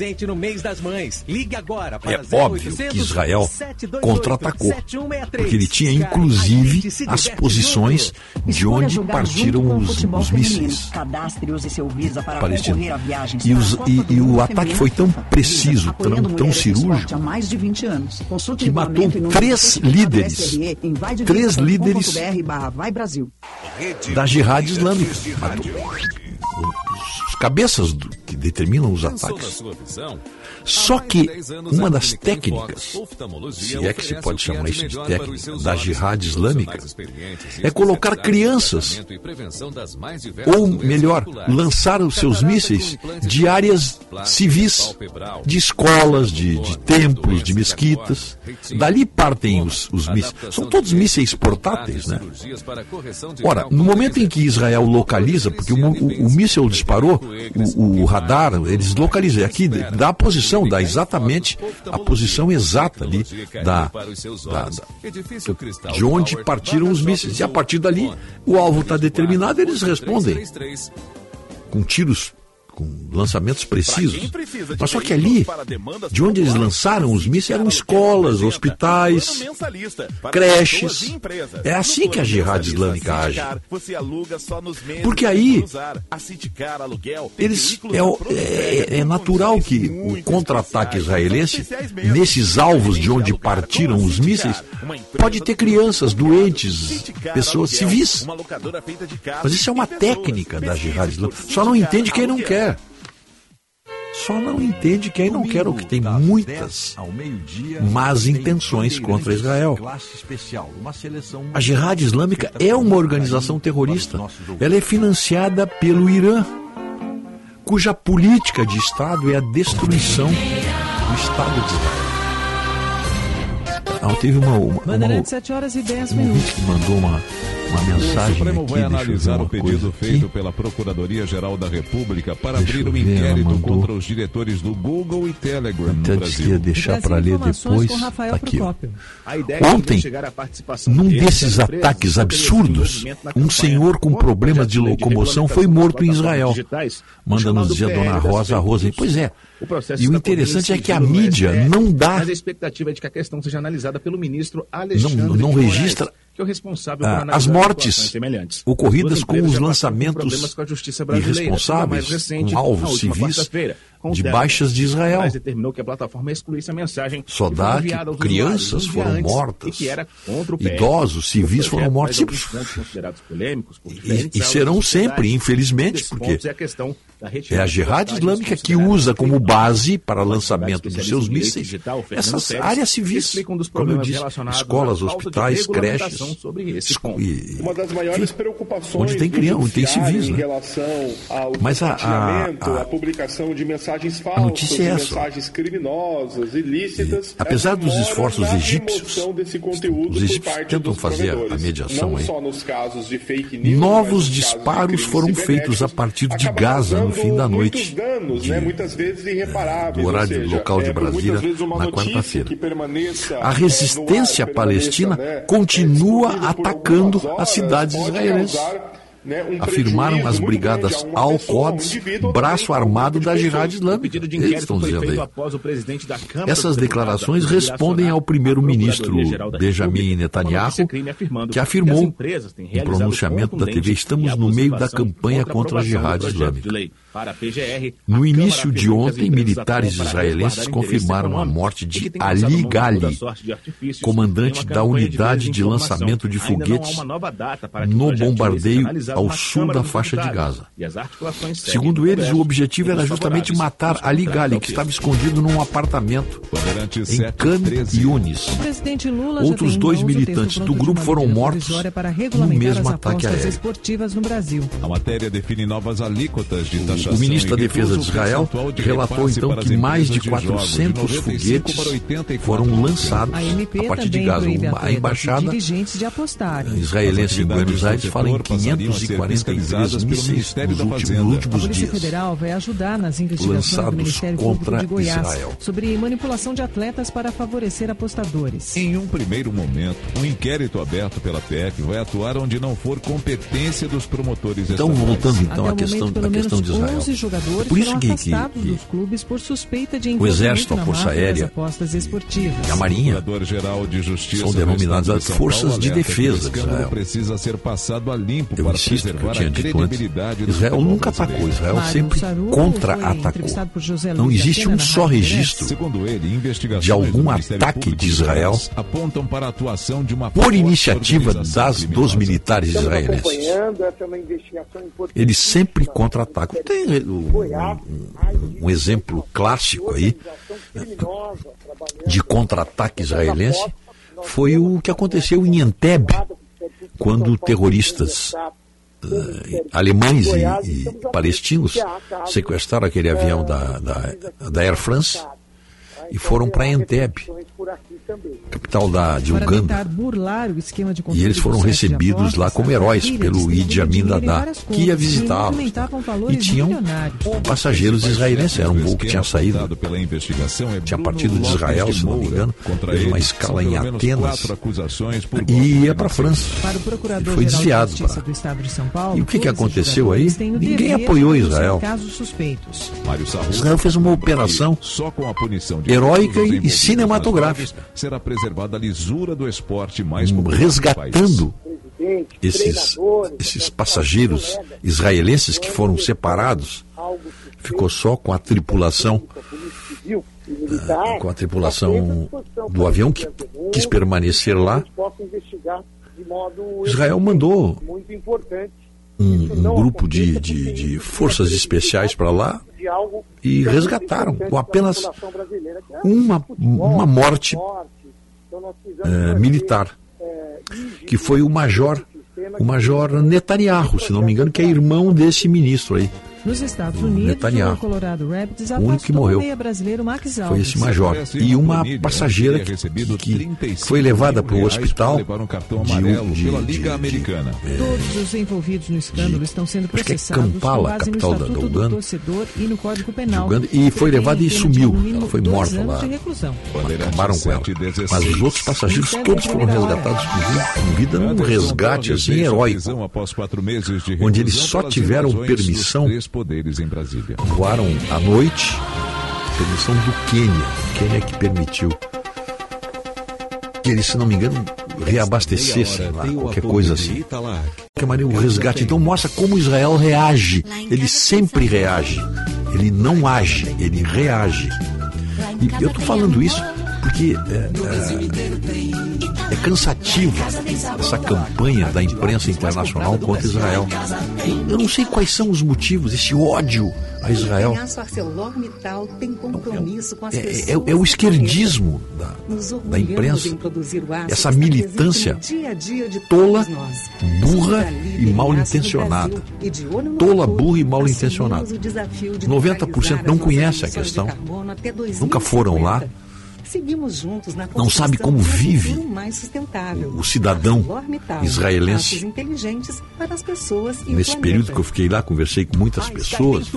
É óbvio que Israel contra-atacou, porque ele tinha inclusive as posições posições de onde partiram os mísseis palestinos. E o ataque foi tão preciso, tão cirúrgico, que matou 3 líderes da Jihad Islâmica. Os cabeças que determinam os ataques. Só que uma das técnicas, se é que se pode chamar isso de técnica, da Jihad Islâmica, é colocar crianças, ou melhor, lançar os seus mísseis de áreas civis, de escolas, de templos, de mesquitas. Dali partem os mísseis. São todos mísseis portáteis, né? Ora, no momento em que Israel localiza, porque o míssil disparou, o radar, eles localizam aqui, dá a posição, dá exatamente a posição exata ali de onde partiram os mísseis. E a partir dali, o alvo está determinado, eles respondem com tiros, com lançamentos precisos. Mas só que ali, de onde eles lançaram os mísseis, eram escolas, hospitais, creches. É assim que a Jihad Islâmica age. Porque aí, é natural que o contra-ataque israelense, nesses alvos de onde partiram os mísseis, pode ter crianças, doentes, pessoas civis. Mas isso é uma técnica da Jihad Islâmica. Só não entende quem não quer. Só não entende quem não quer, ou que tem muitas más intenções contra Israel. A Jihad Islâmica é uma organização terrorista. Ela é financiada pelo Irã, cuja política de Estado é a destruição do Estado de Israel. Teve Bandeirantes, 7 horas e 10 minutos. Que mandou uma mensagem. O Supremo aqui, vai analisar o pedido feito pela Procuradoria-Geral da República para abrir um inquérito contra os diretores do Google e Telegram no Brasil. Ia deixar para ler depois. Tá aqui, ó. Ontem, num desses ataques absurdos, um senhor com problemas de locomoção foi morto em Israel. Manda nos dizer a dona Rosa. Pois é. E o interessante é que a mídia não dá. Mas a expectativa é de que a questão seja analisada pelo ministro Alexandre não registra que é o responsável por analisar as mortes ocorridas com os lançamentos irresponsáveis, com alvos civis de baixas de Israel. Mas determinou que a plataforma excluísse a mensagem. Só dá que crianças foram mortas, idosos, civis foram mortos. E serão sempre, infelizmente, porque é a Jihad Islâmica que usa como base para lançamento dos seus mísseis essas áreas civis, como eu disse, escolas, hospitais, creches. Uma das maiores preocupações onde tem criança, onde tem civis, em relação ao compartilhamento, a publicação de mensagens falsas, notícia é essa. Mensagens criminosas, ilícitas. Apesar dos esforços egípcios, os egípcios tentam fazer a mediação não aí. Só nos casos de fake news, novos disparos foram feitos a partir de Gaza no fim da noite, danos, muitas vezes irreparáveis, do horário local de Brasília, na quarta-feira. A resistência palestina continua atacando as cidades israelenses. Afirmaram as brigadas Al-Quds, braço armado da Jihad Islâmica. Eles estão dizendo aí. Essas declarações respondem ao primeiro-ministro Benjamin Netanyahu, que afirmou em pronunciamento da TV: estamos no meio da campanha contra a Jihad Islâmica. No início de ontem, militares israelenses confirmaram a morte de Ali Gali, comandante da unidade de lançamento de foguetes no bombardeio ao sul da faixa de Gaza. Segundo eles, o objetivo era justamente matar Ali Gali, que estava escondido num apartamento em Khan Yunis. Outros 2 militantes do grupo foram mortos no mesmo ataque aéreo. A matéria define novas alíquotas de taxação. O ministro da Defesa de Israel relatou então que mais de 400 foguetes foram lançados a partir de Gaza. A embaixada israelense em Buenos Aires fala em 500 243 mísseis nos últimos A Polícia dias. Federal vai ajudar nas investigações do Lançados Ministério Público contra de Goiás Israel. sobre manipulação de atletas para favorecer apostadores. Em um primeiro momento, um inquérito aberto pela PF vai atuar onde não for competência dos promotores Então, estaduais. voltando então Até à o questão, momento, pelo à questão de menos Israel. 11 jogadores Por isso foram que afastados dos clubes por suspeita de o envolvimento Exército, a na Força máfia das Aérea apostas esportivas. e a Marinha Procurador-Geral de Justiça são denominadas do Estado de São forças Paulo de alerta que defesa o de escândalo Israel. precisa ser passado a limpo Eu para insisto, preservar eu tinha a dito credibilidade antes, do Israel futebol nunca brasileiro. atacou, Israel Mário sempre Saru contra-atacou. foi entrevistado por José Não Luiz existe da Pena um na só Rádio registro Segundo ele, investigações de algum do Ministério ataque Público de Israel Goiás apontam para a atuação de uma por forte iniciativa organização dos militares israelenses. Essa é uma investigação importante. Eles sempre contra-atacam. Tem um exemplo clássico aí de contra-ataque israelense foi o que aconteceu em Entebbe, quando terroristas alemães e palestinos sequestraram aquele avião da Air France e foram para Entebbe, capital de Para Uganda. tentar burlar o esquema de controle E eles foram do site de recebidos apostas, lá como heróis a pelo família Idi Amin distribuía dinheiro em Dada, várias que ia contas, visitá-los. movimentavam E valores tinham milionários. passageiros israelenses. Era um voo que tinha saído, pela investigação é tinha Bruno partido de Israel, Lopes de se não me Moura. engano, Contra fez ele, uma são escala pelo em menos Atenas 4 acusações por e ia para a golpe França. Para o E foi Procurador-Geral de desviado Justiça para. do Estado de São Paulo, E o que todos os aconteceu aí? jogadores têm o Ninguém dever apoiou de denunciar Israel. casos suspeitos. Mário Sarru, Israel fez uma operação só com a punição de heróica todos os e envolvidos cinematográfica, nas drogas, será preservada a lisura do esporte mais popular do país. resgatando esses passageiros israelenses que foram separados. Ficou só com a tripulação do avião que quis permanecer lá. Israel mandou um grupo de forças especiais para lá e resgataram com apenas uma morte militar, que foi o Major Netanyahu, se não me engano, que é irmão desse ministro aí. Nos Estados Unidos, Netanyahu. o Colorado Rapids O único que afastou morreu o meia brasileiro Max Alves. foi esse major. E uma passageira que foi levada para o hospital pela Liga Americana. Todos os envolvidos no escândalo estão sendo acho que é processados Kampala, com base no capital da Estatuto do Uganda. Torcedor e no Código Penal. Uganda, e foi levada e Prevê sumiu. no mínimo Ela foi 2 morta anos lá. de reclusão. Acabaram com ela. Mas os outros passageiros todos foram resgatados com vida num resgate assim heróico, onde eles só tiveram permissão, voaram à noite, permissão do Quênia que permitiu que eles, se não me engano, reabastecessem lá, qualquer coisa assim. O resgate então mostra como Israel reage. Ele sempre reage. Ele não age, ele reage. E eu estou falando isso porque é cansativo essa campanha da imprensa internacional contra Israel. Eu não sei quais são os motivos, esse ódio a Israel. É o esquerdismo da imprensa, essa militância tola, burra e mal intencionada. Tola, burra e mal intencionada. 90% não conhece a questão, nunca foram lá. Não sabe como vive o cidadão israelense. Nesse período que eu fiquei lá, conversei com muitas pessoas.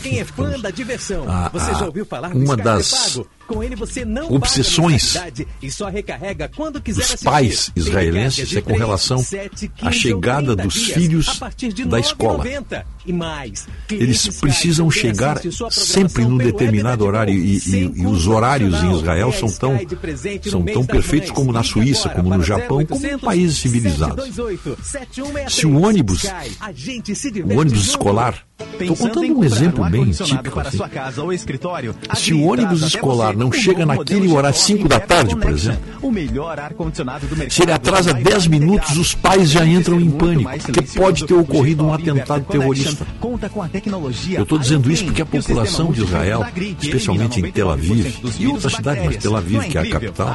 Uma das obsessões dos pais israelenses é com relação à chegada dos filhos da escola. Eles precisam chegar sempre num determinado horário e os horários em Israel são tão perfeitos como na Suíça, como no Japão, como em países civilizados. Se o ônibus escolar, estou contando um exemplo bem típico assim. Se o ônibus escolar não chega naquele horário 5 da tarde, por exemplo, se ele atrasa 10 minutos, os pais já entram em pânico, porque pode ter ocorrido um atentado terrorista. Eu estou dizendo isso porque a população de Israel, especialmente em Tel Aviv e outras cidades, mas Tel Aviv, que é a capital,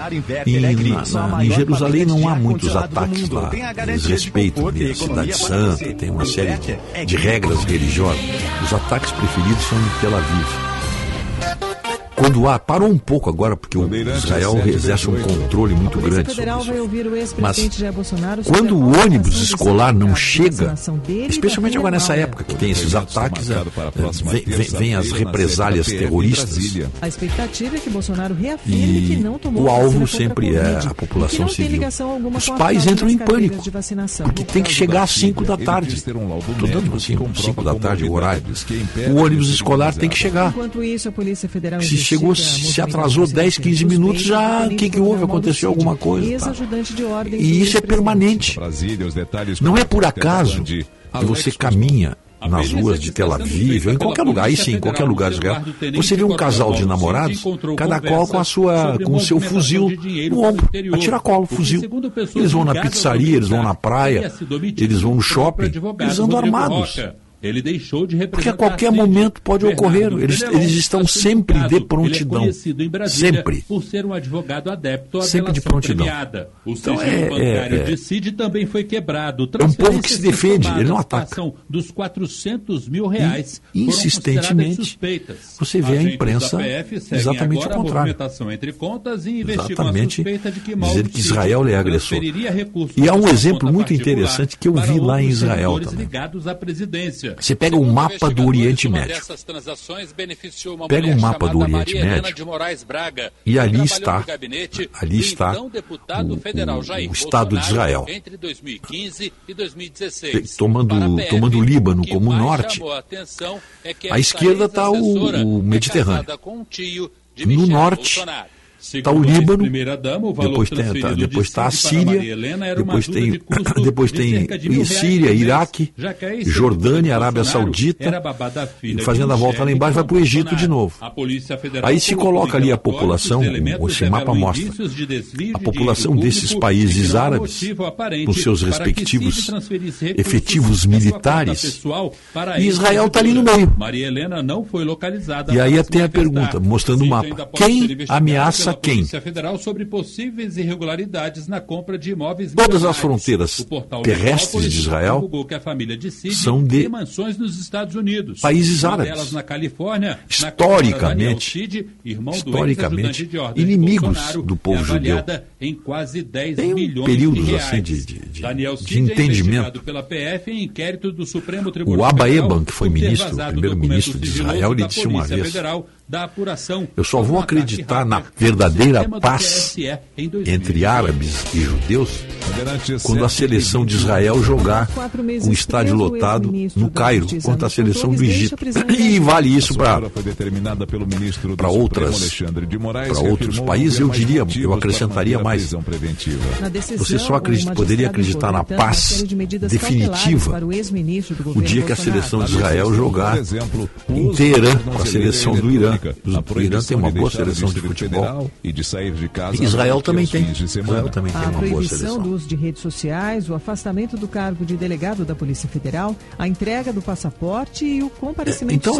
e em Jerusalém não há muitos ataques lá. Eles respeitam a cidade santa, tem uma série de regras religiosas. Os ataques preferidos são em Tel Aviv. quando parou um pouco agora, porque o Israel exerce um controle muito grande sobre isso. Mas quando o ônibus escolar não chega, especialmente agora nessa época que tem esses ataques, vem as represálias terroristas. A expectativa é que Bolsonaro reafirme que não tomou o alvo sempre é a população civil. Os pais entram em pânico, porque tem que chegar às 5 da tarde. Estou dando assim, 5 da tarde o horário. O ônibus escolar tem que chegar. Enquanto isso, a Polícia Federal se atrasou 10, 15 minutos, já o que houve? Aconteceu alguma coisa. Tá? E isso é permanente. Não é por acaso que você caminha nas ruas de Tel Aviv, ou em qualquer lugar, aí sim, em qualquer lugar de Israel, você vê um casal de namorados, cada qual com o seu fuzil no ombro, a tiracolo, fuzil. Eles vão na pizzaria, eles vão na praia, eles vão no shopping, eles andam armados. Ele deixou de representar. Porque a qualquer momento pode ocorrer. Eles estão sempre de prontidão. Ele é conhecido em Brasília sempre. Por ser um advogado adepto à sempre de prontidão. Premiada. O sigilo bancário de Cid também foi quebrado. É um povo que se defende, ele não ataca. insistentemente, você vê a imprensa exatamente o contrário. Entre contas e exatamente dizer que Israel é agressor. E há um exemplo muito interessante que eu vi lá em Israel também. Ligados à presidência. Você pega um mapa do Oriente Médio. Pega um mapa do Oriente Médio e ali está o Estado de Israel. Tomando o Líbano como norte, à esquerda está o Mediterrâneo. No norte está o Líbano, depois está a Síria, depois tem Síria, Iraque, Jordânia, Arábia Saudita, fazendo a volta lá embaixo vai para o Egito de novo. Aí se coloca ali a população, esse mapa mostra a população desses países árabes, com seus respectivos efetivos militares, e Israel está ali no meio. E aí tem a pergunta, mostrando o mapa, quem ameaça quem? Polícia Federal sobre possíveis irregularidades na compra de imóveis. Todas as fronteiras terrestres de Israel são de mansões nos Estados Unidos. Países árabes. Delas na Califórnia, historicamente, inimigos do povo judeu. Em quase 10 tem milhões períodos de assim de entendimento. Pela PF em inquérito do Supremo Tribunal o Abba Eban, que foi ministro, primeiro-ministro de Israel, ele disse uma vez: eu só vou acreditar na verdadeira paz entre árabes e judeus quando a seleção de Israel jogar com o estádio lotado no Cairo contra a seleção do Egito. E vale isso para outros países, eu acrescentaria mais. Você só poderia acreditar na paz definitiva o dia que a seleção de Israel jogar em Teherã com a seleção do Irã. O Irã tem uma boa seleção de futebol. E de sair de casa. Israel também tem. Israel também tem uma boa seleção. A proibição do uso de redes sociais, o afastamento do cargo de delegado da Polícia Federal, a entrega do passaporte e o comparecimento. Então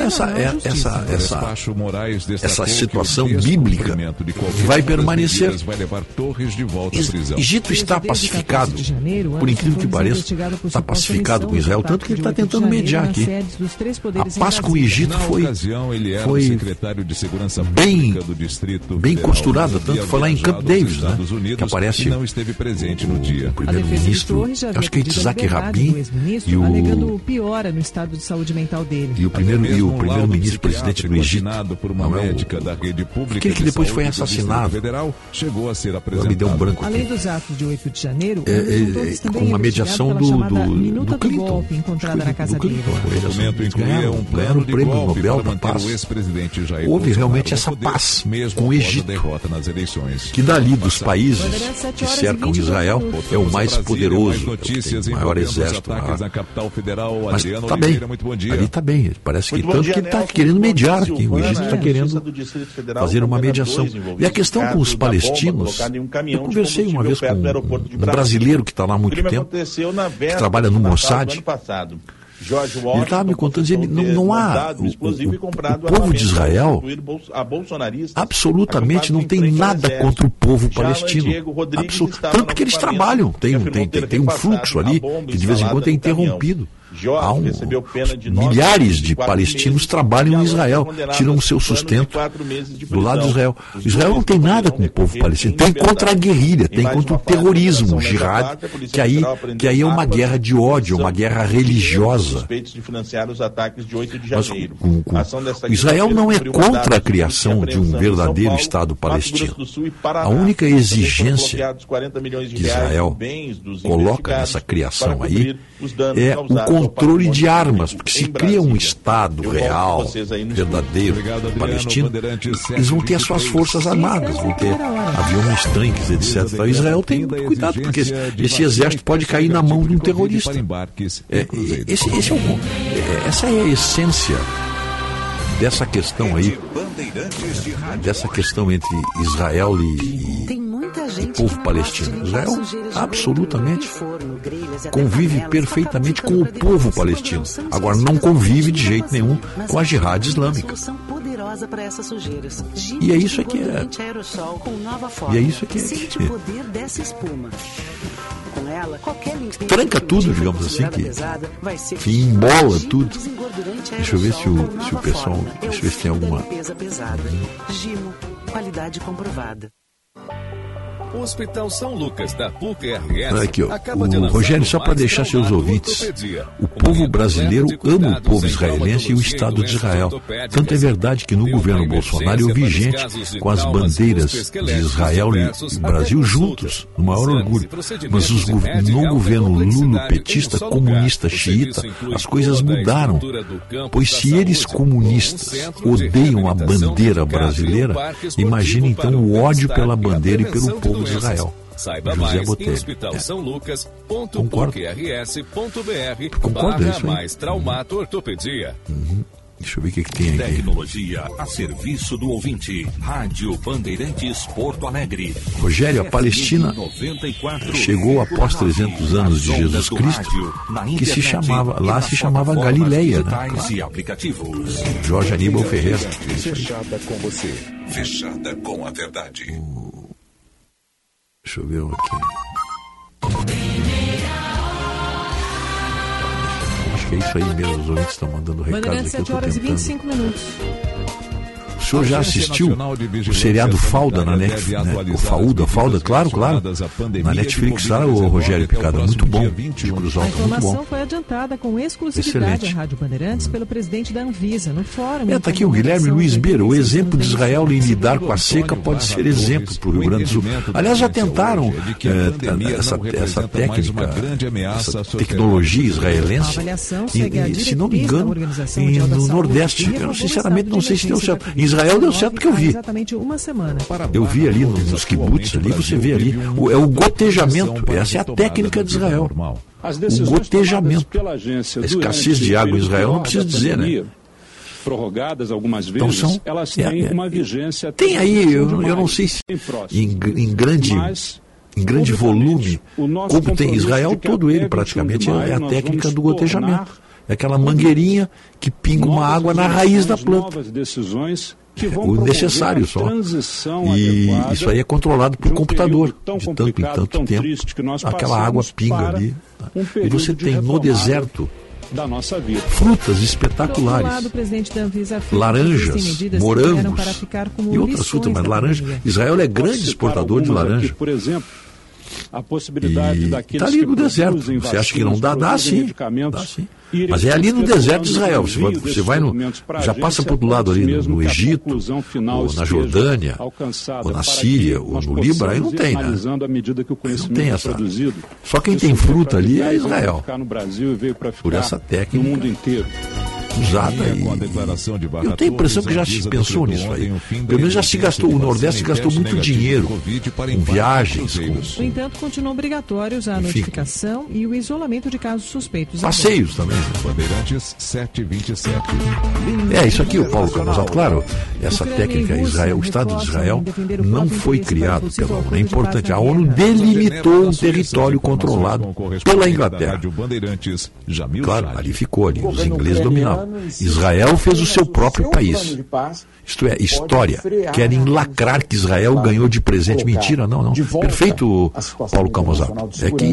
essa situação bíblica vai permanecer. Egito está pacificado, por incrível que pareça, está pacificado com Israel, tanto que ele está tentando mediar aqui. A paz com o Egito foi de segurança bem costurada, tanto que foi lá em Camp Davis, né? Que aparece não esteve presente no dia. O primeiro-ministro, acho que é Itzhak Rabin, e alegando piora no estado de saúde mental dele. E o primeiro-ministro presidente do Egito, por uma médica da rede pública, aquele que depois foi assassinado, federal, chegou a ser apresentado. Me deu um branco além dos atos de 8 de janeiro, com uma mediação do Clinton, encontrada na casa dele. O documento incluía um plano de golpe para manter o ex-presidente Jair houve realmente essa paz com o Egito, que dali dos países que cercam Israel é o mais poderoso, o maior exército. Mas está bem, ali está bem, parece que tanto que ele está querendo mediar aqui, o Egito está querendo fazer uma mediação. E a questão com os palestinos, eu conversei uma vez com um brasileiro que está lá há muito tempo, que trabalha no Mossad. Ele estava me contando, não há o povo de Israel absolutamente não tem nada contra o povo palestino, tanto que eles trabalham, tem um fluxo ali que de vez em quando é interrompido. Milhares de palestinos trabalham em Israel, tiram o seu sustento do lado de Israel. Israel não tem nada com o povo palestino, tem contra a guerrilha, tem contra o terrorismo, o jihad, que aí é uma guerra de ódio, uma guerra religiosa. Mas Israel não é contra a criação de um verdadeiro Estado palestino. A única exigência que Israel coloca nessa criação aí é o controle de armas, porque se cria um Estado real, verdadeiro, palestino, eles vão ter as suas forças armadas, vão ter aviões, tanques, etc. Então, Israel tem muito cuidado, porque esse exército pode cair na mão de um terrorista. Essa é a essência dessa questão aí, dessa questão entre Israel e o povo palestino. Israel absolutamente convive perfeitamente com o povo palestino. Agora, não convive de jeito nenhum com a jihad islâmica. E é isso que é. E é isso que tranca tudo, digamos assim, que embola tudo. Deixa eu ver se o pessoal, deixa eu ver se tem alguma. Qualidade comprovada. O Hospital São Lucas da PUC-RS. Aqui, ó, o Rogério, só para deixar seus ouvintes, o povo brasileiro ama o povo israelense e o Estado de Israel. Tanto é verdade que no governo Bolsonaro eu vi gente com as bandeiras de Israel e Brasil juntos, no maior orgulho. Mas no governo lulopetista, comunista, xiita, as coisas mudaram. Pois se eles comunistas odeiam a bandeira brasileira, imagine então o ódio pela bandeira e pelo povo de Israel. Saiba mais em hospitalsaulucas.puc-rs.br/mais traumato ortopedia. Deixa eu ver o que tem aqui. Tecnologia a serviço do ouvinte. Rádio Bandeirantes Porto Alegre. Rogério, a Palestina chegou após 300 anos de Jesus Cristo, que se chamava Galileia, né? Jorge Aníbal Ferreira. Fechada com você. Fechada com a verdade. Deixa eu ver aqui. Acho que é isso aí mesmo, os ouvintes estão mandando recados aqui. 7 horas e 25 minutos. O senhor já assistiu o seriado Falda na Netflix? Né? Falda, claro. Na Netflix, o Rogério Picada, muito bom. De Cruz Alta, a informação foi adiantada com exclusividade à Rádio Bandeirantes pelo presidente da Anvisa, no fórum. Está aqui o Guilherme Luiz Beira. O exemplo de Israel em lidar com a seca pode ser exemplo para o Rio Grande do Sul. Aliás, já tentaram essa técnica, essa tecnologia israelense, se não me engano, no Nordeste. Eu sinceramente não sei se deu certo. Israel deu certo porque eu vi. Exatamente uma semana. Eu vi ali nos kibbutz, ali você vê ali, é o gotejamento. Essa é a técnica de Israel. O gotejamento. A escassez de água em Israel não precisa dizer, né? Prorrogadas algumas vezes, então elas têm uma vigência. Tem aí, eu não sei se em grande volume, como tem Israel, todo ele praticamente é a técnica do gotejamento. É aquela mangueirinha que pinga uma água na raiz da planta. O necessário só. E isso aí é controlado por computador. De tanto em tanto tempo, aquela água pinga ali. E você tem no deserto da nossa vida frutas espetaculares, laranjas, morangos e outras frutas, mas laranja. Israel é grande exportador de laranja. Por exemplo, a possibilidade daqueles está ali no deserto. Você acha que não dá? Dá sim. Mas é ali no deserto de Israel. Você vai já passa para o outro lado ali, no Egito, ou na Jordânia, ou na Síria, ou no Líbano, aí não tem, né? Não tem essa. Só quem tem fruta ali é Israel. Por essa técnica usada aí. Eu tenho a impressão que já se pensou nisso aí. Pelo menos já se gastou, o Nordeste gastou muito dinheiro com viagens. No entanto, continuam obrigatórios a notificação e o isolamento de casos suspeitos. Passeios também. Bandeirantes 727. Isso aqui, o Paulo Camosal, claro, essa técnica Israel, o Estado de Israel não foi criado pela ONU. É importante, a ONU delimitou um território controlado pela Inglaterra. Claro, ali ficou, ali, os ingleses dominavam. Israel fez o seu próprio país. Isto é, história. Querem lacrar que Israel ganhou de presente. Mentira, não. Perfeito, Paulo Camosal. É que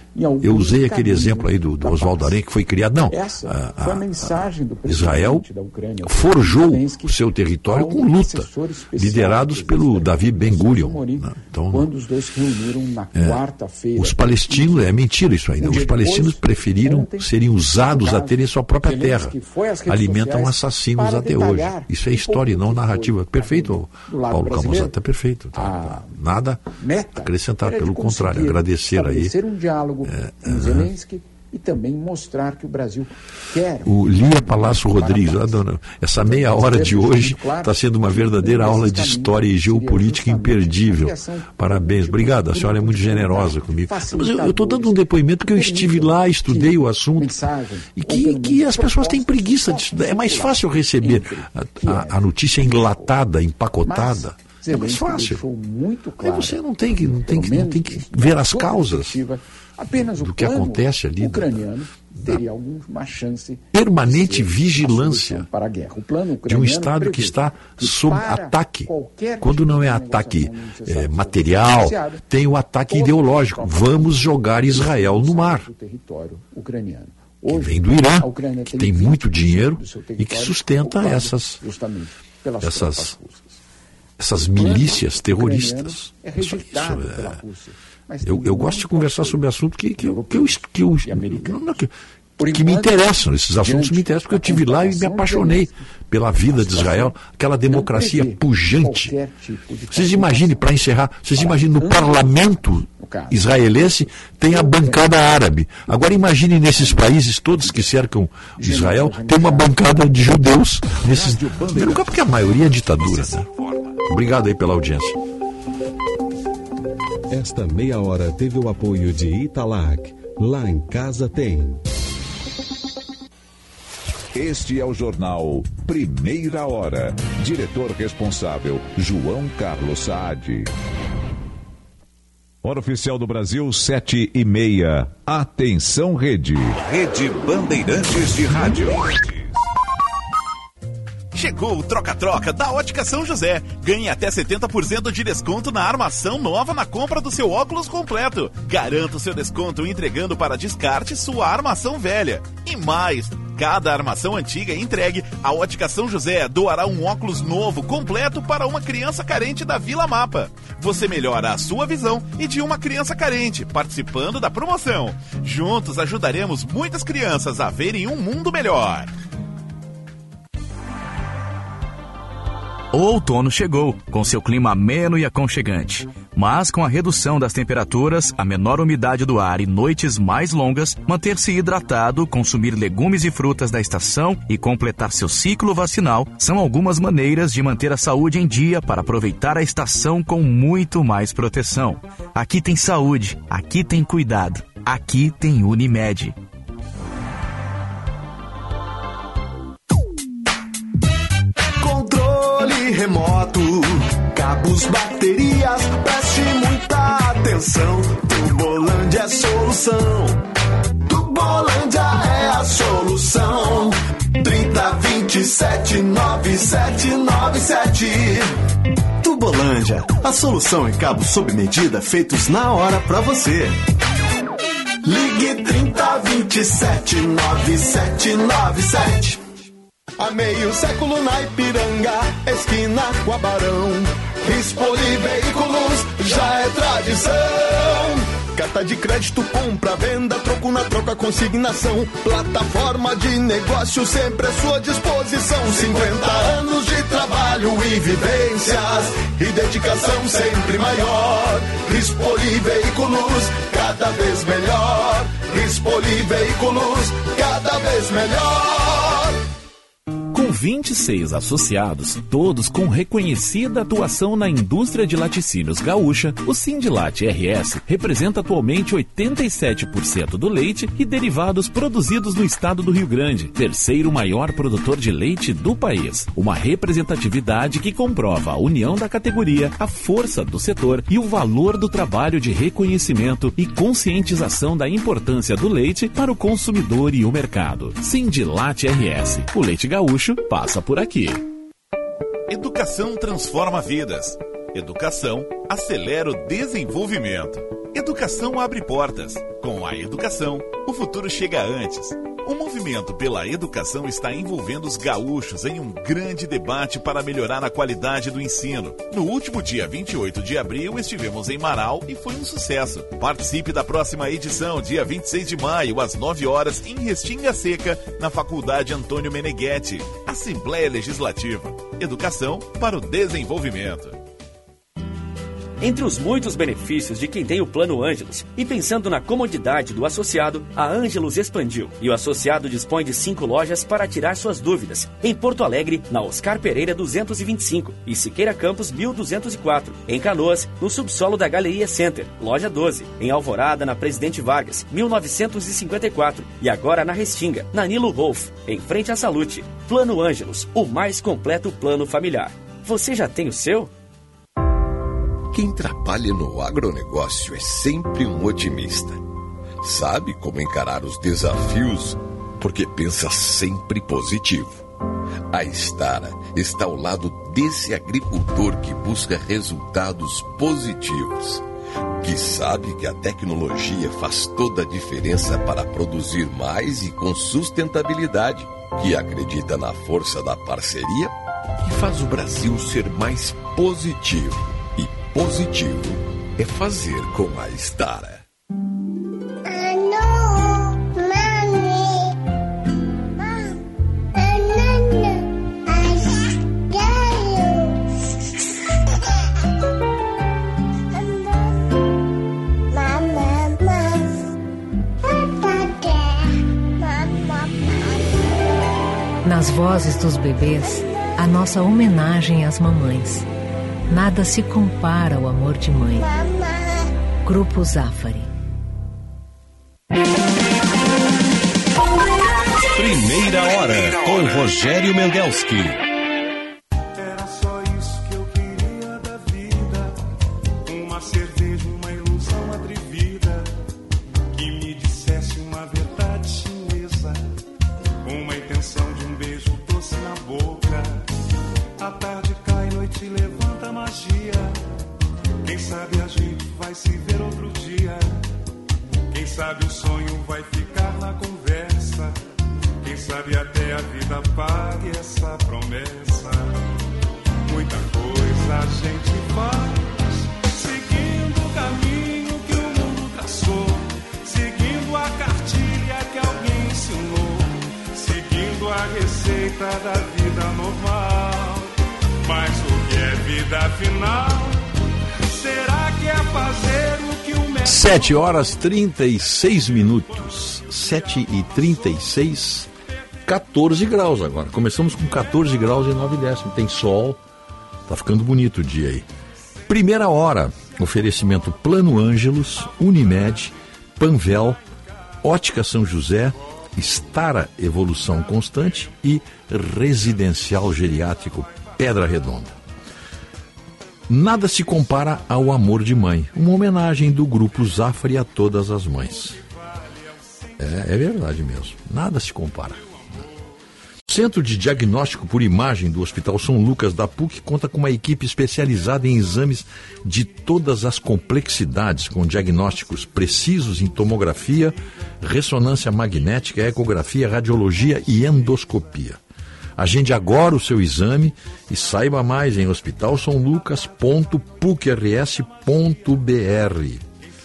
Eu usei aquele exemplo aí do Oswaldo Aranha, que foi criado. Não, foi a mensagem do Israel da Ucrânia, forjou o seu território com luta, liderados pelo Davi Ben-Gurion. Então, quando os dois se reuniram na quarta-feira. Os palestinos, é mentira isso aí, né? Os palestinos preferiram serem usados a terem sua própria terra. Alimentam assassinos até hoje. Isso é história e não narrativa. Perfeito, Paulo Camosata, está perfeito. Nada acrescentar, pelo contrário, agradecer aí. Um diálogo com Zelensky e também mostrar que o Brasil quer. O Lia Palácio Rodrigues, essa meia hora de hoje está sendo uma verdadeira aula de história e geopolítica imperdível. Parabéns, obrigado, a senhora é muito generosa comigo. Mas eu estou dando um depoimento que eu estive lá, estudei o assunto e que as pessoas têm preguiça disso. É mais fácil receber a notícia enlatada, empacotada. É mais fácil. Aí você não tem que ver as causas do que acontece ali. O ucraniano teria alguma chance. Permanente vigilância para a guerra. O plano de um Estado que está sob ataque. Quando não é ataque material, tem o ataque ideológico. Vamos jogar Israel no mar. Que vem do Irã, que tem muito dinheiro e que sustenta essas milícias terroristas. Eu gosto de conversar sobre assuntos que me interessam. Esses assuntos me interessam porque eu estive lá e me apaixonei pela vida de Israel, aquela democracia pujante. Vocês imaginem, para encerrar, no parlamento israelense tem a bancada árabe. Agora imagine nesses países todos que cercam Israel, tem uma bancada de judeus. Primeiro lugar, porque a maioria é ditadura, né? Obrigado aí pela audiência. Esta meia hora teve o apoio de Italac. Lá em casa tem. Este é o jornal Primeira Hora. Diretor responsável, João Carlos Saad. Hora oficial do Brasil, 7h30. Atenção, Rede. Rede Bandeirantes de Rádio. Chegou o troca-troca da Ótica São José. Ganhe até 70% de desconto na armação nova na compra do seu óculos completo. Garanta o seu desconto entregando para descarte sua armação velha. E mais, cada armação antiga entregue, a Ótica São José doará um óculos novo completo para uma criança carente da Vila Mapa. Você melhora a sua visão e de uma criança carente, participando da promoção. Juntos ajudaremos muitas crianças a verem um mundo melhor. O outono chegou, com seu clima ameno e aconchegante. Mas com a redução das temperaturas, a menor umidade do ar e noites mais longas, manter-se hidratado, consumir legumes e frutas da estação e completar seu ciclo vacinal são algumas maneiras de manter a saúde em dia para aproveitar a estação com muito mais proteção. Aqui tem saúde, aqui tem cuidado, aqui tem Unimed. Remoto, cabos, baterias, preste muita atenção. Tubolândia é solução. Tubolândia é a solução. 3027-9797. Tubolândia, a solução em cabos sob medida feitos na hora pra você. Ligue 3027-9797. Há meio século na Ipiranga, esquina com a Barão. Rispoli Veículos já é tradição. Carta de crédito, compra, venda, troco na troca, consignação. Plataforma de negócio sempre à sua disposição. 50 anos de trabalho e vivências e dedicação sempre maior. Rispoli Veículos, cada vez melhor. Rispoli Veículos, cada vez melhor. Com 26 associados, todos com reconhecida atuação na indústria de laticínios gaúcha, o Sindilat RS representa atualmente 87% do leite e derivados produzidos no estado do Rio Grande, terceiro maior produtor de leite do país. Uma representatividade que comprova a união da categoria, a força do setor e o valor do trabalho de reconhecimento e conscientização da importância do leite para o consumidor e o mercado. Sindilat RS, o leite gaúcho passa por aqui. Educação transforma vidas. Educação acelera o desenvolvimento. Educação abre portas. Com a educação, o futuro chega antes. O movimento pela educação está envolvendo os gaúchos em um grande debate para melhorar a qualidade do ensino. No último dia 28 de abril, estivemos em Marau e foi um sucesso. Participe da próxima edição, dia 26 de maio, às 9 horas, em Restinga Seca, na Faculdade Antônio Meneghetti. Assembleia Legislativa. Educação para o desenvolvimento. Entre os muitos benefícios de quem tem o Plano Ângelus e pensando na comodidade do associado, a Ângelus expandiu e o associado dispõe de 5 lojas para tirar suas dúvidas. Em Porto Alegre, na Oscar Pereira 225 e Siqueira Campos 1204. Em Canoas, no subsolo da Galeria Center, loja 12. Em Alvorada, na Presidente Vargas, 1954. E agora na Restinga, na Nilo Wolf, em frente à Salute. Plano Ângelus, o mais completo plano familiar. Você já tem o seu? Quem trabalha no agronegócio é sempre um otimista. Sabe como encarar os desafios, porque pensa sempre positivo. A Stara está ao lado desse agricultor que busca resultados positivos, que sabe que a tecnologia faz toda a diferença para produzir mais e com sustentabilidade, que acredita na força da parceria e faz o Brasil ser mais positivo. Positivo é fazer com a Stara. Nas vozes dos bebês, a nossa homenagem às mamães. Nada se compara ao amor de mãe. Grupo Zafari. Primeira hora com Rogério Mendelski. Era só isso que eu queria da vida. Uma cerveja, uma ilusão atrevida. Que me dissesse uma verdade chinesa. Uma intenção de um beijo doce na boca. A tarde cai, noite levanta magia. Quem sabe a gente vai se ver outro dia. Quem sabe o sonho vai ficar na conversa. Quem sabe até a vida pague essa promessa. Muita coisa a gente faz, seguindo o caminho que o mundo traçou, seguindo a cartilha que alguém ensinou, seguindo a receita da vida normal. Mas o que é vida afinal? Será que é fazer o que o 7 horas 36 minutos. 7h36, 14 graus agora. Começamos com 14 graus e 9 décimos. Tem sol, tá ficando bonito o dia aí. Primeira hora, oferecimento Plano Ângelus, Unimed, Panvel, Ótica São José, Stara Evolução Constante e Residencial Geriátrico Pedra Redonda. Nada se compara ao amor de mãe. Uma homenagem do Grupo Zafari a todas as mães. É verdade mesmo. Nada se compara. O Centro de Diagnóstico por Imagem do Hospital São Lucas da PUC conta com uma equipe especializada em exames de todas as complexidades, com diagnósticos precisos em tomografia, ressonância magnética, ecografia, radiologia e endoscopia. Agende agora o seu exame e saiba mais em hospitalsaulucas.pucrs.br.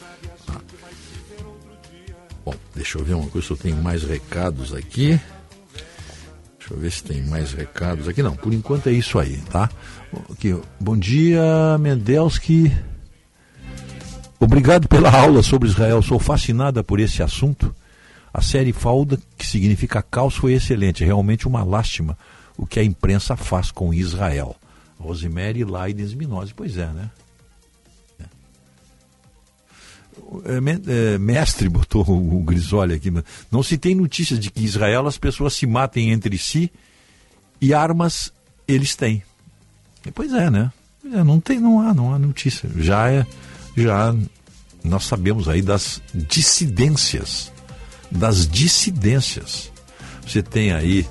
Bom, deixa eu ver uma coisa se eu tenho mais recados aqui. Deixa eu ver se tem mais recados aqui. Não, por enquanto é isso aí, tá? Aqui, bom dia, Mendelski. Obrigado pela aula sobre Israel. Sou fascinada por esse assunto. A série Fauda, que significa caos, foi excelente. É realmente uma lástima o que a imprensa faz com Israel. Rosemary Leidens Minose. Pois é, né? Mestre, botou o Grisoli aqui. Não se tem notícias de que em Israel as pessoas se matem entre si e armas eles têm. E, pois é, né? Não há notícia. Já nós sabemos aí das dissidências. Você tem aí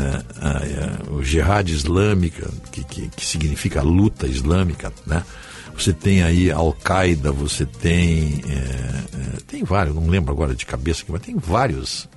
o Jihad Islâmica, que significa luta islâmica, né? Você tem aí Al-Qaeda, você tem... tem vários, não lembro agora de cabeça aqui, mas tem vários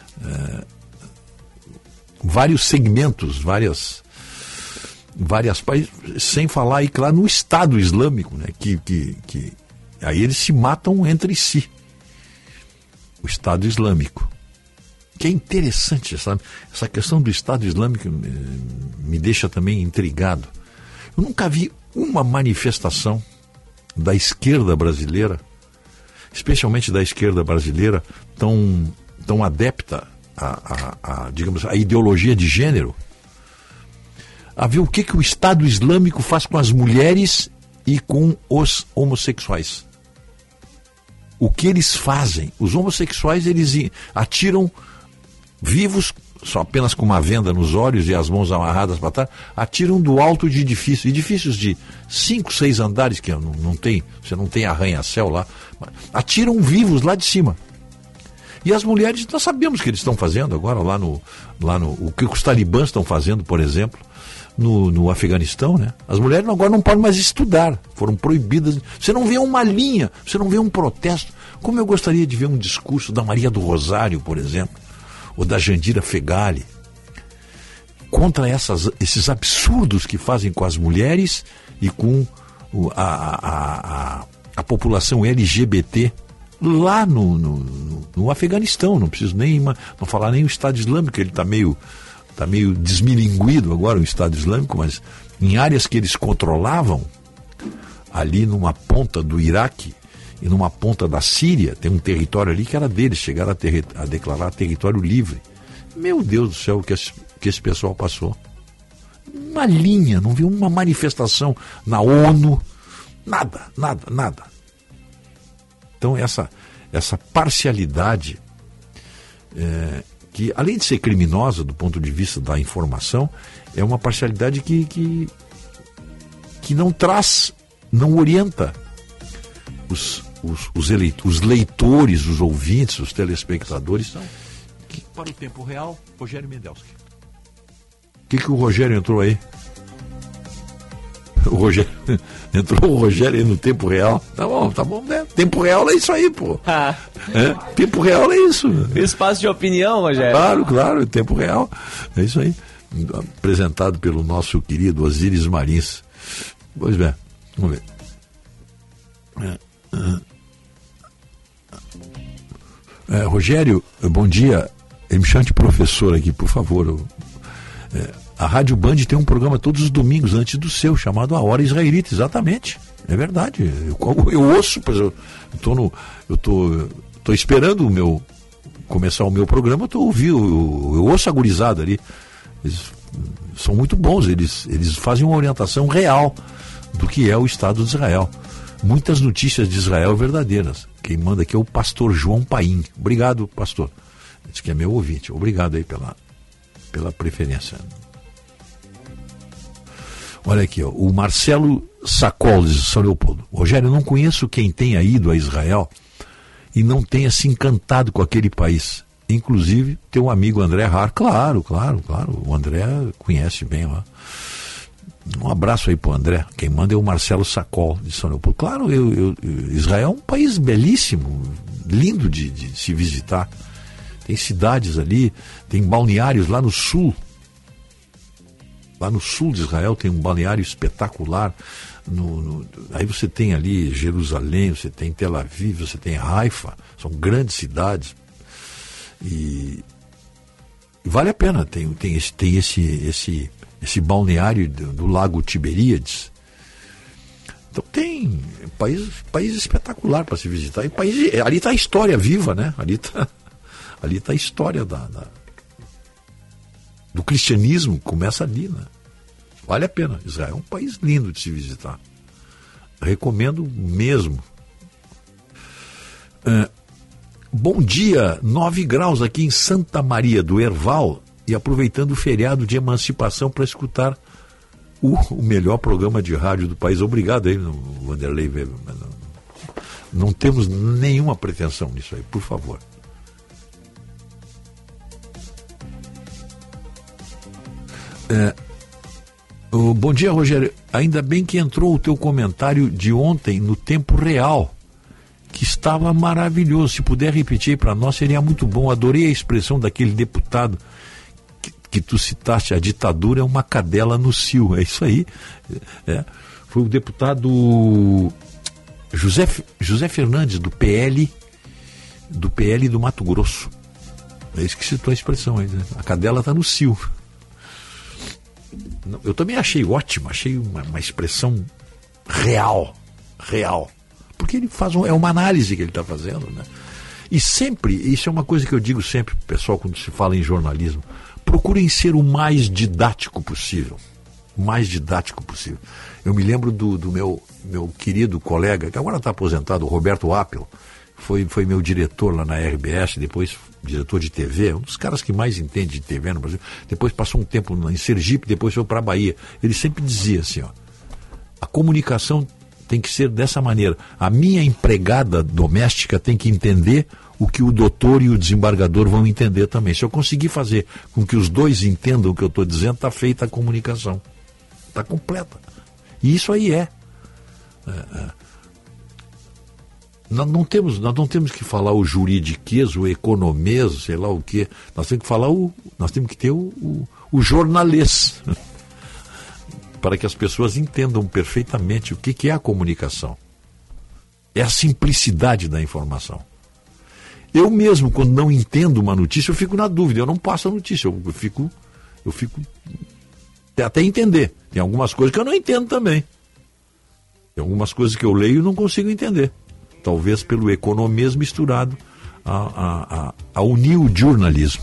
segmentos, várias países, sem falar aí, claro, no Estado Islâmico, né, que aí eles se matam entre si. O Estado Islâmico. Que é interessante, sabe? Essa questão do Estado Islâmico me deixa também intrigado. Eu nunca vi uma manifestação da esquerda brasileira, especialmente da esquerda brasileira, tão adepta digamos, a ideologia de gênero, a ver o que o Estado Islâmico faz com as mulheres e com os homossexuais. O que eles fazem? Os homossexuais, eles atiram vivos, só apenas com uma venda nos olhos e as mãos amarradas para trás, atiram do alto de edifícios de 5, 6 andares, que você não tem arranha-céu lá, atiram vivos lá de cima. E as mulheres, nós sabemos o que eles estão fazendo agora, o que os talibãs estão fazendo, por exemplo, no Afeganistão, né? As mulheres agora não podem mais estudar, foram proibidas. Você não vê uma linha, você não vê um protesto. Como eu gostaria de ver um discurso da Maria do Rosário, por exemplo, ou da Jandira Fegali, contra esses absurdos que fazem com as mulheres e com a população LGBT lá no Afeganistão. Não preciso não falar nem o Estado Islâmico, ele está meio desmilinguido agora, o Estado Islâmico, mas em áreas que eles controlavam, ali numa ponta do Iraque e numa ponta da Síria, tem um território ali que era deles, chegaram a declarar território livre. Meu Deus do céu, o que esse pessoal passou. Uma linha, não viu uma manifestação na ONU, nada. Então essa parcialidade, que além de ser criminosa do ponto de vista da informação, é uma parcialidade que não orienta os leitores, os ouvintes, os telespectadores, para o tempo real. Rogério Mendelski. O que o Rogério entrou aí? Entrou o Rogério aí no tempo real. Tá bom, né? Tempo real é isso aí, pô. Tempo real é isso. Espaço de opinião, Rogério. Claro, tempo real. É isso aí. Apresentado pelo nosso querido Osíris Marins. Pois bem, vamos ver. Rogério, bom dia. Me chame de professor aqui, por favor. A Rádio Band tem um programa todos os domingos antes do seu, chamado A Hora Israelita. Exatamente, é verdade. Eu ouço, pois eu tô esperando começar o meu programa, eu ouço a gurizada ali. Eles são muito bons, eles fazem uma orientação real do que é o Estado de Israel. Muitas notícias de Israel verdadeiras. Quem manda aqui é o pastor João Paim. Obrigado, pastor. Diz que é meu ouvinte. Obrigado aí pela preferência. Olha aqui, ó, o Marcelo Sacol de São Leopoldo. Rogério, eu não conheço quem tenha ido a Israel e não tenha se encantado com aquele país. Inclusive, teu amigo André Har. Claro. O André conhece bem lá. Um abraço aí pro André. Quem manda é o Marcelo Sacol de São Leopoldo. Claro, Israel é um país belíssimo, lindo de se visitar. Tem cidades ali, tem balneários lá no sul. Lá no sul de Israel tem um balneário espetacular. Aí você tem ali Jerusalém, você tem Tel Aviv, você tem Haifa. São grandes cidades. E vale a pena. Tem esse balneário do Lago Tiberíades. Então tem país espetacular para se visitar. E ali está a história viva, né? Ali está a história do cristianismo, começa ali, né? Vale a pena. Israel é um país lindo de se visitar. Recomendo mesmo. Bom dia, 9 graus aqui em Santa Maria do Herval, e aproveitando o feriado de emancipação para escutar o melhor programa de rádio do país. Obrigado aí, Vanderlei Weber. Não temos nenhuma pretensão nisso aí, por favor. Bom dia, Rogério. ainda bem que entrou o teu comentário de ontem no tempo real, que estava maravilhoso. Se puder repetir para nós, seria muito bom. Adorei a expressão daquele deputado que tu citaste, a ditadura é uma cadela no cio. É isso aí. Foi o deputado José Fernandes, do PL do Mato Grosso. É isso que citou a expressão aí, né? A cadela está no cio. Eu também achei ótimo, achei uma expressão real. Porque ele é uma análise que ele está fazendo, né? E sempre, isso é uma coisa que eu digo sempre, pessoal, quando se fala em jornalismo, procurem ser o mais didático possível. O mais didático possível. Eu me lembro do meu querido colega, que agora está aposentado, o Roberto Appel, foi meu diretor lá na RBS, depois diretor de TV, um dos caras que mais entende de TV no Brasil. Depois passou um tempo em Sergipe, depois foi para a Bahia. Ele sempre dizia assim, a comunicação tem que ser dessa maneira. A minha empregada doméstica tem que entender o que o doutor e o desembargador vão entender também. Se eu conseguir fazer com que os dois entendam o que eu estou dizendo, está feita a comunicação. Está completa. E isso aí Nós não temos que falar o juridiquês, o economês, sei lá o quê. Nós temos que ter o jornalês. Para que as pessoas entendam perfeitamente o que é a comunicação. É a simplicidade da informação. Eu mesmo, quando não entendo uma notícia, eu fico na dúvida, eu não passo a notícia, eu fico até entender. Tem algumas coisas que eu não entendo também. Tem algumas coisas que eu leio e não consigo entender. Talvez pelo economês misturado ao new jornalismo.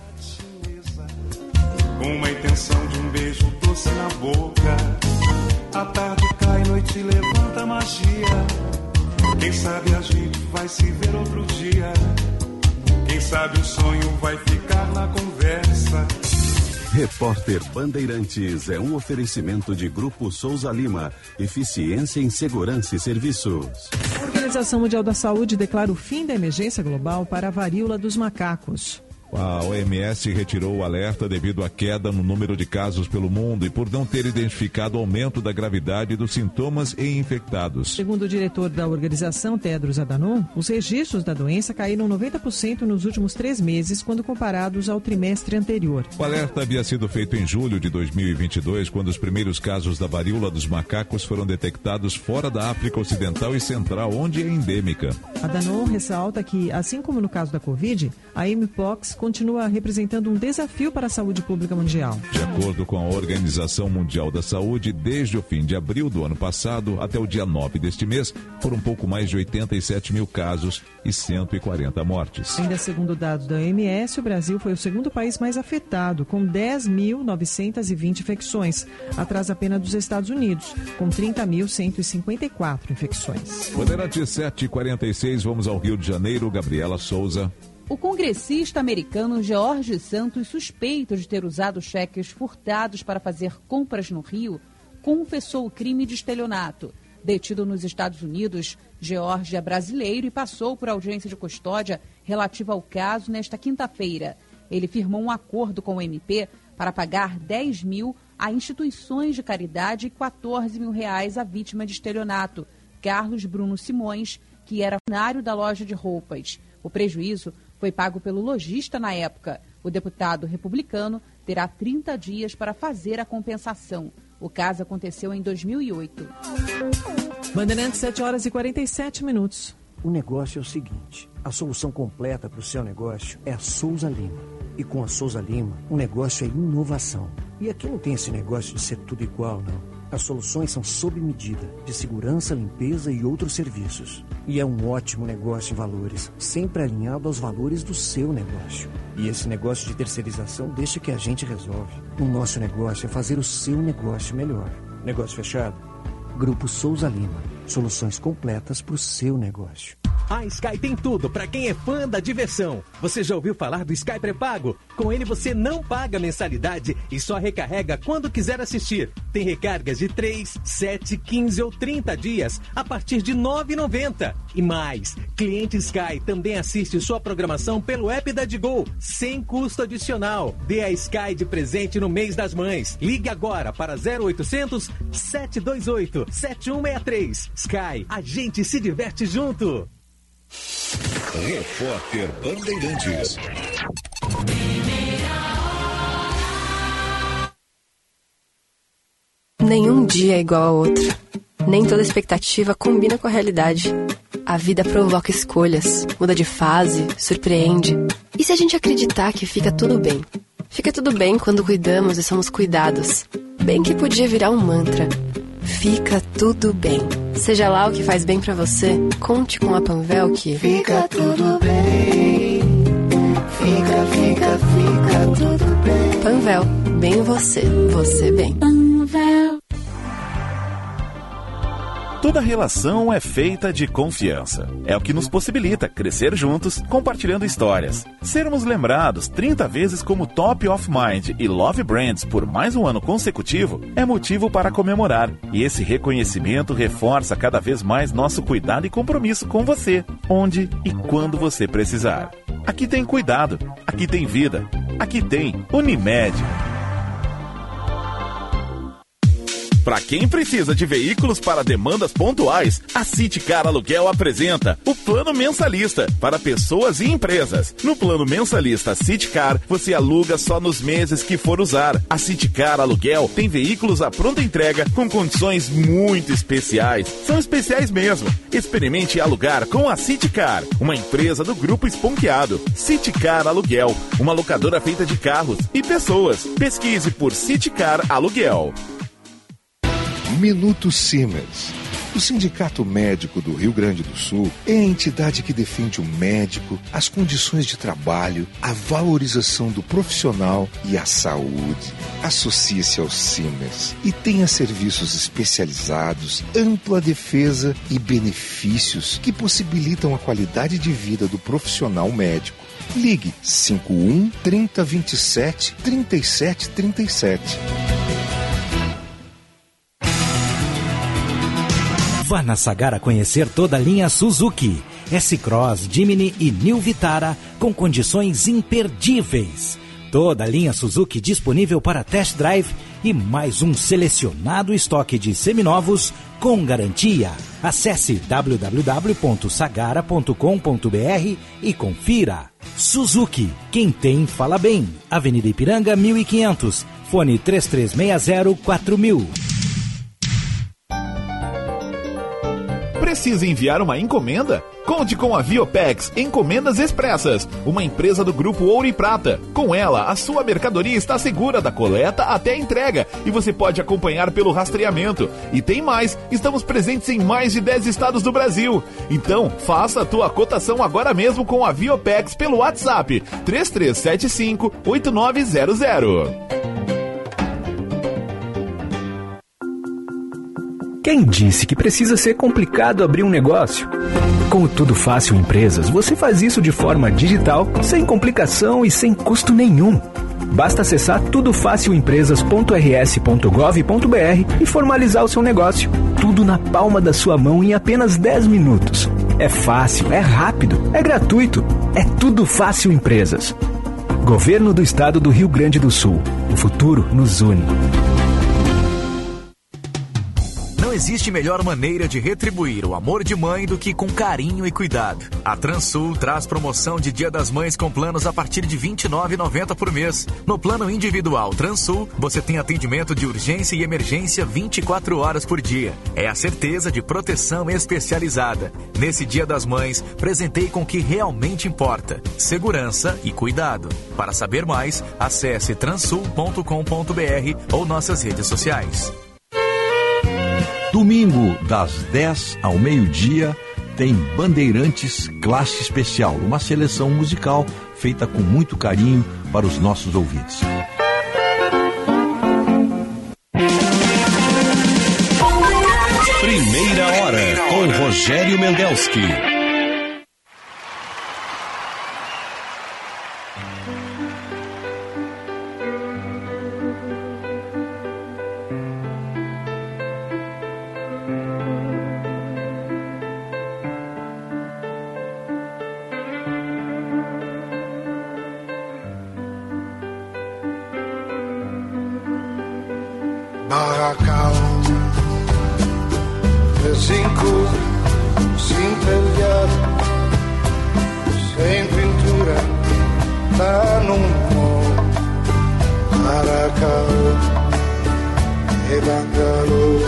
Uma intenção de um beijo doce na boca. A tarde cai, noite levanta magia. Quem sabe a gente vai se ver outro dia. Quem sabe o sonho vai ficar na conversa. Repórter Bandeirantes é um oferecimento de Grupo Souza Lima. Eficiência em Segurança e Serviços. A Organização Mundial da Saúde declara o fim da emergência global para a varíola dos macacos. A OMS retirou o alerta devido à queda no número de casos pelo mundo e por não ter identificado o aumento da gravidade dos sintomas em infectados. Segundo o diretor da organização, Tedros Adhanom, os registros da doença caíram 90% nos últimos 3 meses, quando comparados ao trimestre anterior. O alerta havia sido feito em julho de 2022, quando os primeiros casos da varíola dos macacos foram detectados fora da África Ocidental e Central, onde é endêmica. Adhanom ressalta que, assim como no caso da Covid, a Mpox continua representando um desafio para a saúde pública mundial. De acordo com a Organização Mundial da Saúde, desde o fim de abril do ano passado até o dia 9 deste mês, foram um pouco mais de 87 mil casos e 140 mortes. Ainda segundo dados da OMS, o Brasil foi o segundo país mais afetado, com 10.920 infecções, atrás apenas dos Estados Unidos, com 30.154 infecções. Bandeirantes 7h46, vamos ao Rio de Janeiro. Gabriela Souza. O congressista americano George Santos, suspeito de ter usado cheques furtados para fazer compras no Rio, confessou o crime de estelionato. Detido nos Estados Unidos, George é brasileiro e passou por audiência de custódia relativa ao caso nesta quinta-feira. Ele firmou um acordo com o MP para pagar 10 mil a instituições de caridade e 14 mil reais à vítima de estelionato, Carlos Bruno Simões, que era funcionário da loja de roupas. O prejuízo foi pago pelo lojista na época. O deputado republicano terá 30 dias para fazer a compensação. O caso aconteceu em 2008. Bandeirantes, 7h47. O negócio é o seguinte: a solução completa para o seu negócio é a Souza Lima. E com a Souza Lima, o negócio é inovação. E aqui não tem esse negócio de ser tudo igual, não. As soluções são sob medida, de segurança, limpeza e outros serviços. E é um ótimo negócio em valores, sempre alinhado aos valores do seu negócio. E esse negócio de terceirização deixa que a gente resolve. O nosso negócio é fazer o seu negócio melhor. Negócio fechado? Grupo Souza Lima. Soluções completas para o seu negócio. A Sky tem tudo para quem é fã da diversão. Você já ouviu falar do Sky Pré-Pago? Com ele você não paga mensalidade e só recarrega quando quiser assistir. Tem recargas de 3, 7, 15 ou 30 dias a partir de R$ 9,90. E mais, cliente Sky também assiste sua programação pelo app da Digol, sem custo adicional. Dê a Sky de presente no mês das mães. Ligue agora para 0800 728 7163. Sky, a gente se diverte junto. Repórter Bandeirantes. Nenhum dia é igual ao outro. Nem toda expectativa combina com a realidade. A vida provoca escolhas, muda de fase, surpreende. E se a gente acreditar que fica tudo bem? Fica tudo bem quando cuidamos e somos cuidados. Bem que podia virar um mantra. Fica tudo bem. Seja lá o que faz bem pra você, conte com a Panvel que... Fica tudo bem. Fica tudo bem. Panvel, bem você, você bem. Panvel. Toda relação é feita de confiança. É o que nos possibilita crescer juntos, compartilhando histórias. Sermos lembrados 30 vezes como Top of Mind e Love Brands por mais um ano consecutivo é motivo para comemorar. E esse reconhecimento reforça cada vez mais nosso cuidado e compromisso com você, onde e quando você precisar. Aqui tem cuidado, aqui tem vida, aqui tem Unimed. Para quem precisa de veículos para demandas pontuais, a Citicar Aluguel apresenta o Plano Mensalista para pessoas e empresas. No Plano Mensalista Citicar, você aluga só nos meses que for usar. A Citicar Aluguel tem veículos à pronta entrega com condições muito especiais. São especiais mesmo. Experimente alugar com a Citicar, uma empresa do Grupo Esponqueado. Citicar Aluguel, uma locadora feita de carros e pessoas. Pesquise por Citicar Aluguel. Minuto Siemens. O Sindicato Médico do Rio Grande do Sul é a entidade que defende o médico, as condições de trabalho, a valorização do profissional e a saúde. Associe-se ao Siemens e tenha serviços especializados, ampla defesa e benefícios que possibilitam a qualidade de vida do profissional médico. Ligue 51 3027 3737. Vá na Sagara conhecer toda a linha Suzuki, S-Cross, Jimny e New Vitara com condições imperdíveis. Toda a linha Suzuki disponível para test drive e mais um selecionado estoque de seminovos com garantia. Acesse www.sagara.com.br e confira. Suzuki, quem tem fala bem. Avenida Ipiranga 1500, fone 3360-4000. Precisa enviar uma encomenda? Conte com a Viopex Encomendas Expressas, uma empresa do Grupo Ouro e Prata. Com ela, a sua mercadoria está segura da coleta até a entrega e você pode acompanhar pelo rastreamento. E tem mais, estamos presentes em mais de 10 estados do Brasil. Então, faça a tua cotação agora mesmo com a Viopex pelo WhatsApp 3375-8900. Quem disse que precisa ser complicado abrir um negócio? Com o Tudo Fácil Empresas, você faz isso de forma digital, sem complicação e sem custo nenhum. Basta acessar tudofacilempresas.rs.gov.br e formalizar o seu negócio. Tudo na palma da sua mão em apenas 10 minutos. É fácil, é rápido, é gratuito. É Tudo Fácil Empresas. Governo do Estado do Rio Grande do Sul. O futuro nos une. Não existe melhor maneira de retribuir o amor de mãe do que com carinho e cuidado. A Transul traz promoção de Dia das Mães com planos a partir de R$ 29,90 por mês. No plano individual Transul, você tem atendimento de urgência e emergência 24 horas por dia. É a certeza de proteção especializada. Nesse Dia das Mães, presenteie com o que realmente importa: segurança e cuidado. Para saber mais, acesse transul.com.br ou nossas redes sociais. Domingo, das 10 ao meio-dia, tem Bandeirantes Classe Especial, uma seleção musical feita com muito carinho para os nossos ouvintes. Primeira hora, com Rogério Mendelski. barracão, recinco sem telhado, sem pintura, tá num morro, barracão e bangalô.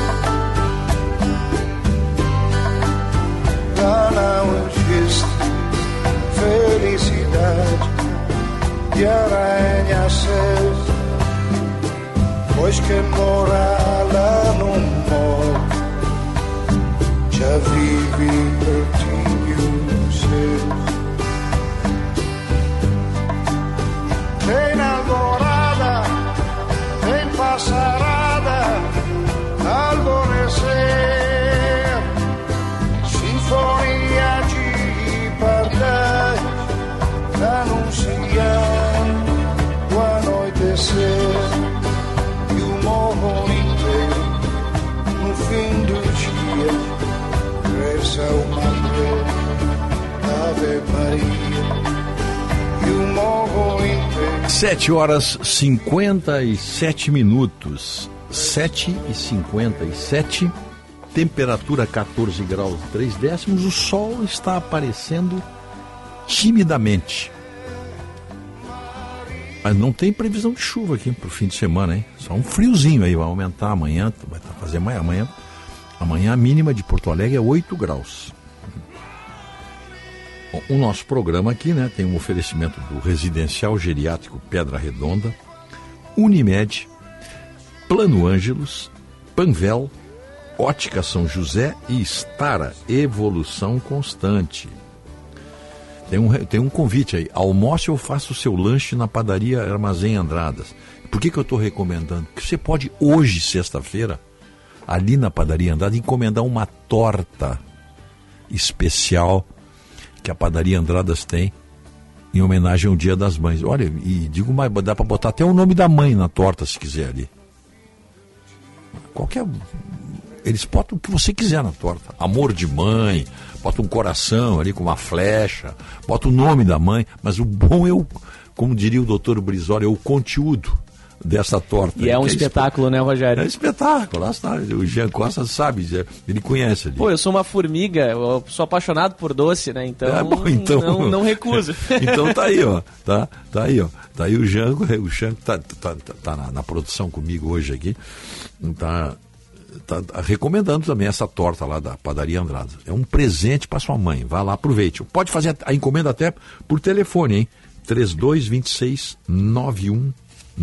Lá não existe felicidade de arranha-céus, pois quem mora lá no morro já vive pertinho seu. Tem alvorada, tem passarada, alvorecer, sinfonia de pardais anunciando o anoitecer, e o morro inteiro no fim do dia reza uma Ave Maria, e o morro inteiro. 7h57, 7h57, temperatura 14 graus e 3 décimos, o sol está aparecendo timidamente. Mas não tem previsão de chuva aqui para o fim de semana, hein? Só um friozinho aí, vai aumentar amanhã, vai fazer amanhã. Amanhã a mínima de Porto Alegre é 8 graus. Bom, o nosso programa aqui, né, tem um oferecimento do Residencial Geriátrico Pedra Redonda, Unimed, Plano Ângelos, Panvel, Ótica São José e Stara, Evolução Constante. Tem um convite aí, almoce ou faça o seu lanche na padaria Armazém Andradas. Por que eu estou recomendando? Porque você pode hoje, sexta-feira, ali na padaria Andradas, encomendar uma torta especial que a padaria Andradas tem em homenagem ao Dia das Mães. Olha, e digo mais, dá para botar até o nome da mãe na torta se quiser ali. Eles botam o que você quiser na torta. Amor de mãe, bota um coração ali com uma flecha, bota o nome da mãe, mas o bom é como diria o doutor Brizola, é o conteúdo dessa torta. E é um espetáculo, né, Rogério? É um espetáculo, lá está. O Jean Costa sabe, ele conhece ali. Pô, eu sou uma formiga, eu sou apaixonado por doce, né? Então, não recuso. Então tá aí, ó. Tá aí, ó. Tá aí o Jean tá na produção comigo hoje aqui. Tá recomendando também essa torta lá da padaria Andradas. É um presente para sua mãe. Vá lá, aproveite. Pode fazer a encomenda até por telefone, hein? 3226-9191.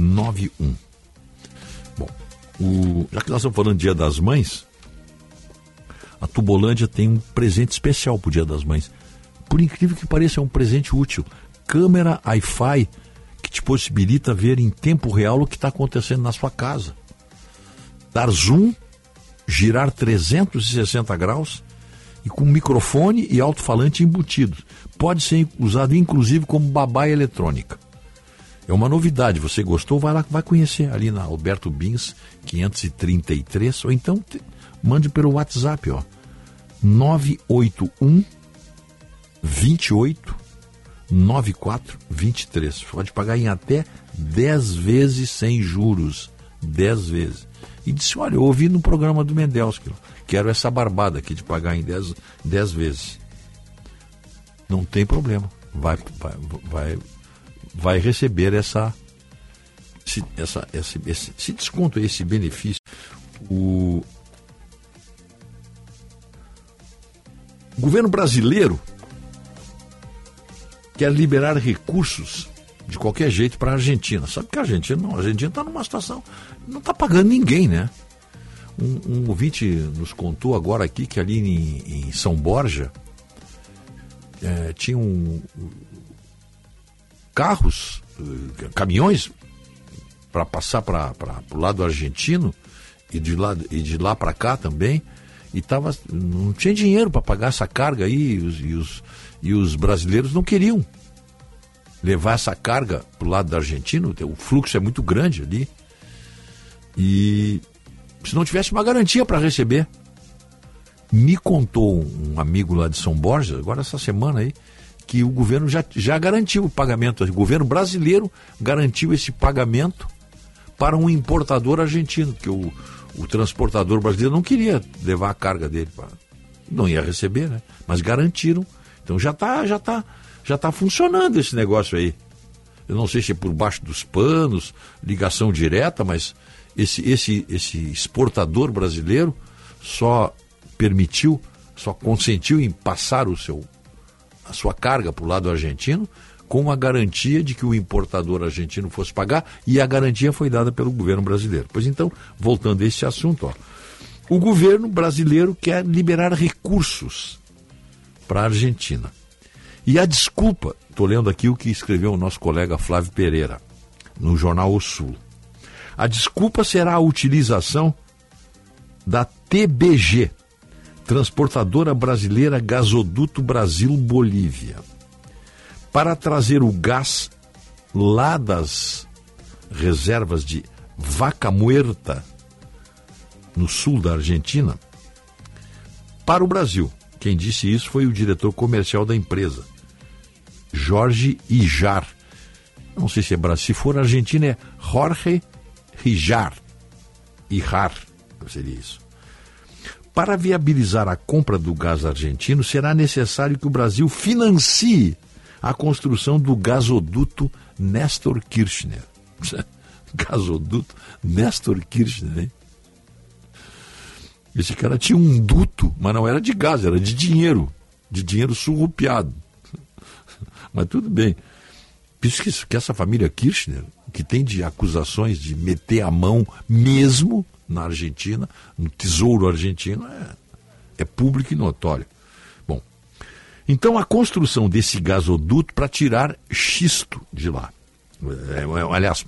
Bom, já que nós estamos falando do Dia das Mães, a Tubolândia tem um presente especial para o Dia das Mães. Por incrível que pareça, é um presente útil. Câmera Wi-Fi que te possibilita ver em tempo real o que está acontecendo na sua casa. Dar zoom, girar 360 graus e com microfone e alto-falante embutidos. Pode ser usado inclusive como babá eletrônica. É uma novidade. Você gostou? Vai lá, vai conhecer ali na Alberto Bins 533, ou então mande pelo WhatsApp, ó, 981 28 94 23. Pode pagar em até 10 vezes sem juros. 10 vezes. E disse, olha, eu ouvi no programa do Mendelski, quero essa barbada aqui de pagar em 10 vezes. Não tem problema. Vai receber esse desconto, esse benefício. O governo brasileiro quer liberar recursos de qualquer jeito para a Argentina. Sabe que a Argentina está numa situação, não está pagando ninguém, né? Um ouvinte nos contou agora aqui que ali em São Borja tinha carros, caminhões para passar para o lado argentino e de lá para cá também, e não tinha dinheiro para pagar essa carga aí, e os brasileiros não queriam levar essa carga para o lado da Argentina. O fluxo é muito grande ali, e se não tivesse uma garantia para receber. Me contou um amigo lá de São Borja, agora essa semana aí, que o governo já garantiu o pagamento. O governo brasileiro garantiu esse pagamento para um importador argentino, porque o transportador brasileiro não queria levar a carga dele, não ia receber, né? Mas garantiram. Então já tá funcionando esse negócio aí. Eu não sei se é por baixo dos panos, ligação direta, mas esse exportador brasileiro só consentiu em passar a sua carga para o lado argentino, com a garantia de que o importador argentino fosse pagar, e a garantia foi dada pelo governo brasileiro. Pois então, voltando a esse assunto, o governo brasileiro quer liberar recursos para a Argentina. E a desculpa, estou lendo aqui o que escreveu o nosso colega Flávio Pereira, no jornal O Sul. A desculpa será a utilização da TBG, Transportadora Brasileira Gasoduto Brasil-Bolívia, para trazer o gás lá das reservas de Vaca Muerta, no sul da Argentina, para o Brasil. Quem disse isso foi o diretor comercial da empresa, Jorge Ijar. Não sei se é Brasil. Se for Argentina, é Jorge Ijar. Seria isso. Para viabilizar a compra do gás argentino, será necessário que o Brasil financie a construção do gasoduto Néstor Kirchner. Gasoduto Néstor Kirchner, hein? Esse cara tinha um duto, mas não era de gás, era de dinheiro surrupiado. Mas tudo bem. Isso que essa família Kirchner, que tem de acusações de meter a mão mesmo na Argentina, no tesouro argentino, é público e notório. Bom, então a construção desse gasoduto para tirar xisto de lá. Aliás,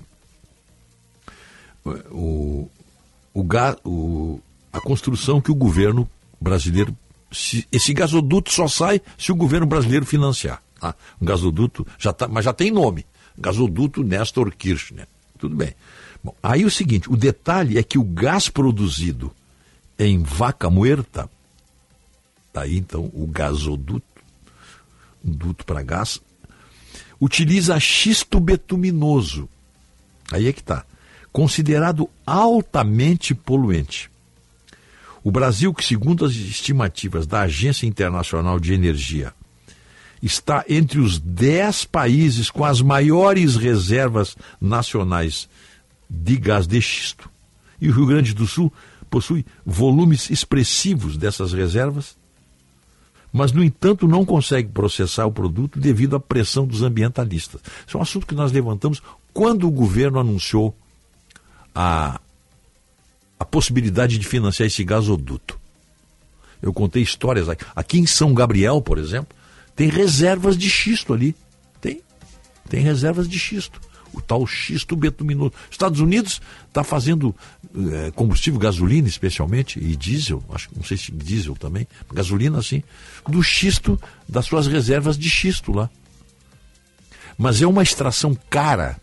a construção que o governo brasileiro... Esse gasoduto só sai se o governo brasileiro financiar. Um gasoduto, mas já tem nome. Gasoduto Néstor Kirchner. Tudo bem. Bom, aí o seguinte, o detalhe é que o gás produzido em Vaca Muerta, daí então o gasoduto, um duto para gás, utiliza xisto betuminoso. Aí é que está. Considerado altamente poluente. O Brasil, que segundo as estimativas da Agência Internacional de Energia, está entre os 10 países com as maiores reservas nacionais de gás de xisto. E o Rio Grande do Sul possui volumes expressivos dessas reservas, mas, no entanto, não consegue processar o produto devido à pressão dos ambientalistas. Isso é um assunto que nós levantamos quando o governo anunciou a possibilidade de financiar esse gasoduto. Eu contei histórias aqui em São Gabriel, por exemplo, tem reservas de xisto ali. Tem reservas de xisto. O tal xisto betuminoso. Estados Unidos está fazendo combustível, gasolina especialmente, e diesel, não sei se diesel também, gasolina sim, do xisto, das suas reservas de xisto lá. Mas é uma extração cara,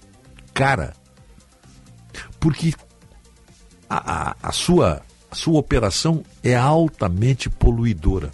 porque a sua operação é altamente poluidora.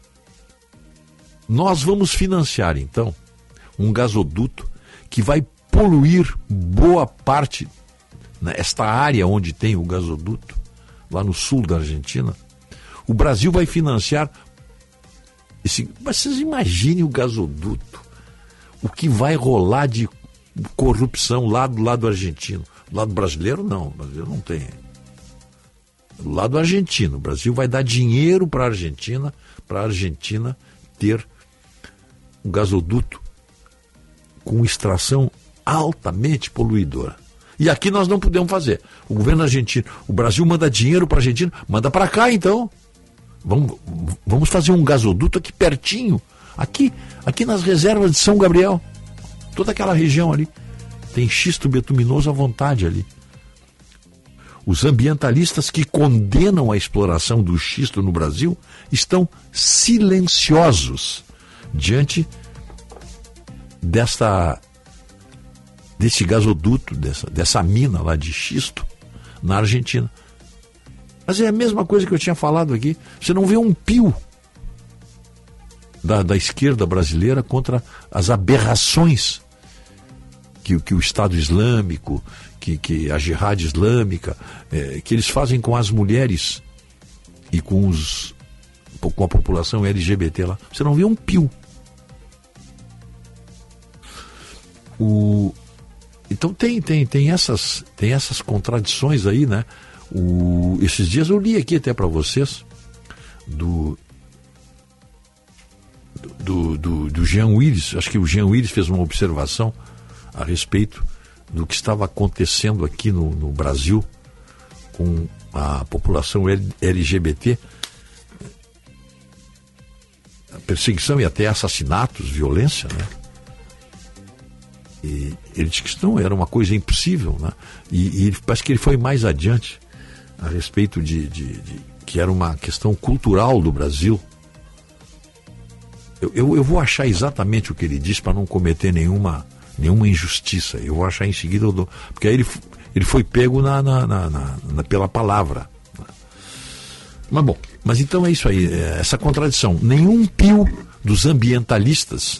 Nós vamos financiar, então, um gasoduto que vai poluir boa parte, esta área onde tem o gasoduto, lá no sul da Argentina. O Brasil vai financiar mas vocês imaginem o gasoduto, o que vai rolar de corrupção lá do lado argentino. Do lado brasileiro, não. O Brasil não tem. Do lado argentino, o Brasil vai dar dinheiro para a Argentina ter um gasoduto com extração altamente poluidora. E aqui nós não podemos fazer. O governo argentino, o Brasil manda dinheiro para a Argentina, manda para cá então. Vamos fazer um gasoduto aqui pertinho, aqui nas reservas de São Gabriel. Toda aquela região ali tem xisto betuminoso à vontade ali. Os ambientalistas que condenam a exploração do xisto no Brasil estão silenciosos diante desse gasoduto, dessa mina lá de xisto na Argentina. Mas é a mesma coisa que eu tinha falado aqui. Você não vê um pio da esquerda brasileira contra as aberrações que o Estado Islâmico, que a Jihad Islâmica, que eles fazem com as mulheres e com a população LGBT lá. Você não vê um pio. Então tem essas contradições aí, né? Esses dias eu li aqui até para vocês do Jean Willis. Acho que o Jean Willis fez uma observação a respeito do que estava acontecendo aqui no Brasil com a população LGBT, a perseguição e até assassinatos, violência, né? E ele disse que não era uma coisa impossível, né? E parece que ele foi mais adiante a respeito de que era uma questão cultural do Brasil. Eu vou achar exatamente o que ele disse para não cometer nenhuma injustiça. Eu vou achar em seguida, porque aí ele foi pego pela palavra. Mas então é isso aí, essa contradição. Nenhum pio dos ambientalistas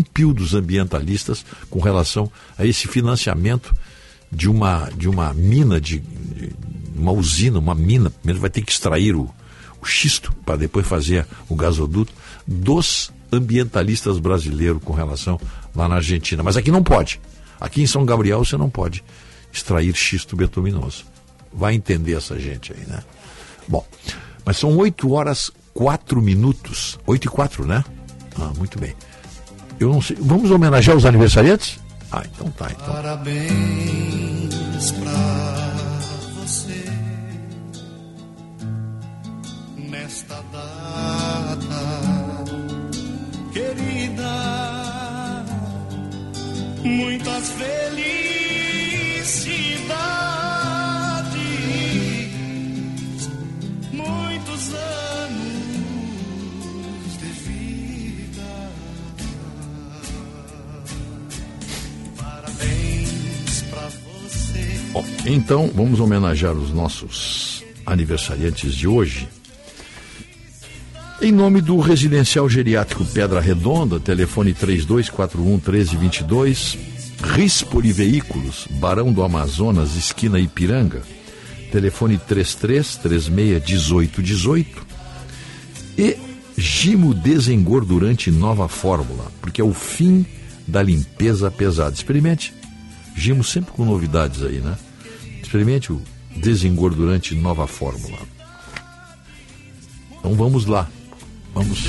com relação a esse financiamento de uma mina, de uma usina, uma mina. Primeiro vai ter que extrair o xisto para depois fazer o gasoduto, dos ambientalistas brasileiros com relação lá na Argentina. Mas aqui não pode. Aqui em São Gabriel você não pode extrair xisto betuminoso. Vai entender essa gente aí, né? Bom, mas são 8h04. 8h04, né? Ah, muito bem. Eu não sei. Vamos homenagear os aniversariantes? Ah, então tá. Então. Parabéns pra você nesta data querida, muitas felicidades, muitos anos de vida. Parabéns pra você. Bom, então vamos homenagear os nossos aniversariantes de hoje. Em nome do Residencial Geriátrico Pedra Redonda, telefone 3241-1322, Rispoli Veículos, Barão do Amazonas, esquina Ipiranga, telefone 3336-1818, e Gimo Desengordurante Nova Fórmula, porque é o fim da limpeza pesada. Experimente. Gimo sempre com novidades aí, né? Experimente o Desengordurante Nova Fórmula. Então vamos lá. Vamos.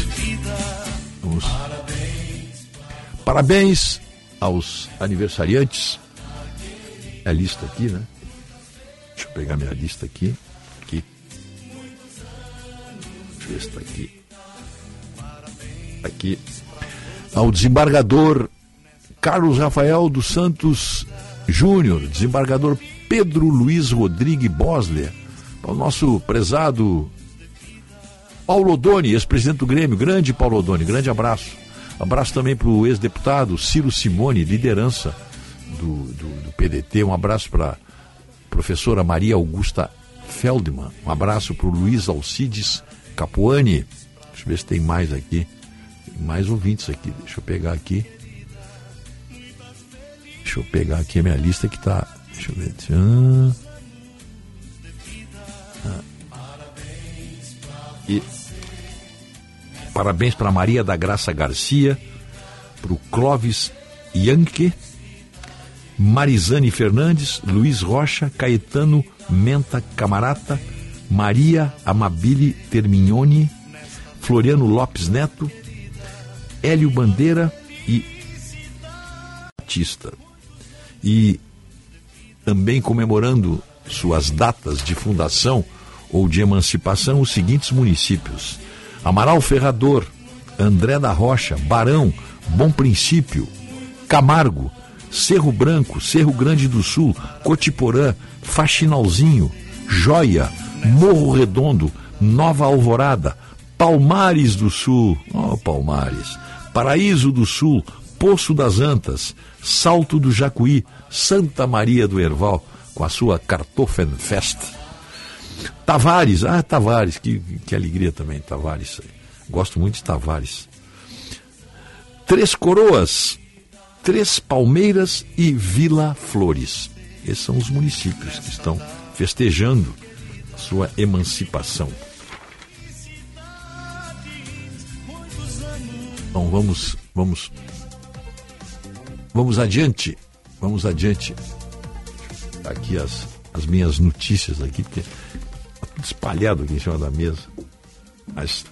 Parabéns aos aniversariantes. É a lista aqui, né? Deixa eu pegar minha lista aqui. Deixa eu ver se está aqui. Aqui. Ao desembargador Carlos Rafael dos Santos Júnior, desembargador Pedro Luiz Rodrigues Bosler, ao nosso prezado Paulo Odoni, ex-presidente do Grêmio, grande Paulo Odoni, grande abraço. Abraço também para o ex-deputado Ciro Simone, liderança do PDT. Um abraço para a professora Maria Augusta Feldman. Um abraço para o Luiz Alcides Capuani. Deixa eu ver se tem mais aqui. Tem mais ouvintes aqui. Deixa eu pegar aqui. Deixa eu pegar aqui a minha lista que está. Deixa eu ver. E parabéns para Maria da Graça Garcia, para o Clóvis Yankee, Marizane Fernandes, Luiz Rocha, Caetano Menta Camarata, Maria Amabile Termignoni, Floriano Lopes Neto, Hélio Bandeira e Batista. E também comemorando suas datas de fundação ou de emancipação, os seguintes municípios: Amaral Ferrador, André da Rocha, Barão, Bom Princípio, Camargo, Cerro Branco, Cerro Grande do Sul, Cotiporã, Faxinalzinho, Joia, Morro Redondo, Nova Alvorada, Palmares do Sul, Palmares, Paraíso do Sul, Poço das Antas, Salto do Jacuí, Santa Maria do Herval, com a sua Kartoffelfest. Tavares, Tavares, que alegria também, Tavares. Gosto muito de Tavares. Três Coroas, Três Palmeiras e Vila Flores. Esses são os municípios que estão festejando a sua emancipação. Então vamos adiante. Vamos adiante. Aqui as minhas notícias aqui, porque está tudo espalhado aqui em cima da mesa. Mas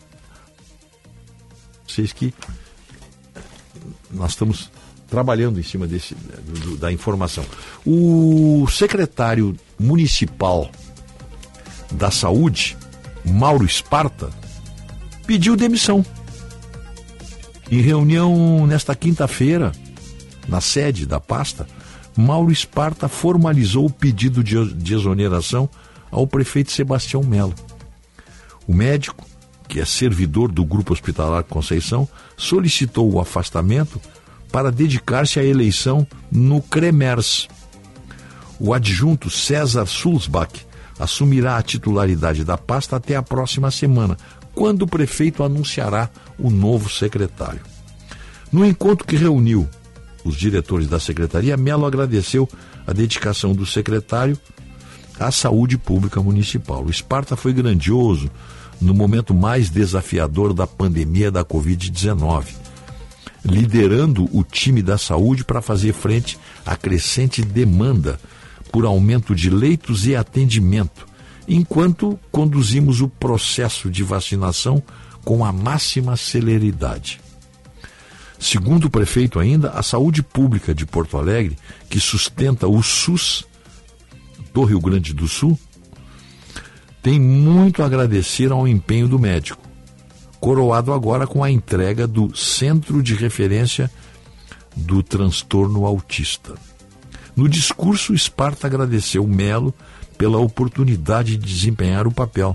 vocês que nós estamos trabalhando em cima da informação. O secretário municipal da Saúde, Mauro Sparta, pediu demissão. Em reunião nesta quinta-feira, na sede da pasta, Mauro Sparta formalizou o pedido de exoneração ao prefeito Sebastião Melo. O médico, que é servidor do Grupo Hospitalar Conceição, solicitou o afastamento para dedicar-se à eleição no CREMERS. O adjunto César Sulzbach assumirá a titularidade da pasta até a próxima semana, quando o prefeito anunciará o novo secretário. No encontro que reuniu os diretores da secretaria, Melo agradeceu a dedicação do secretário à saúde pública municipal. O Sparta foi grandioso no momento mais desafiador da pandemia da Covid-19, liderando o time da saúde para fazer frente à crescente demanda por aumento de leitos e atendimento, enquanto conduzimos o processo de vacinação com a máxima celeridade. Segundo o prefeito ainda, a saúde pública de Porto Alegre, que sustenta o SUS do Rio Grande do Sul, tem muito a agradecer ao empenho do médico, coroado agora com a entrega do Centro de Referência do Transtorno Autista. No discurso, Sparta agradeceu Melo pela oportunidade de desempenhar o papel.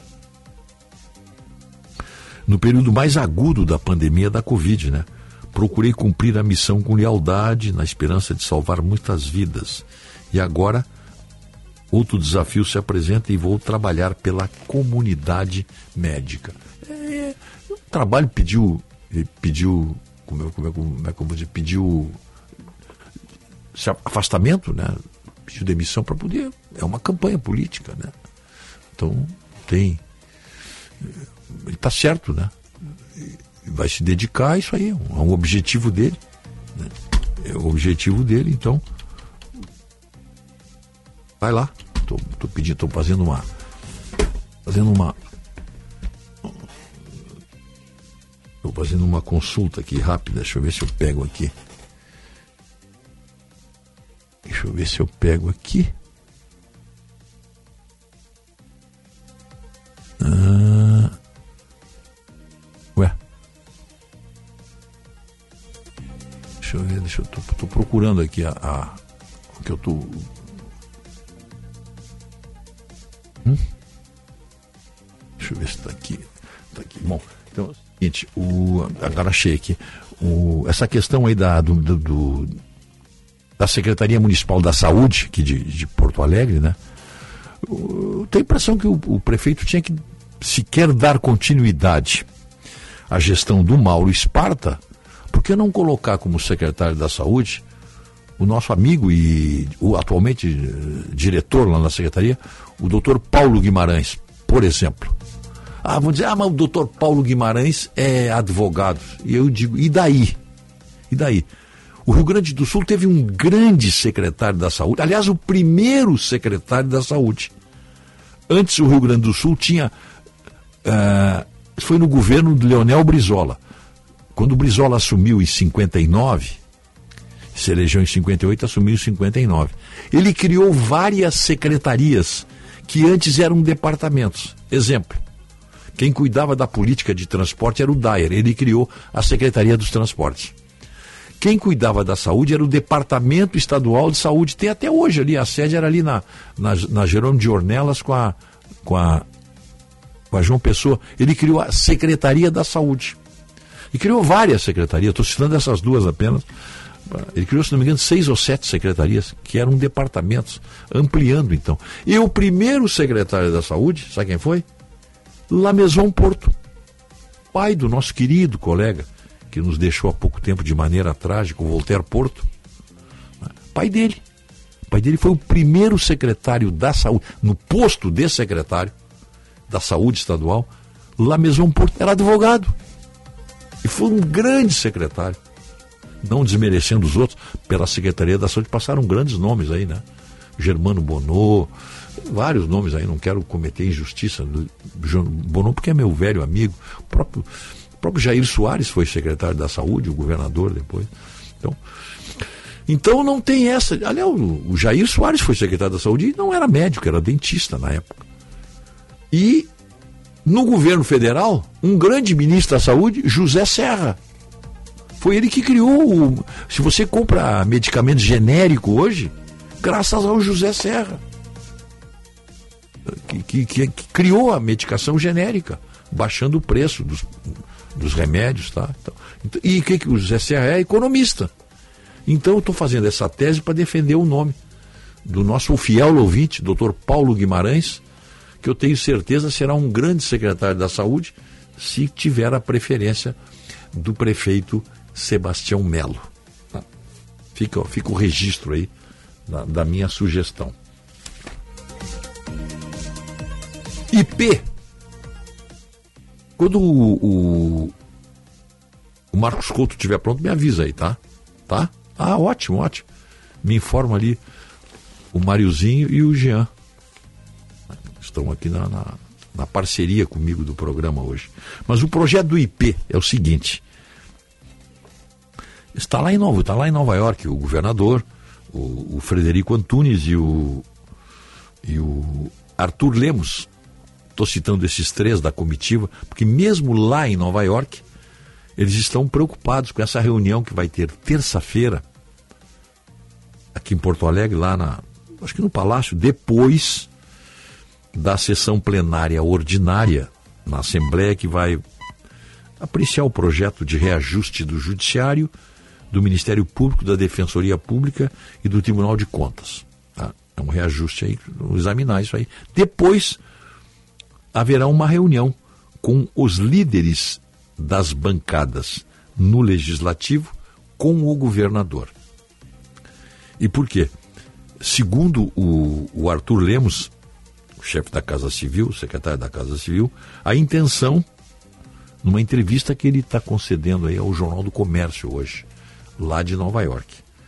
No período mais agudo da pandemia da Covid, procurei cumprir a missão com lealdade, na esperança de salvar muitas vidas. E agora, outro desafio se apresenta e vou trabalhar pela comunidade médica. O trabalho pediu afastamento, pediu demissão para poder, é uma campanha política, Então, ele está certo, vai se dedicar a isso aí, é um objetivo dele, é o objetivo dele, então vai lá, estou fazendo uma consulta aqui rápida, deixa eu ver se eu pego aqui. Deixa eu ver, tô procurando aqui o que eu tô. Deixa eu ver se tá aqui. Bom, então é o seguinte, agora achei aqui. Essa questão aí da Secretaria Municipal da Saúde, aqui de Porto Alegre, eu tenho a impressão que o prefeito tinha que sequer dar continuidade à gestão do Mauro Sparta. Por que não colocar como secretário da Saúde o nosso amigo e atualmente diretor lá na secretaria, o doutor Paulo Guimarães, por exemplo? Vão dizer, mas o doutor Paulo Guimarães é advogado. E eu digo, e daí? O Rio Grande do Sul teve um grande secretário da Saúde, aliás, o primeiro secretário da Saúde. Antes o Rio Grande do Sul tinha, foi no governo de Leonel Brizola. Quando o Brizola assumiu em 59, se elegeu em 58, assumiu em 59. Ele criou várias secretarias que antes eram departamentos. Exemplo, quem cuidava da política de transporte era o Dyer, ele criou a Secretaria dos Transportes. Quem cuidava da saúde era o Departamento Estadual de Saúde. Tem até hoje ali, a sede era ali na Jerônimo de Ornelas com a João Pessoa. Ele criou a Secretaria da Saúde. E criou várias secretarias, estou citando essas duas apenas. Ele criou, se não me engano, 6 ou 7 secretarias, que eram departamentos, ampliando então. E o primeiro secretário da Saúde, sabe quem foi? Lameson Porto, pai do nosso querido colega, que nos deixou há pouco tempo de maneira trágica, o Voltaire Porto, pai dele foi o primeiro secretário da saúde, no posto de secretário da saúde estadual, lá mesmo Porto, era advogado, e foi um grande secretário, não desmerecendo os outros, pela Secretaria da Saúde passaram grandes nomes aí, né? Germano Bonot, vários nomes aí, não quero cometer injustiça, Bonot porque é meu velho amigo, o próprio Jair Soares foi secretário da Saúde, o governador depois, então não tem essa. Aliás, o Jair Soares foi secretário da Saúde e não era médico, era dentista na época. E no governo federal, um grande ministro da Saúde, José Serra. Foi ele que criou se você compra medicamento genérico hoje, graças ao José Serra, que criou a medicação genérica, baixando o preço dos remédios, tá? E que o José Serra é economista. Então eu estou fazendo essa tese para defender o nome do nosso fiel ouvinte, Dr. Paulo Guimarães, que eu tenho certeza será um grande secretário da Saúde se tiver a preferência do prefeito Sebastião Melo. Tá? Fica o registro aí da minha sugestão. IP. Quando o Marcos Couto estiver pronto, me avisa aí, tá? Tá? Ah, ótimo. Me informa ali o Mariozinho e o Jean. Estão aqui na parceria comigo do programa hoje. Mas o projeto do IP é o seguinte. Está lá em Nova York, o governador, o Frederico Antunes e o Arthur Lemos. Estou citando esses três da comitiva, porque mesmo lá em Nova York, eles estão preocupados com essa reunião que vai ter terça-feira, aqui em Porto Alegre, acho que no Palácio, depois da sessão plenária ordinária na Assembleia, que vai apreciar o projeto de reajuste do Judiciário, do Ministério Público, da Defensoria Pública e do Tribunal de Contas. Tá? É um reajuste aí, vamos examinar isso aí. Depois haverá uma reunião com os líderes das bancadas no Legislativo com o governador. E por quê? Segundo o Arthur Lemos, o chefe da Casa Civil, o secretário da Casa Civil, a intenção, numa entrevista que ele está concedendo aí ao Jornal do Comércio hoje, lá de Nova York,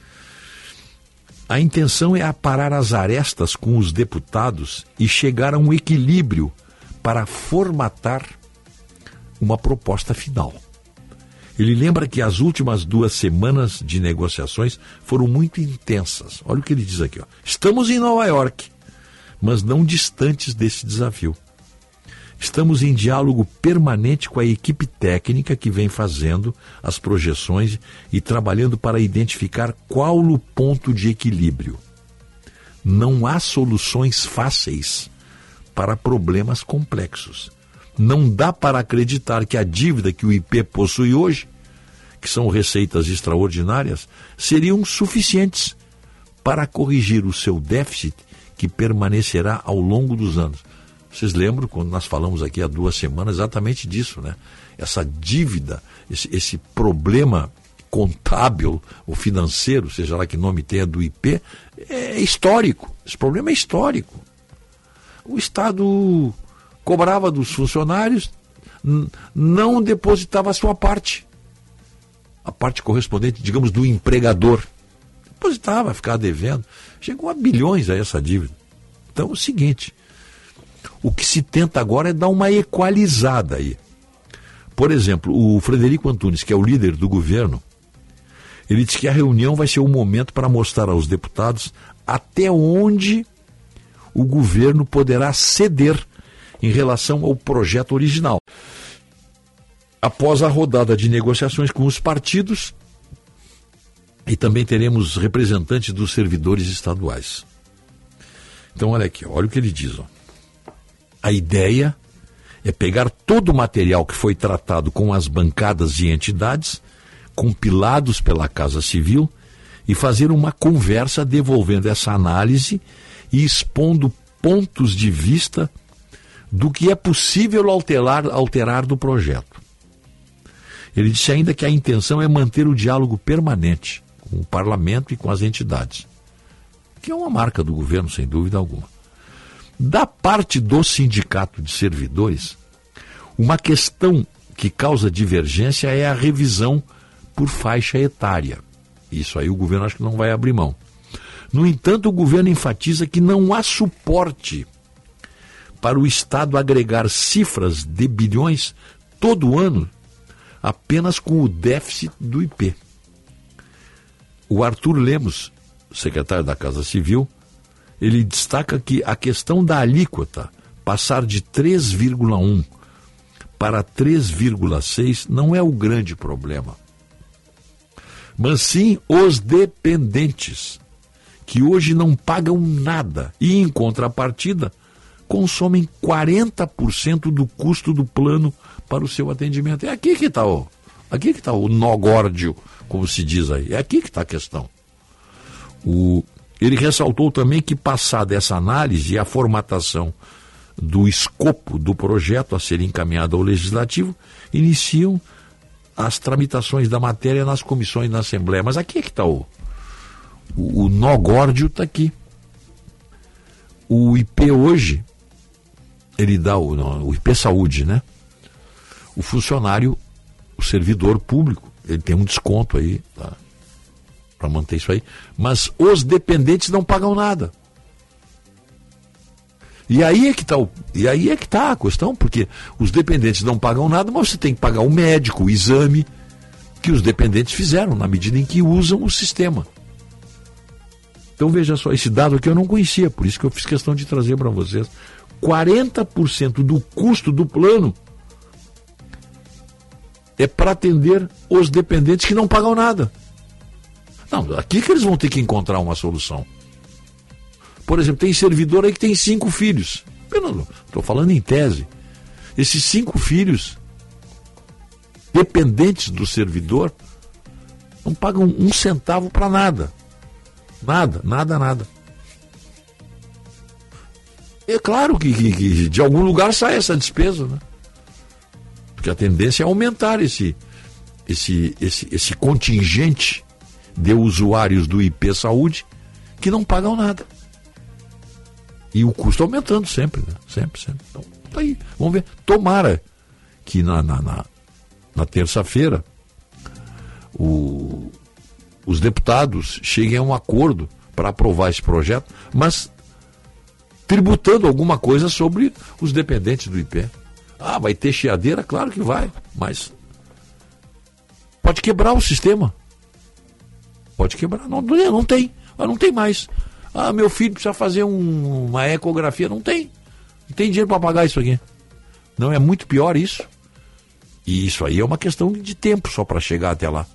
a intenção é aparar as arestas com os deputados e chegar a um equilíbrio para formatar uma proposta final. Ele lembra que as últimas 2 semanas de negociações foram muito intensas. Olha o que ele diz aqui. Estamos em Nova York, mas não distantes desse desafio. Estamos em diálogo permanente com a equipe técnica que vem fazendo as projeções e trabalhando para identificar qual o ponto de equilíbrio. Não há soluções fáceis para problemas complexos. Não dá para acreditar que a dívida que o IP possui hoje, que são receitas extraordinárias, seriam suficientes para corrigir o seu déficit que permanecerá ao longo dos anos. Vocês lembram quando nós falamos aqui há 2 semanas exatamente disso, né? Essa dívida, esse problema contábil ou financeiro, seja lá que nome tenha do IP, é histórico. Esse problema é histórico. O Estado cobrava dos funcionários, não depositava a sua parte. A parte correspondente, digamos, do empregador. Depositava, ficava devendo. Chegou a bilhões a essa dívida. Então é o seguinte, o que se tenta agora é dar uma equalizada aí. Por exemplo, o Frederico Antunes, que é o líder do governo, ele diz que a reunião vai ser um momento para mostrar aos deputados até onde o governo poderá ceder em relação ao projeto original. Após a rodada de negociações com os partidos, e também teremos representantes dos servidores estaduais. Então olha aqui, olha o que ele diz. A ideia é pegar todo o material que foi tratado com as bancadas e entidades, compilados pela Casa Civil, e fazer uma conversa devolvendo essa análise e expondo pontos de vista do que é possível alterar do projeto. Ele disse ainda que a intenção é manter o diálogo permanente com o parlamento e com as entidades, que é uma marca do governo, sem dúvida alguma. Da parte do sindicato de servidores, uma questão que causa divergência é a revisão por faixa etária. Isso aí o governo acho que não vai abrir mão. No entanto, o governo enfatiza que não há suporte para o Estado agregar cifras de bilhões todo ano apenas com o déficit do IP. O Arthur Lemos, secretário da Casa Civil, ele destaca que a questão da alíquota passar de 3,1 para 3,6 não é o grande problema, mas sim os dependentes, que hoje não pagam nada e, em contrapartida, consomem 40% do custo do plano para o seu atendimento. É aqui que está o nó górdio, como se diz aí. É aqui que está a questão. Ele ressaltou também que, passada essa análise e a formatação do escopo do projeto a ser encaminhado ao Legislativo, iniciam as tramitações da matéria nas comissões na Assembleia. Mas aqui é que está o nó górdio, está aqui. O IP hoje, ele dá o IP Saúde, né? O funcionário, o servidor público, ele tem um desconto aí, tá? Para manter isso aí. Mas os dependentes não pagam nada. E aí é que está a questão, porque os dependentes não pagam nada, mas você tem que pagar o médico, o exame que os dependentes fizeram, na medida em que usam o sistema. Então veja só, esse dado aqui eu não conhecia, por isso que eu fiz questão de trazer para vocês. 40% do custo do plano é para atender os dependentes que não pagam nada. Não, aqui que eles vão ter que encontrar uma solução. Por exemplo, tem servidor aí que tem 5 filhos. Eu não estou falando em tese. Esses 5 filhos, dependentes do servidor, não pagam 1 centavo para nada. Nada. É claro que de algum lugar sai essa despesa, né? Porque a tendência é aumentar esse contingente de usuários do IP Saúde que não pagam nada. E o custo aumentando sempre, né? Sempre. Então, tá aí. Vamos ver. Tomara que na terça-feira os deputados cheguem a um acordo para aprovar esse projeto, mas tributando alguma coisa sobre os dependentes do IP. Vai ter chiadeira? Claro que vai, mas pode quebrar o sistema. Pode quebrar. Não tem mais. Meu filho precisa fazer uma ecografia. Não tem dinheiro para pagar isso aqui. Não é muito pior isso? E isso aí é uma questão de tempo só para chegar até lá.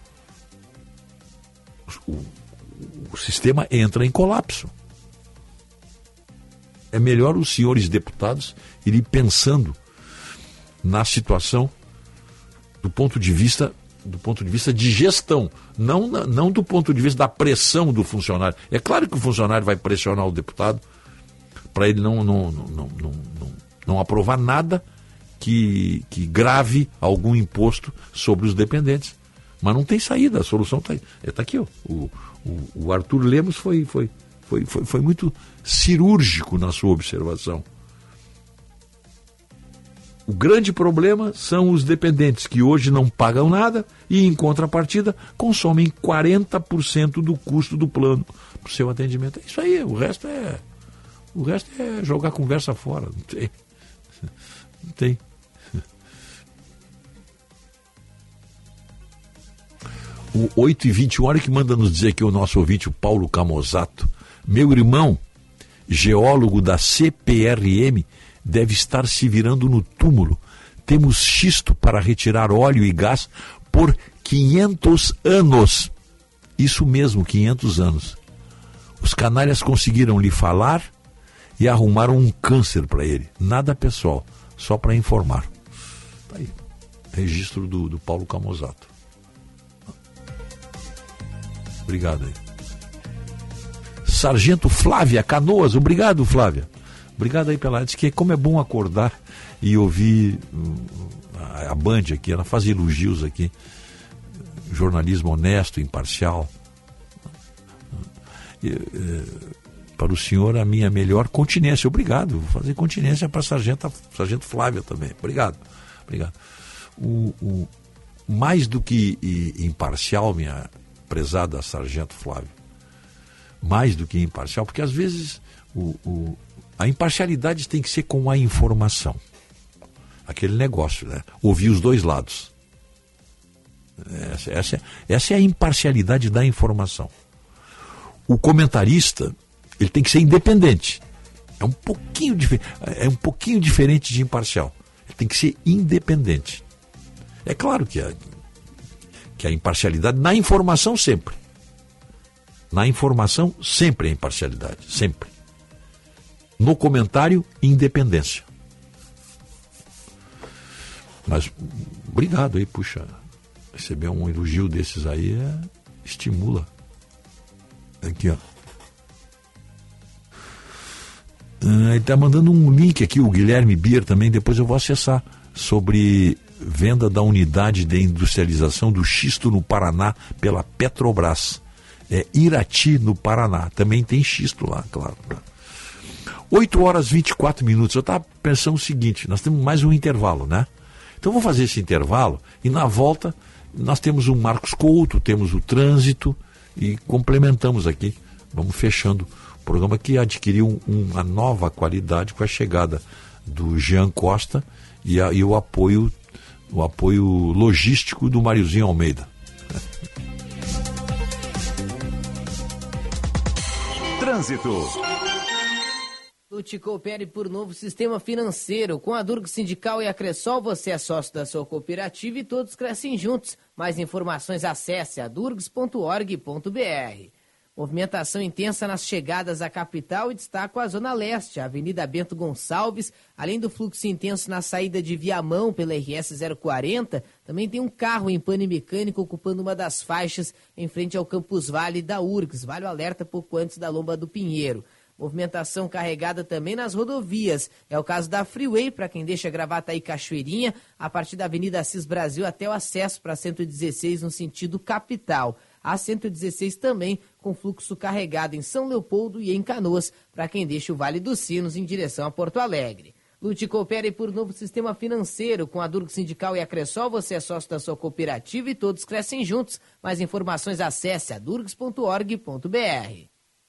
O sistema entra em colapso. É melhor os senhores deputados irem pensando na situação do ponto de vista de gestão, não do ponto de vista da pressão do funcionário. É claro que o funcionário vai pressionar o deputado para ele não aprovar nada que grave algum imposto sobre os dependentes. Mas não tem saída, a solução está aí. Está aqui, ó. O Arthur Lemos foi muito cirúrgico na sua observação. O grande problema são os dependentes que hoje não pagam nada e, em contrapartida, consomem 40% do custo do plano para o seu atendimento. É isso aí, o resto é jogar a conversa fora. Não tem. O 8h21, olha que manda nos dizer aqui o nosso ouvinte, o Paulo Camozato. Meu irmão, geólogo da CPRM, deve estar se virando no túmulo. Temos xisto para retirar óleo e gás por 500 anos. Isso mesmo, 500 anos. Os canalhas conseguiram lhe falar e arrumaram um câncer para ele. Nada pessoal, só para informar. Tá aí, registro do Paulo Camozato. Obrigado aí. Sargento Flávia Canoas, obrigado, Flávia. Obrigado aí pela... Diz que como é bom acordar e ouvir a Band aqui, ela faz elogios aqui, jornalismo honesto, imparcial. Para o senhor, a minha melhor continência. Obrigado. Vou fazer continência para a Sargento Flávia também. Obrigado. Mais do que imparcial, minha prezada Sargento Flávia, mais do que imparcial, porque às vezes a imparcialidade tem que ser com a informação. Aquele negócio, né? Ouvir os dois lados. Essa é a imparcialidade da informação. O comentarista, ele tem que ser independente. É um pouquinho diferente de imparcial. Ele tem que ser independente. É claro que a imparcialidade, na informação sempre. Na informação sempre é imparcialidade, sempre. No comentário, independência. Mas, obrigado aí, puxa, receber um elogio desses aí estimula. Aqui, ó. Ele está mandando um link aqui, o Guilherme Bier também, depois eu vou acessar, sobre venda da unidade de industrialização do xisto no Paraná pela Petrobras. Irati, no Paraná. Também tem xisto lá, claro. 8h24. Eu estava pensando o seguinte, nós temos mais um intervalo, né? Então vamos fazer esse intervalo e na volta nós temos o Marcos Couto, temos o trânsito e complementamos aqui. Vamos fechando o programa que adquiriu uma nova qualidade com a chegada do Jean Costa e o apoio logístico do Mariozinho Almeida. Trânsito. Lute coopere por novo sistema financeiro. Com a Durg Sindical e a Cressol, você é sócio da sua cooperativa e todos crescem juntos. Mais informações, acesse adurgs.org.br. Movimentação intensa nas chegadas à capital e destaco a Zona Leste, a Avenida Bento Gonçalves. Além do fluxo intenso na saída de Viamão pela RS 040, também tem um carro em pane mecânico ocupando uma das faixas em frente ao Campus Vale da URGS. Vale o alerta pouco antes da Lomba do Pinheiro. Movimentação carregada também nas rodovias. É o caso da Freeway, para quem deixa Gravataí e Cachoeirinha, a partir da Avenida Assis Brasil até o acesso para a 116 no sentido capital. A 116 também com fluxo carregado em São Leopoldo e em Canoas, para quem deixa o Vale dos Sinos em direção a Porto Alegre. Lute e coopere por novo sistema financeiro. Com a Durg Sindical e a Cressol, você é sócio da sua cooperativa e todos crescem juntos. Mais informações, acesse adurgs.org.br.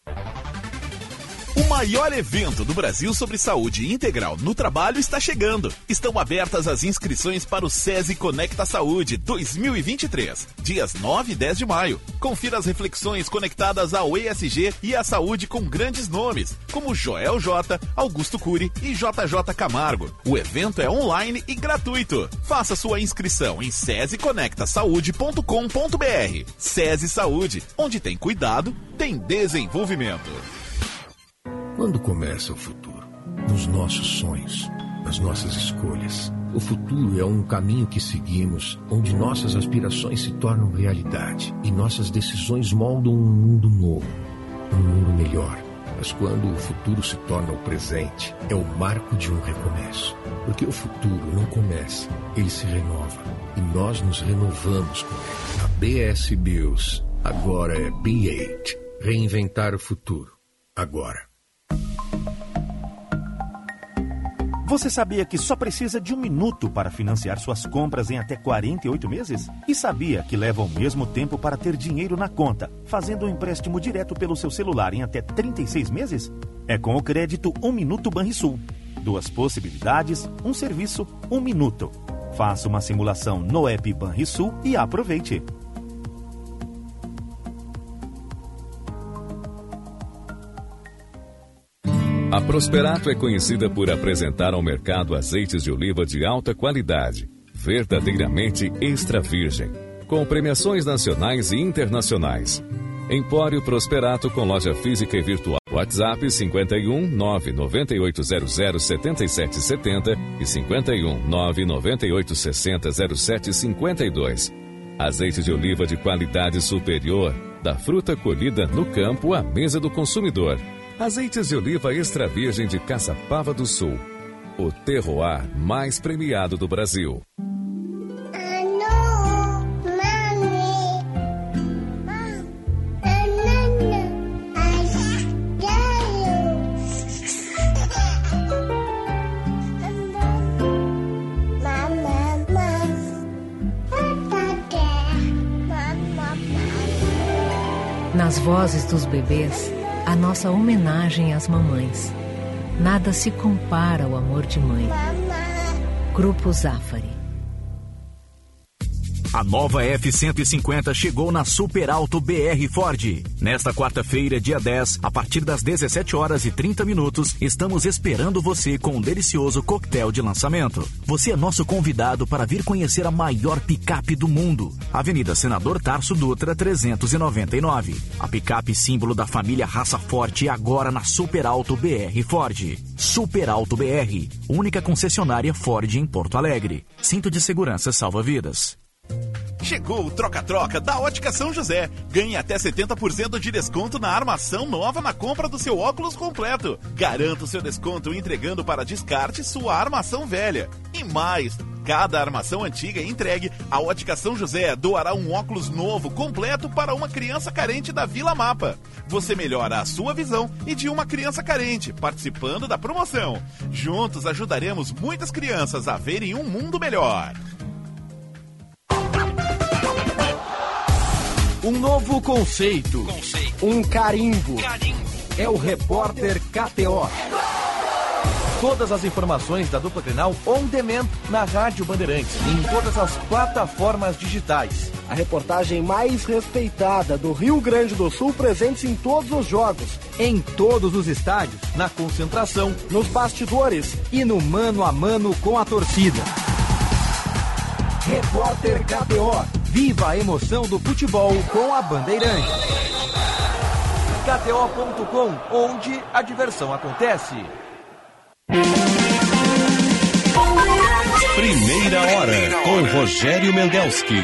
O maior evento do Brasil sobre saúde integral no trabalho está chegando. Estão abertas as inscrições para o SESI Conecta Saúde 2023, dias 9 e 10 de maio. Confira as reflexões conectadas ao ESG e à saúde com grandes nomes, como Joel J, Augusto Cury e JJ Camargo. O evento é online e gratuito. Faça sua inscrição em sesiconectasaude.com.br. SESI Saúde, onde tem cuidado, tem desenvolvimento. Quando começa o futuro? Nos nossos sonhos, nas nossas escolhas. O futuro é um caminho que seguimos, onde nossas aspirações se tornam realidade e nossas decisões moldam um mundo novo, um mundo melhor. Mas quando o futuro se torna o presente, é o marco de um recomeço. Porque o futuro não começa, ele se renova. E nós nos renovamos com ele. A BS Bills agora é B8. Reinventar o futuro. Agora. Você sabia que só precisa de 1 minuto para financiar suas compras em até 48 meses? E sabia que leva o mesmo tempo para ter dinheiro na conta, fazendo um empréstimo direto pelo seu celular em até 36 meses? É com o crédito 1 Minuto Banrisul. 2 possibilidades, um serviço, 1 minuto. Faça uma simulação no app Banrisul e aproveite. A Prosperato é conhecida por apresentar ao mercado azeites de oliva de alta qualidade, verdadeiramente extra virgem, com premiações nacionais e internacionais. Empório Prosperato com loja física e virtual. WhatsApp 51 99800 7770 e 51 99860 0752. Azeite de oliva de qualidade superior, da fruta colhida no campo à mesa do consumidor. Azeites de oliva extra virgem de Caçapava do Sul, o terroir mais premiado do Brasil. Nas vozes dos bebês, a nossa homenagem às mamães. Nada se compara ao amor de mãe. Grupo Zafari. A nova F-150 chegou na Super Alto BR Ford. Nesta quarta-feira, dia 10, a partir das 17h30, estamos esperando você com um delicioso coquetel de lançamento. Você é nosso convidado para vir conhecer a maior picape do mundo. Avenida Senador Tarso Dutra, 399. A picape símbolo da família Raça Forte agora na Super Alto BR Ford. Super Alto BR, única concessionária Ford em Porto Alegre. Cinto de segurança salva vidas. Chegou o troca-troca da Ótica São José. Ganhe até 70% de desconto na armação nova na compra do seu óculos completo. Garanta o seu desconto entregando para descarte sua armação velha. E mais, cada armação antiga entregue, a Ótica São José doará um óculos novo completo para uma criança carente da Vila Mapa. Você melhora a sua visão e de uma criança carente, participando da promoção. Juntos ajudaremos muitas crianças a verem um mundo melhor. Um novo conceito. Um carimbo. É o Repórter KTO. Todas as informações da dupla Grenal on demand na Rádio Bandeirantes e em todas as plataformas digitais. A reportagem mais respeitada do Rio Grande do Sul, presente em todos os jogos. Em todos os estádios, na concentração, nos bastidores e no mano a mano com a torcida. Repórter KTO. Viva a emoção do futebol com a Bandeirantes. KTO.com, onde a diversão acontece. Primeira hora com Rogério Mendelski.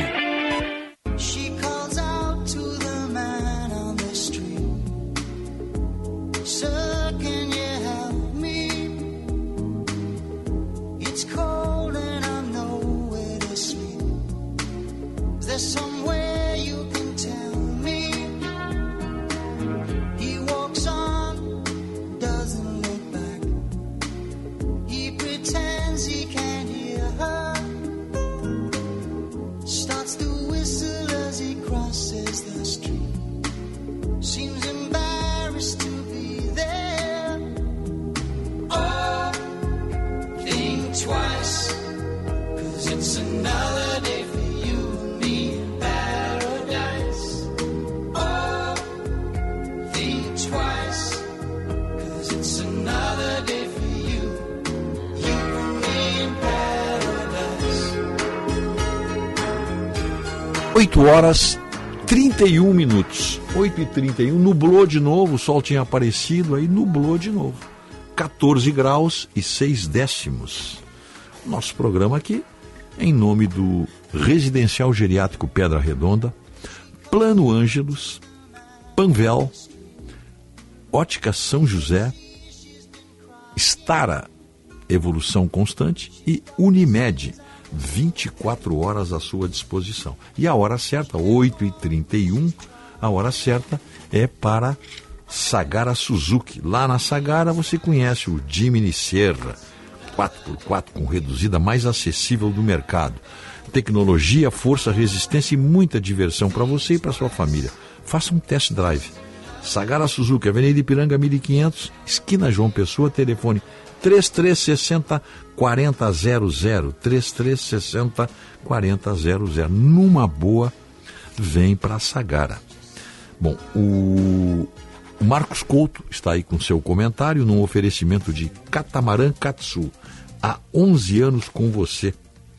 Horas 31 minutos, 8h31, nublou de novo, o sol tinha aparecido, aí nublou de novo, 14 graus e 6 décimos. Nosso programa aqui, em nome do Residencial Geriátrico Pedra Redonda, Plano Ângelos, Panvel, Ótica São José, Stara, Evolução Constante e Unimed, 24 horas à sua disposição. E a hora certa, 8h31, a hora certa é para Sagara Suzuki. Lá na Sagara você conhece o Jimny Sierra, 4x4 com reduzida mais acessível do mercado. Tecnologia, força, resistência e muita diversão para você e para sua família. Faça um test drive. Sagara Suzuki, Avenida Ipiranga 1500, esquina João Pessoa, telefone 3360 4000, 3360 4000. Numa boa, vem para Sagara. Bom, o Marcos Couto está aí com seu comentário num oferecimento de Catamarã Katsu. Há 11 anos com você.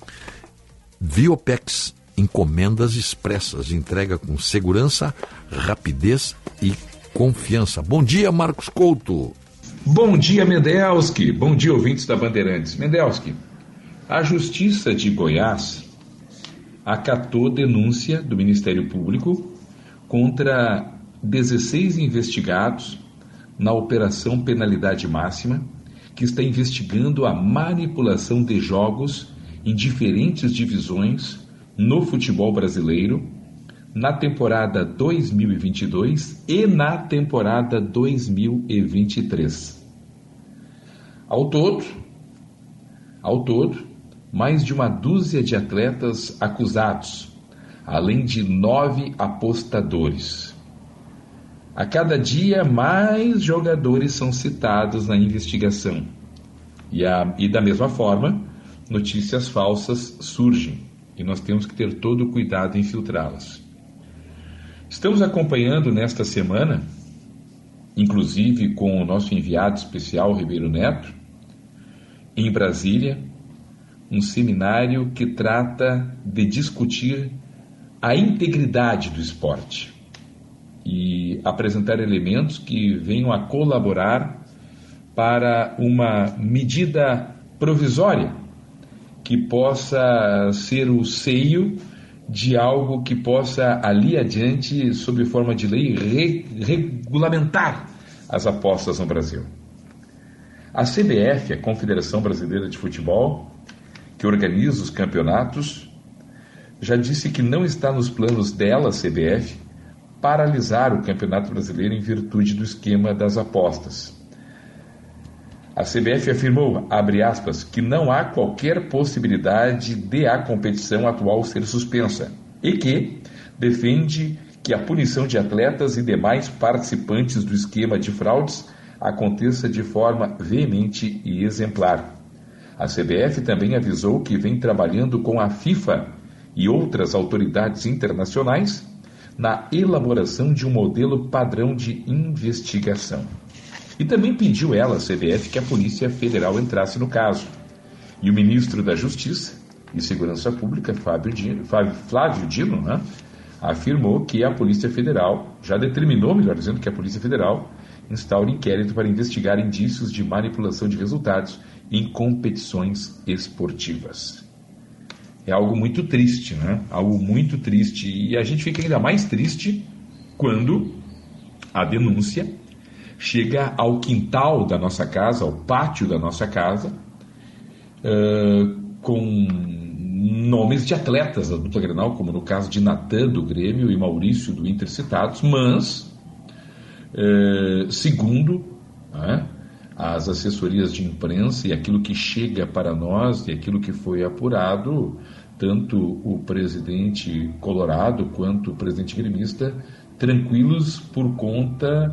Viopex, encomendas expressas, entrega com segurança, rapidez e confiança. Bom dia, Marcos Couto. Bom dia, Mendelski. Bom dia, ouvintes da Bandeirantes. Mendelski, a Justiça de Goiás acatou denúncia do Ministério Público contra 16 investigados na Operação Penalidade Máxima, que está investigando a manipulação de jogos em diferentes divisões no futebol brasileiro na temporada 2022 e na temporada 2023. Ao todo, mais de uma dúzia de atletas acusados, além de 9 apostadores. A cada dia, mais jogadores são citados na investigação. E da mesma forma, notícias falsas surgem. E nós temos que ter todo o cuidado em filtrá-las. Estamos acompanhando nesta semana, inclusive com o nosso enviado especial, Ribeiro Neto, em Brasília, um seminário que trata de discutir a integridade do esporte e apresentar elementos que venham a colaborar para uma medida provisória que possa ser o seio de algo que possa, ali adiante, sob forma de lei, regulamentar as apostas no Brasil. A CBF, a Confederação Brasileira de Futebol, que organiza os campeonatos, já disse que não está nos planos dela, CBF, paralisar o Campeonato Brasileiro em virtude do esquema das apostas. A CBF afirmou, abre aspas, que não há qualquer possibilidade de a competição atual ser suspensa e que defende que a punição de atletas e demais participantes do esquema de fraudes aconteça de forma veemente e exemplar. A CBF também avisou que vem trabalhando com a FIFA e outras autoridades internacionais na elaboração de um modelo padrão de investigação. E também pediu ela, a CBF, que a Polícia Federal entrasse no caso. E o ministro da Justiça e Segurança Pública, Flávio Dino, né, afirmou que a Polícia Federal, já determinou, melhor dizendo, que a Polícia Federal instaure inquérito para investigar indícios de manipulação de resultados em competições esportivas. É algo muito triste, né? Algo muito triste. E a gente fica ainda mais triste quando a denúncia chega ao quintal da nossa casa, ao pátio da nossa casa, com nomes de atletas da dupla Grenal, como no caso de Natan, do Grêmio, e Maurício, do Inter, citados, mas, segundo as assessorias de imprensa e aquilo que chega para nós e aquilo que foi apurado, tanto o presidente colorado quanto o presidente gremista, tranquilos por conta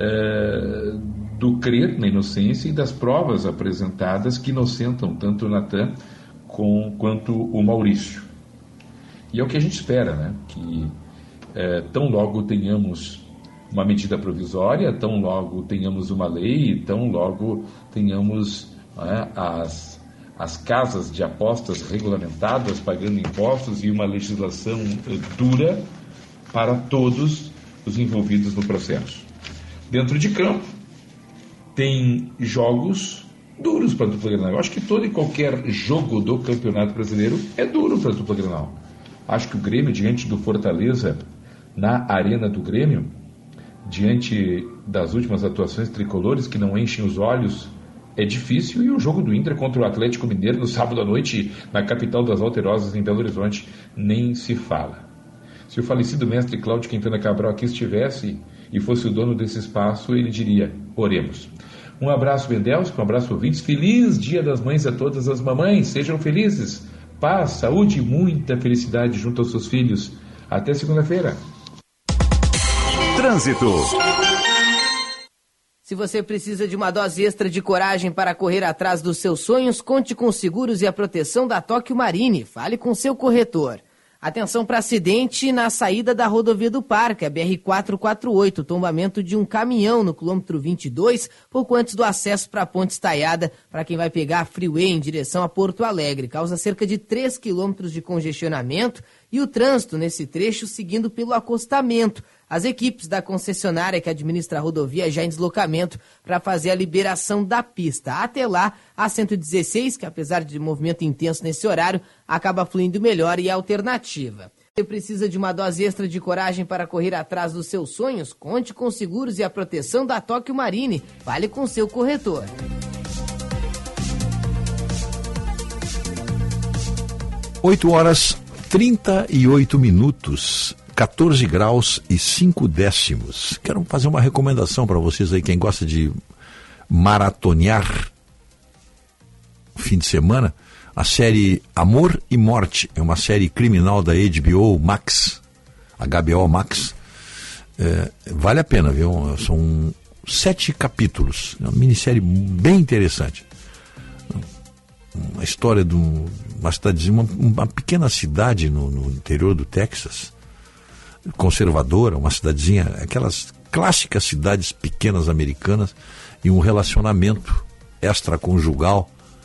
do crer na inocência e das provas apresentadas que inocentam tanto o Natan quanto o Maurício. E é o que a gente espera, né? Que tão logo tenhamos uma medida provisória, tão logo tenhamos uma lei, tão logo tenhamos as casas de apostas regulamentadas, pagando impostos e uma legislação dura para todos os envolvidos no processo. Dentro de campo, tem jogos duros para a dupla Grenal. Eu acho que todo e qualquer jogo do Campeonato Brasileiro é duro para a dupla Grenal. Acho que o Grêmio, diante do Fortaleza, na Arena do Grêmio, diante das últimas atuações tricolores que não enchem os olhos, é difícil. E o jogo do Inter contra o Atlético Mineiro no sábado à noite, na capital das Alterosas, em Belo Horizonte, nem se fala. Se o falecido mestre Cláudio Quintana Cabral aqui estivesse e fosse o dono desse espaço, ele diria, oremos. Um abraço, Mendelski, um abraço, ouvintes. Feliz Dia das Mães a todas as mamães. Sejam felizes. Paz, saúde e muita felicidade junto aos seus filhos. Até segunda-feira. Trânsito. Se você precisa de uma dose extra de coragem para correr atrás dos seus sonhos, conte com os seguros e a proteção da Tóquio Marine. Fale com seu corretor. Atenção para acidente na saída da rodovia do Parque, a BR-448, tombamento de um caminhão no quilômetro 22, pouco antes do acesso para a Ponte Estaiada, para quem vai pegar a Freeway em direção a Porto Alegre. Causa cerca de 3 quilômetros de congestionamento e o trânsito nesse trecho seguindo pelo acostamento. As equipes da concessionária que administra a rodovia já em deslocamento para fazer a liberação da pista. Até lá, a 116, que apesar de movimento intenso nesse horário, acaba fluindo melhor e é alternativa. Você precisa de uma dose extra de coragem para correr atrás dos seus sonhos? Conte com os seguros e a proteção da Tóquio Marine. Fale com seu corretor. Oito horas 38 minutos. 14 graus e 5 décimos. Quero fazer uma recomendação para vocês aí, quem gosta de maratonear fim de semana, a série Amor e Morte, é uma série criminal da HBO Max, HBO Max, vale a pena, viu? São 7 capítulos, é uma minissérie bem interessante. Uma história de uma cidadezinha, uma pequena cidade no interior do Texas, conservadora, uma cidadezinha, aquelas clássicas cidades pequenas americanas, e um relacionamento extraconjugal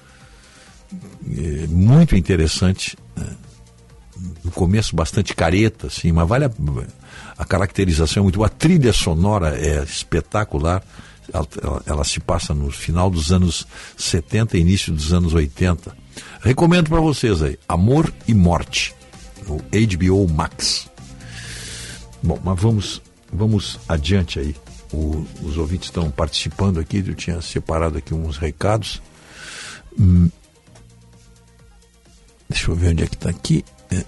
muito interessante, né? No começo bastante careta, assim, mas vale a caracterização é muito boa, a trilha sonora é espetacular. Ela se passa no final dos anos 70 e início dos anos 80. Recomendo para vocês aí, Amor e Morte, no HBO Max. Bom, mas vamos adiante aí. Os ouvintes estão participando aqui, eu tinha separado aqui uns recados. Deixa eu ver onde é que está aqui.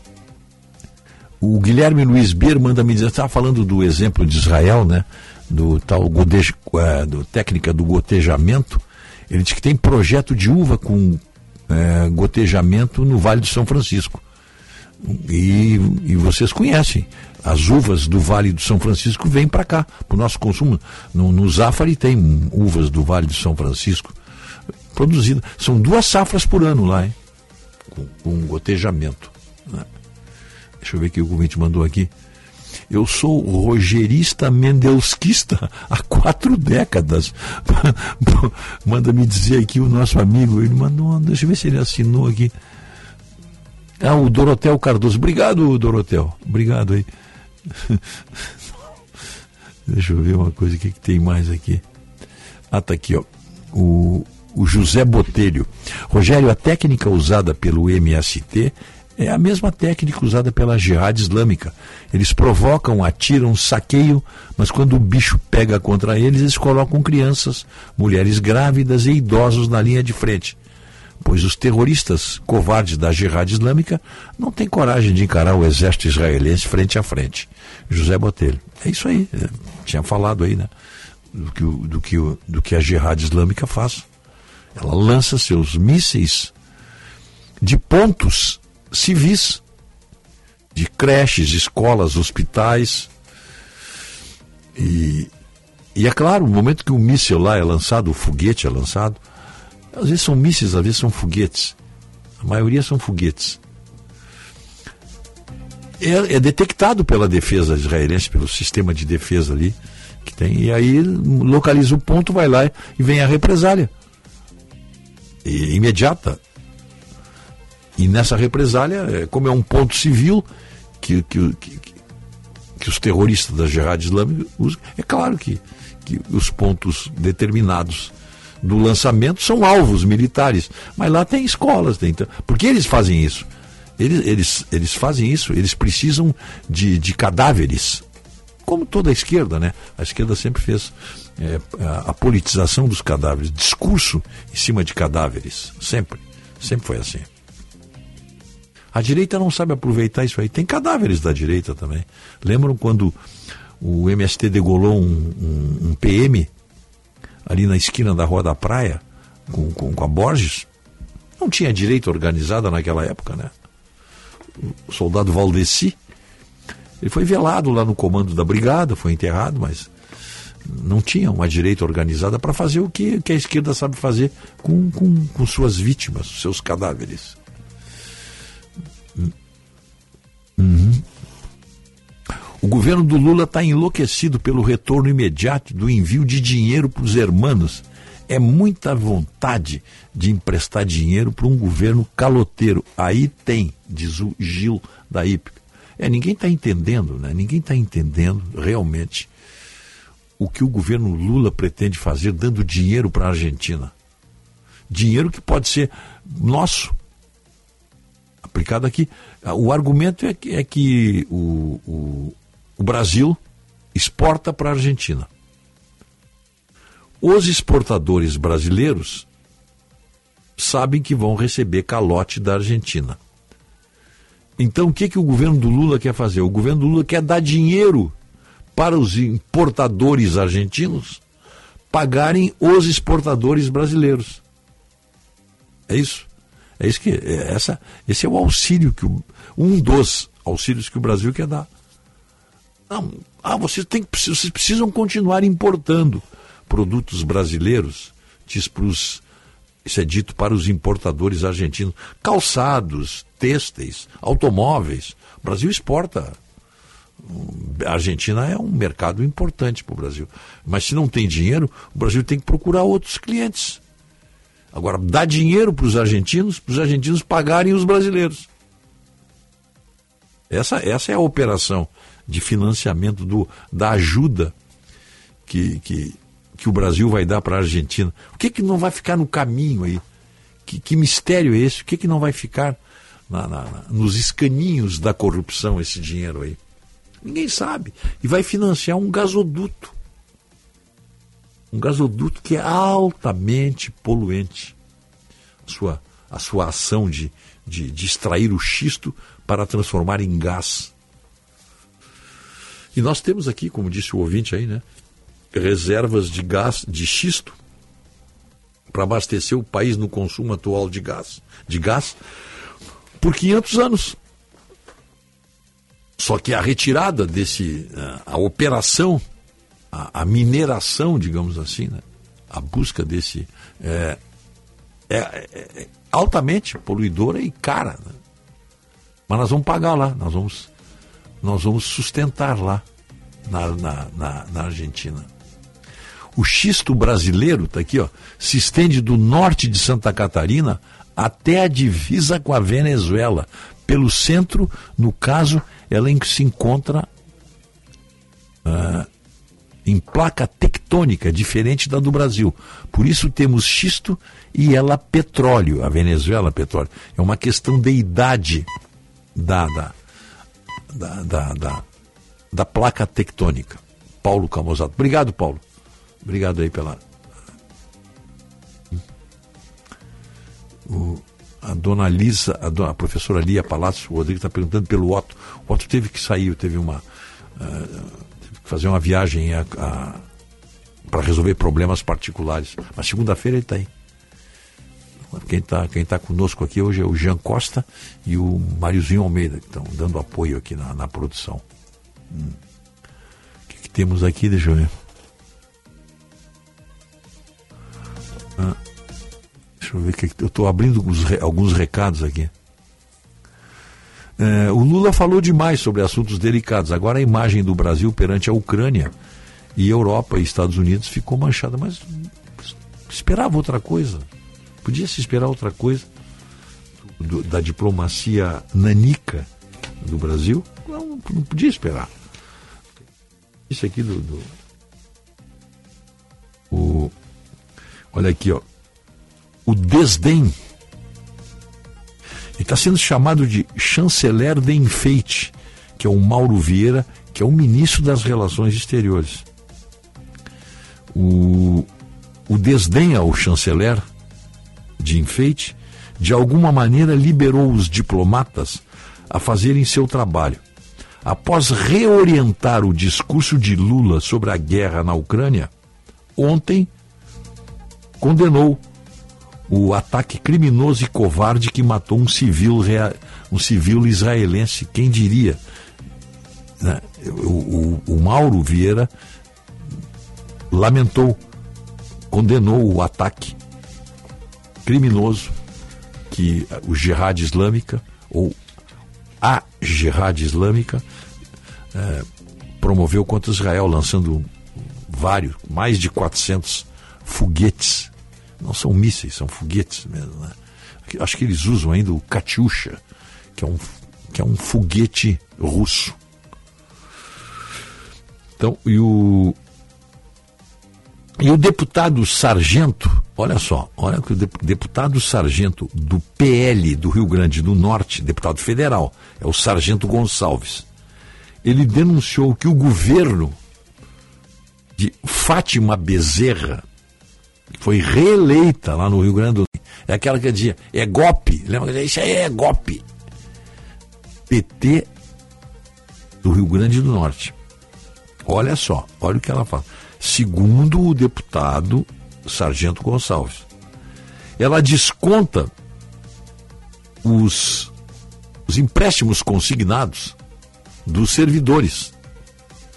O Guilherme Luiz Bier manda me dizer, estava falando do exemplo de Israel, né? Do tal do técnica do gotejamento. Ele diz que tem projeto de uva com gotejamento no Vale do São Francisco. E vocês conhecem, as uvas do Vale do São Francisco vêm para cá, para o nosso consumo. No Zafari tem uvas do Vale do São Francisco produzidas. São 2 safras por ano lá, hein? Com gotejamento, né? Deixa eu ver o que o ouvinte mandou aqui. Eu sou rogerista mendelskista há 4 décadas. Manda me dizer aqui o nosso amigo. Ele mandou, deixa eu ver se ele assinou aqui. O Dorotel Cardoso. Obrigado, Dorotel. Obrigado aí. Deixa eu ver uma coisa, o que tem mais aqui. Tá aqui, ó. O José Botelho. Rogério, a técnica usada pelo MST é a mesma técnica usada pela Jihad Islâmica. Eles provocam, atiram, saqueiam, mas quando o bicho pega contra eles, eles colocam crianças, mulheres grávidas e idosos na linha de frente. Pois os terroristas covardes da Jihad Islâmica não têm coragem de encarar o exército israelense frente a frente. José Botelho. É isso aí. Tinha falado aí, né? Do que a Jihad Islâmica faz. Ela lança seus mísseis de pontos civis, de creches, escolas, hospitais. E é claro, no momento que o míssil lá é lançado, o foguete é lançado, às vezes são mísseis, às vezes são foguetes. A maioria são foguetes. É detectado pela defesa israelense, pelo sistema de defesa ali que tem, e aí localiza o ponto, vai lá e vem a represália. Imediata. E nessa represália, como é um ponto civil que os terroristas da Jihad Islâmica usam, é claro que os pontos determinados do lançamento são alvos militares, mas lá tem escolas, por que eles fazem isso? Eles fazem isso, eles precisam de cadáveres, como toda a esquerda, né? A esquerda sempre fez a politização dos cadáveres, discurso em cima de cadáveres, sempre foi assim. A direita não sabe aproveitar isso aí. Tem cadáveres da direita também. Lembram quando o MST degolou um PM ali na esquina da Rua da Praia com a Borges? Não tinha direita organizada naquela época, né? O soldado Valdeci, ele foi velado lá no comando da brigada, foi enterrado, mas não tinha uma direita organizada para fazer o que a esquerda sabe fazer com suas vítimas, seus cadáveres. Uhum. O governo do Lula está enlouquecido pelo retorno imediato do envio de dinheiro para os hermanos. É muita vontade de emprestar dinheiro para um governo caloteiro. Aí tem, diz o Gil da Hípica. Ninguém está entendendo, né? Ninguém está entendendo realmente o que o governo Lula pretende fazer dando dinheiro para a Argentina. Dinheiro que pode ser nosso, aplicado aqui. O argumento é que o Brasil exporta para a Argentina. Os exportadores brasileiros sabem que vão receber calote da Argentina. Então o que o governo do Lula quer fazer? O governo do Lula quer dar dinheiro para os importadores argentinos pagarem os exportadores brasileiros. É isso. Esse é o auxílio um dos auxílios que o Brasil quer dar. Não, vocês precisam continuar importando produtos brasileiros, isso é dito para os importadores argentinos, calçados, têxteis, automóveis. O Brasil exporta. A Argentina é um mercado importante para o Brasil. Mas se não tem dinheiro, o Brasil tem que procurar outros clientes. Agora, dá dinheiro para os argentinos pagarem os brasileiros. Essa é a operação de financiamento da ajuda que o Brasil vai dar para a Argentina. O que não vai ficar no caminho aí? Que mistério é esse? O que não vai ficar nos escaninhos da corrupção esse dinheiro aí? Ninguém sabe. E vai financiar um gasoduto. Um gasoduto que é altamente poluente. A sua ação de extrair o xisto para transformar em gás. E nós temos aqui, como disse o ouvinte aí, né, reservas de gás, de xisto, para abastecer o país no consumo atual de gás por 500 anos. Só que a retirada a operação, a mineração, digamos assim, né, a busca desse é altamente poluidora e cara, né? Mas nós vamos pagar lá, nós vamos sustentar lá na Argentina. O xisto brasileiro, está aqui, ó, se estende do norte de Santa Catarina até a divisa com a Venezuela. Pelo centro, no caso, ela se encontra em placa tectônica, diferente da do Brasil. Por isso temos xisto e ela petróleo, a Venezuela petróleo. É uma questão de idade da placa tectônica. Paulo Camozato. Obrigado, Paulo. Obrigado aí pela... A dona Lisa, a professora Lia Palácio, o Rodrigo está perguntando pelo Otto. O Otto teve que sair, teve que fazer uma viagem para resolver problemas particulares. Mas segunda-feira ele está aí. Quem tá conosco aqui hoje é o Jean Costa e o Máriozinho Almeida, que estão dando apoio aqui na produção. O que temos aqui? Deixa eu ver. Deixa eu ver, eu estou abrindo alguns recados aqui. O Lula falou demais sobre assuntos delicados. Agora a imagem do Brasil perante a Ucrânia e Europa e Estados Unidos ficou manchada. Mas esperava outra coisa. Podia se esperar outra coisa da diplomacia nanica do Brasil? Não podia esperar. Isso aqui olha aqui, ó. O desdém. Ele está sendo chamado de chanceler de enfeite, que é o Mauro Vieira, que é o ministro das Relações Exteriores. O desdém ao chanceler de enfeite, de alguma maneira liberou os diplomatas a fazerem seu trabalho. Após reorientar o discurso de Lula sobre a guerra na Ucrânia, ontem condenou o ataque criminoso e covarde que matou um civil israelense. Quem diria? Né? O Mauro Vieira condenou o ataque criminoso que o Jihad Islâmica, ou a Jihad Islâmica, promoveu contra Israel, lançando mais de 400 foguetes. Não são mísseis, são foguetes mesmo, né? Acho que eles usam ainda o Katyusha, que é um foguete russo. Então, e o deputado Sargento, olha que o deputado Sargento do PL do Rio Grande do Norte, deputado federal, é o Sargento Gonçalves, ele denunciou que o governo de Fátima Bezerra, que foi reeleita lá no Rio Grande do Sul, é aquela que dizia, é golpe, lembra? Isso aí é golpe. PT do Rio Grande do Norte. Olha só, olha o que ela fala. Segundo o deputado Sargento Gonçalves, ela desconta os empréstimos consignados dos servidores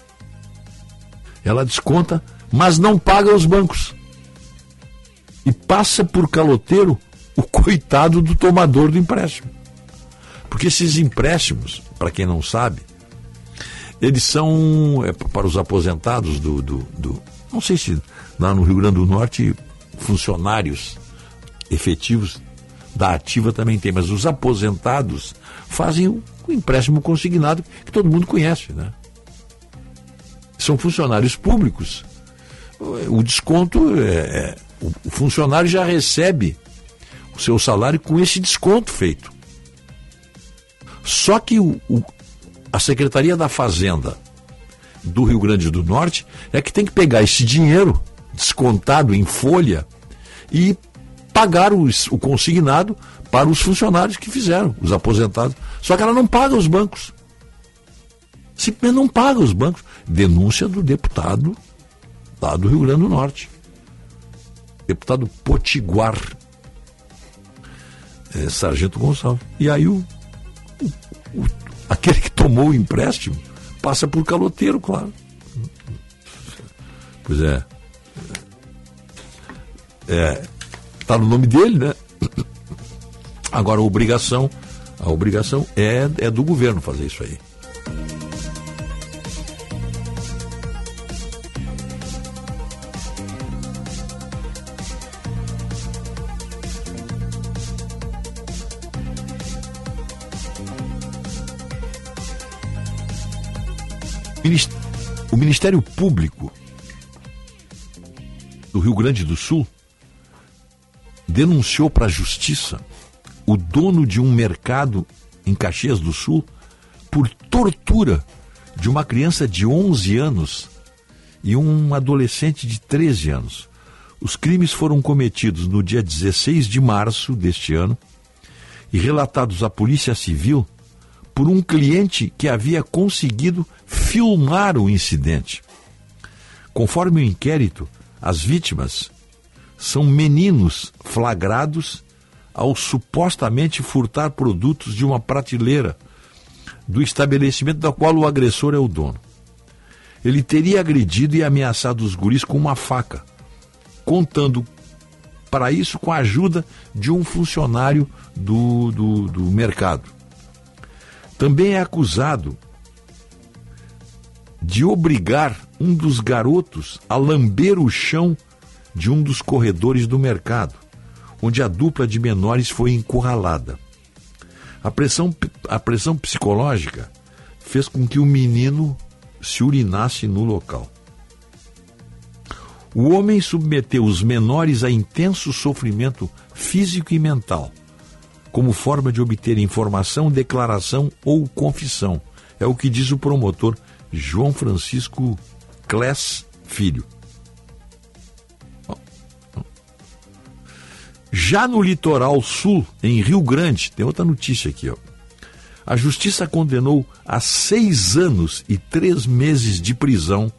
Ela desconta, mas não paga aos bancos. E passa por caloteiro o coitado do tomador do empréstimo. Porque esses empréstimos, para quem não sabe, eles são para os aposentados não sei se lá no Rio Grande do Norte, funcionários efetivos da ativa também tem, mas os aposentados fazem o empréstimo consignado que todo mundo conhece, né? São funcionários públicos. O desconto o funcionário já recebe o seu salário com esse desconto feito. Só que a Secretaria da Fazenda do Rio Grande do Norte é que tem que pegar esse dinheiro descontado em folha e pagar o consignado para os funcionários que fizeram, os aposentados. Só que ela não paga os bancos. Simplesmente não paga os bancos. Denúncia do deputado lá do Rio Grande do Norte. Deputado Potiguar. Sargento Gonçalves. E aí aquele que tomou o empréstimo passa por caloteiro, claro. Pois está no nome dele, né? Agora a obrigação é do governo fazer isso aí. O Ministério Público do Rio Grande do Sul denunciou para a Justiça o dono de um mercado em Caxias do Sul por tortura de uma criança de 11 anos e um adolescente de 13 anos. Os crimes foram cometidos no dia 16 de março deste ano e relatados à Polícia Civil por um cliente que havia conseguido filmar o incidente. Conforme o inquérito, as vítimas são meninos flagrados ao supostamente furtar produtos de uma prateleira do estabelecimento da qual o agressor é o dono. Ele teria agredido e ameaçado os guris com uma faca, contando para isso com a ajuda de um funcionário do mercado. Também é acusado de obrigar um dos garotos a lamber o chão de um dos corredores do mercado, onde a dupla de menores foi encurralada. A pressão psicológica fez com que o menino se urinasse no local. O homem submeteu os menores a intenso sofrimento físico e mental, como forma de obter informação, declaração ou confissão. É o que diz o promotor João Francisco Kless Filho. Já no litoral sul, em Rio Grande, tem outra notícia aqui, a Justiça condenou a 6 anos e 3 meses de prisão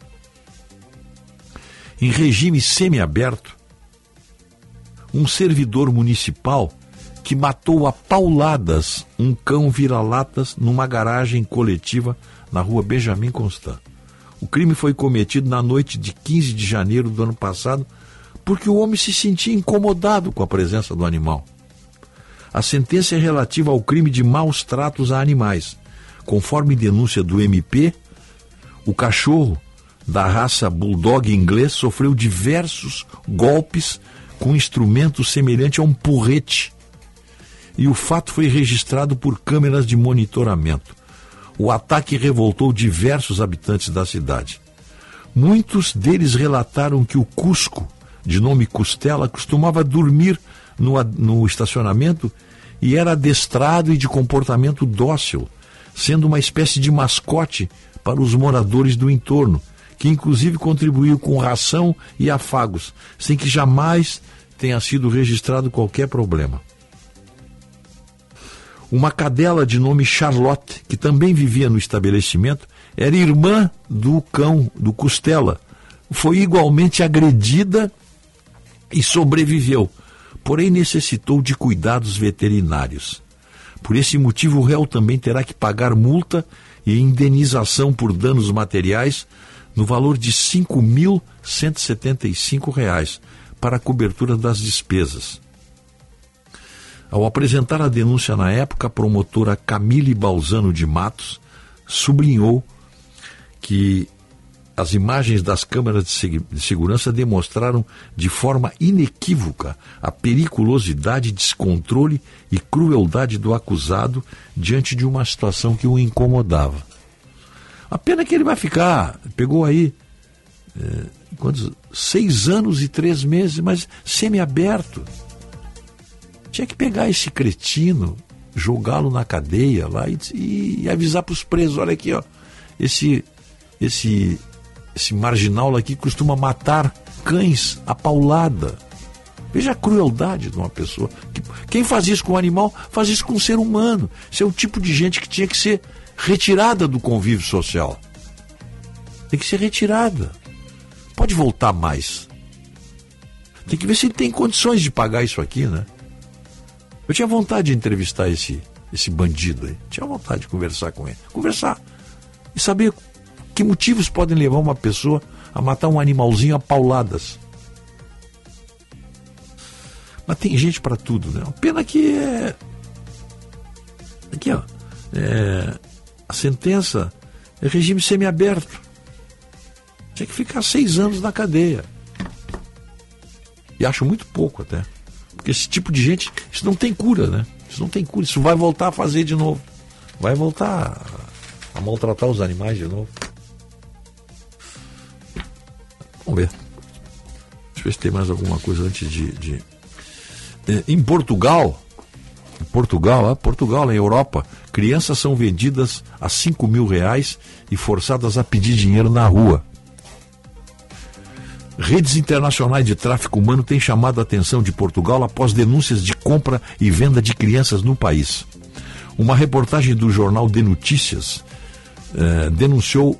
em regime semiaberto um servidor municipal que matou a pauladas um cão vira-latas numa garagem coletiva na rua Benjamin Constant. O crime foi cometido na noite de 15 de janeiro do ano passado porque o homem se sentia incomodado com a presença do animal. A sentença é relativa ao crime de maus tratos a animais. Conforme denúncia do MP, o cachorro da raça Bulldog inglês sofreu diversos golpes com instrumento semelhante a um porrete. E o fato foi registrado por câmeras de monitoramento. O ataque revoltou diversos habitantes da cidade. Muitos deles relataram que o Cusco, de nome Costela, costumava dormir no estacionamento e era adestrado e de comportamento dócil, sendo uma espécie de mascote para os moradores do entorno, que inclusive contribuiu com ração e afagos, sem que jamais tenha sido registrado qualquer problema. Uma cadela de nome Charlotte, que também vivia no estabelecimento, era irmã do cão, do Costela. Foi igualmente agredida e sobreviveu, porém necessitou de cuidados veterinários. Por esse motivo, o réu também terá que pagar multa e indenização por danos materiais no valor de R$ 5.175 para a cobertura das despesas. Ao apresentar a denúncia na época, a promotora Camille Balzano de Matos sublinhou que as imagens das câmeras de segurança demonstraram de forma inequívoca a periculosidade, descontrole e crueldade do acusado diante de uma situação que o incomodava. A pena é que ele vai ficar, pegou aí 6 anos e 3 meses, mas semiaberto. Tinha que pegar esse cretino, jogá-lo na cadeia lá e avisar para os presos, olha aqui, ó, esse marginal aqui costuma matar cães a paulada. Veja a crueldade de uma pessoa. Quem faz isso com o animal, faz isso com o ser humano. Isso é o tipo de gente que tinha que ser retirada do convívio social. Tem que ser retirada. Pode voltar mais. Tem que ver se ele tem condições de pagar isso aqui, né? Eu tinha vontade de entrevistar esse bandido aí. Tinha vontade de conversar com ele. Conversar. E saber que motivos podem levar uma pessoa a matar um animalzinho a pauladas. Mas tem gente para tudo, né? A pena que é... Aqui, ó. A sentença é regime semiaberto. Tinha que ficar 6 anos na cadeia. E acho muito pouco até. Porque esse tipo de gente, isso não tem cura, né? Isso não tem cura. Isso vai voltar a fazer de novo. Vai voltar a maltratar os animais de novo. Vamos ver. Deixa eu ver se tem mais alguma coisa antes de... Em Portugal, na Europa, crianças são vendidas a R$5.000 e forçadas a pedir dinheiro na rua. Redes internacionais de tráfico humano têm chamado a atenção de Portugal após denúncias de compra e venda de crianças no país. Uma reportagem do jornal De Notícias denunciou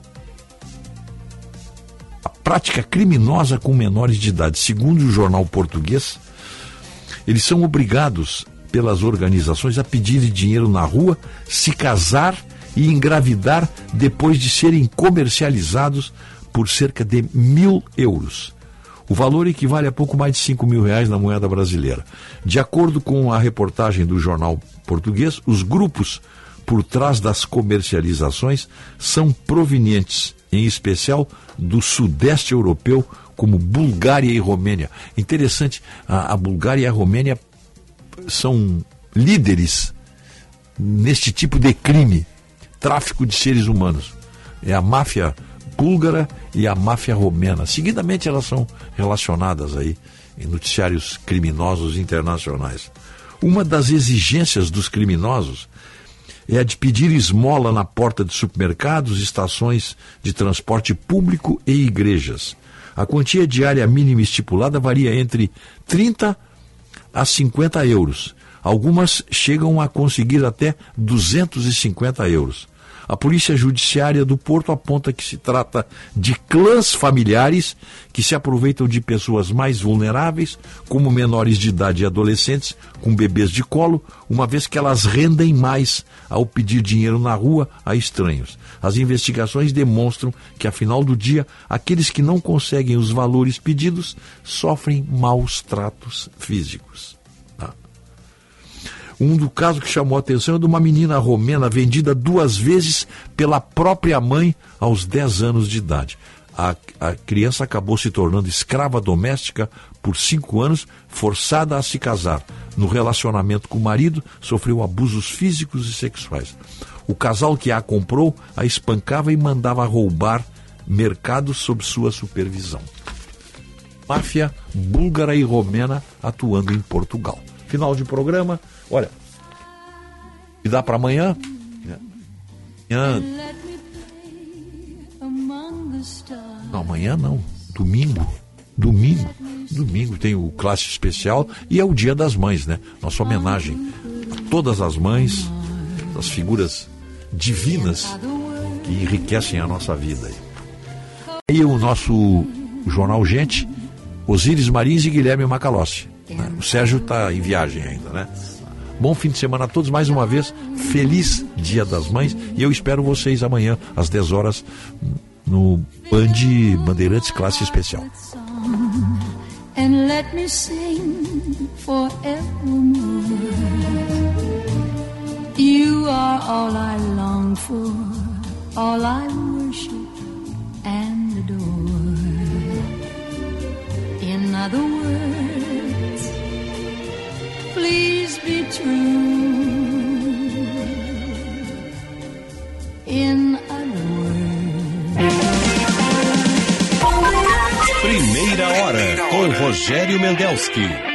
a prática criminosa com menores de idade. Segundo o jornal português, eles são obrigados pelas organizações a pedirem dinheiro na rua, se casar e engravidar depois de serem comercializados por cerca de €1.000. O valor equivale a pouco mais de R$5.000 na moeda brasileira. De acordo com a reportagem do jornal português, os grupos por trás das comercializações são provenientes, em especial, do sudeste europeu, como Bulgária e Romênia. Interessante, a Bulgária e a Romênia são líderes neste tipo de crime, tráfico de seres humanos. É a máfia búlgara e a máfia romena. Seguidamente elas são relacionadas aí em noticiários criminosos internacionais. Uma das exigências dos criminosos é a de pedir esmola na porta de supermercados, estações de transporte público e igrejas. A quantia diária mínima estipulada varia entre 30 a 50 euros. Algumas chegam a conseguir até 250 euros. A Polícia Judiciária do Porto aponta que se trata de clãs familiares que se aproveitam de pessoas mais vulneráveis, como menores de idade e adolescentes com bebês de colo, uma vez que elas rendem mais ao pedir dinheiro na rua a estranhos. As investigações demonstram que, afinal do dia, aqueles que não conseguem os valores pedidos sofrem maus tratos físicos. Um do caso que chamou a atenção é de uma menina romena vendida 2 vezes pela própria mãe aos 10 anos de idade. A criança acabou se tornando escrava doméstica por 5 anos, forçada a se casar. No relacionamento com o marido, sofreu abusos físicos e sexuais. O casal que a comprou a espancava e mandava roubar mercados sob sua supervisão. Máfia búlgara e romena atuando em Portugal. Final de programa. Olha, e dá para amanhã? Não, amanhã não. Domingo tem o Classe Especial e é o Dia das Mães, né? Nossa homenagem a todas as mães, as figuras divinas que enriquecem a nossa vida. E o nosso Jornal Gente, Osíris Marins e Guilherme Macalossi. Né? O Sérgio está em viagem ainda, né? Bom fim de semana a todos, mais uma vez, feliz Dia das Mães, e eu espero vocês amanhã às 10 horas no Band Bandeirantes Classe Especial. And let me sing forevermore. You are all I long for, all I worship and adore. In other words, please be true. In other words. Primeira hora com Rogério Mendelski.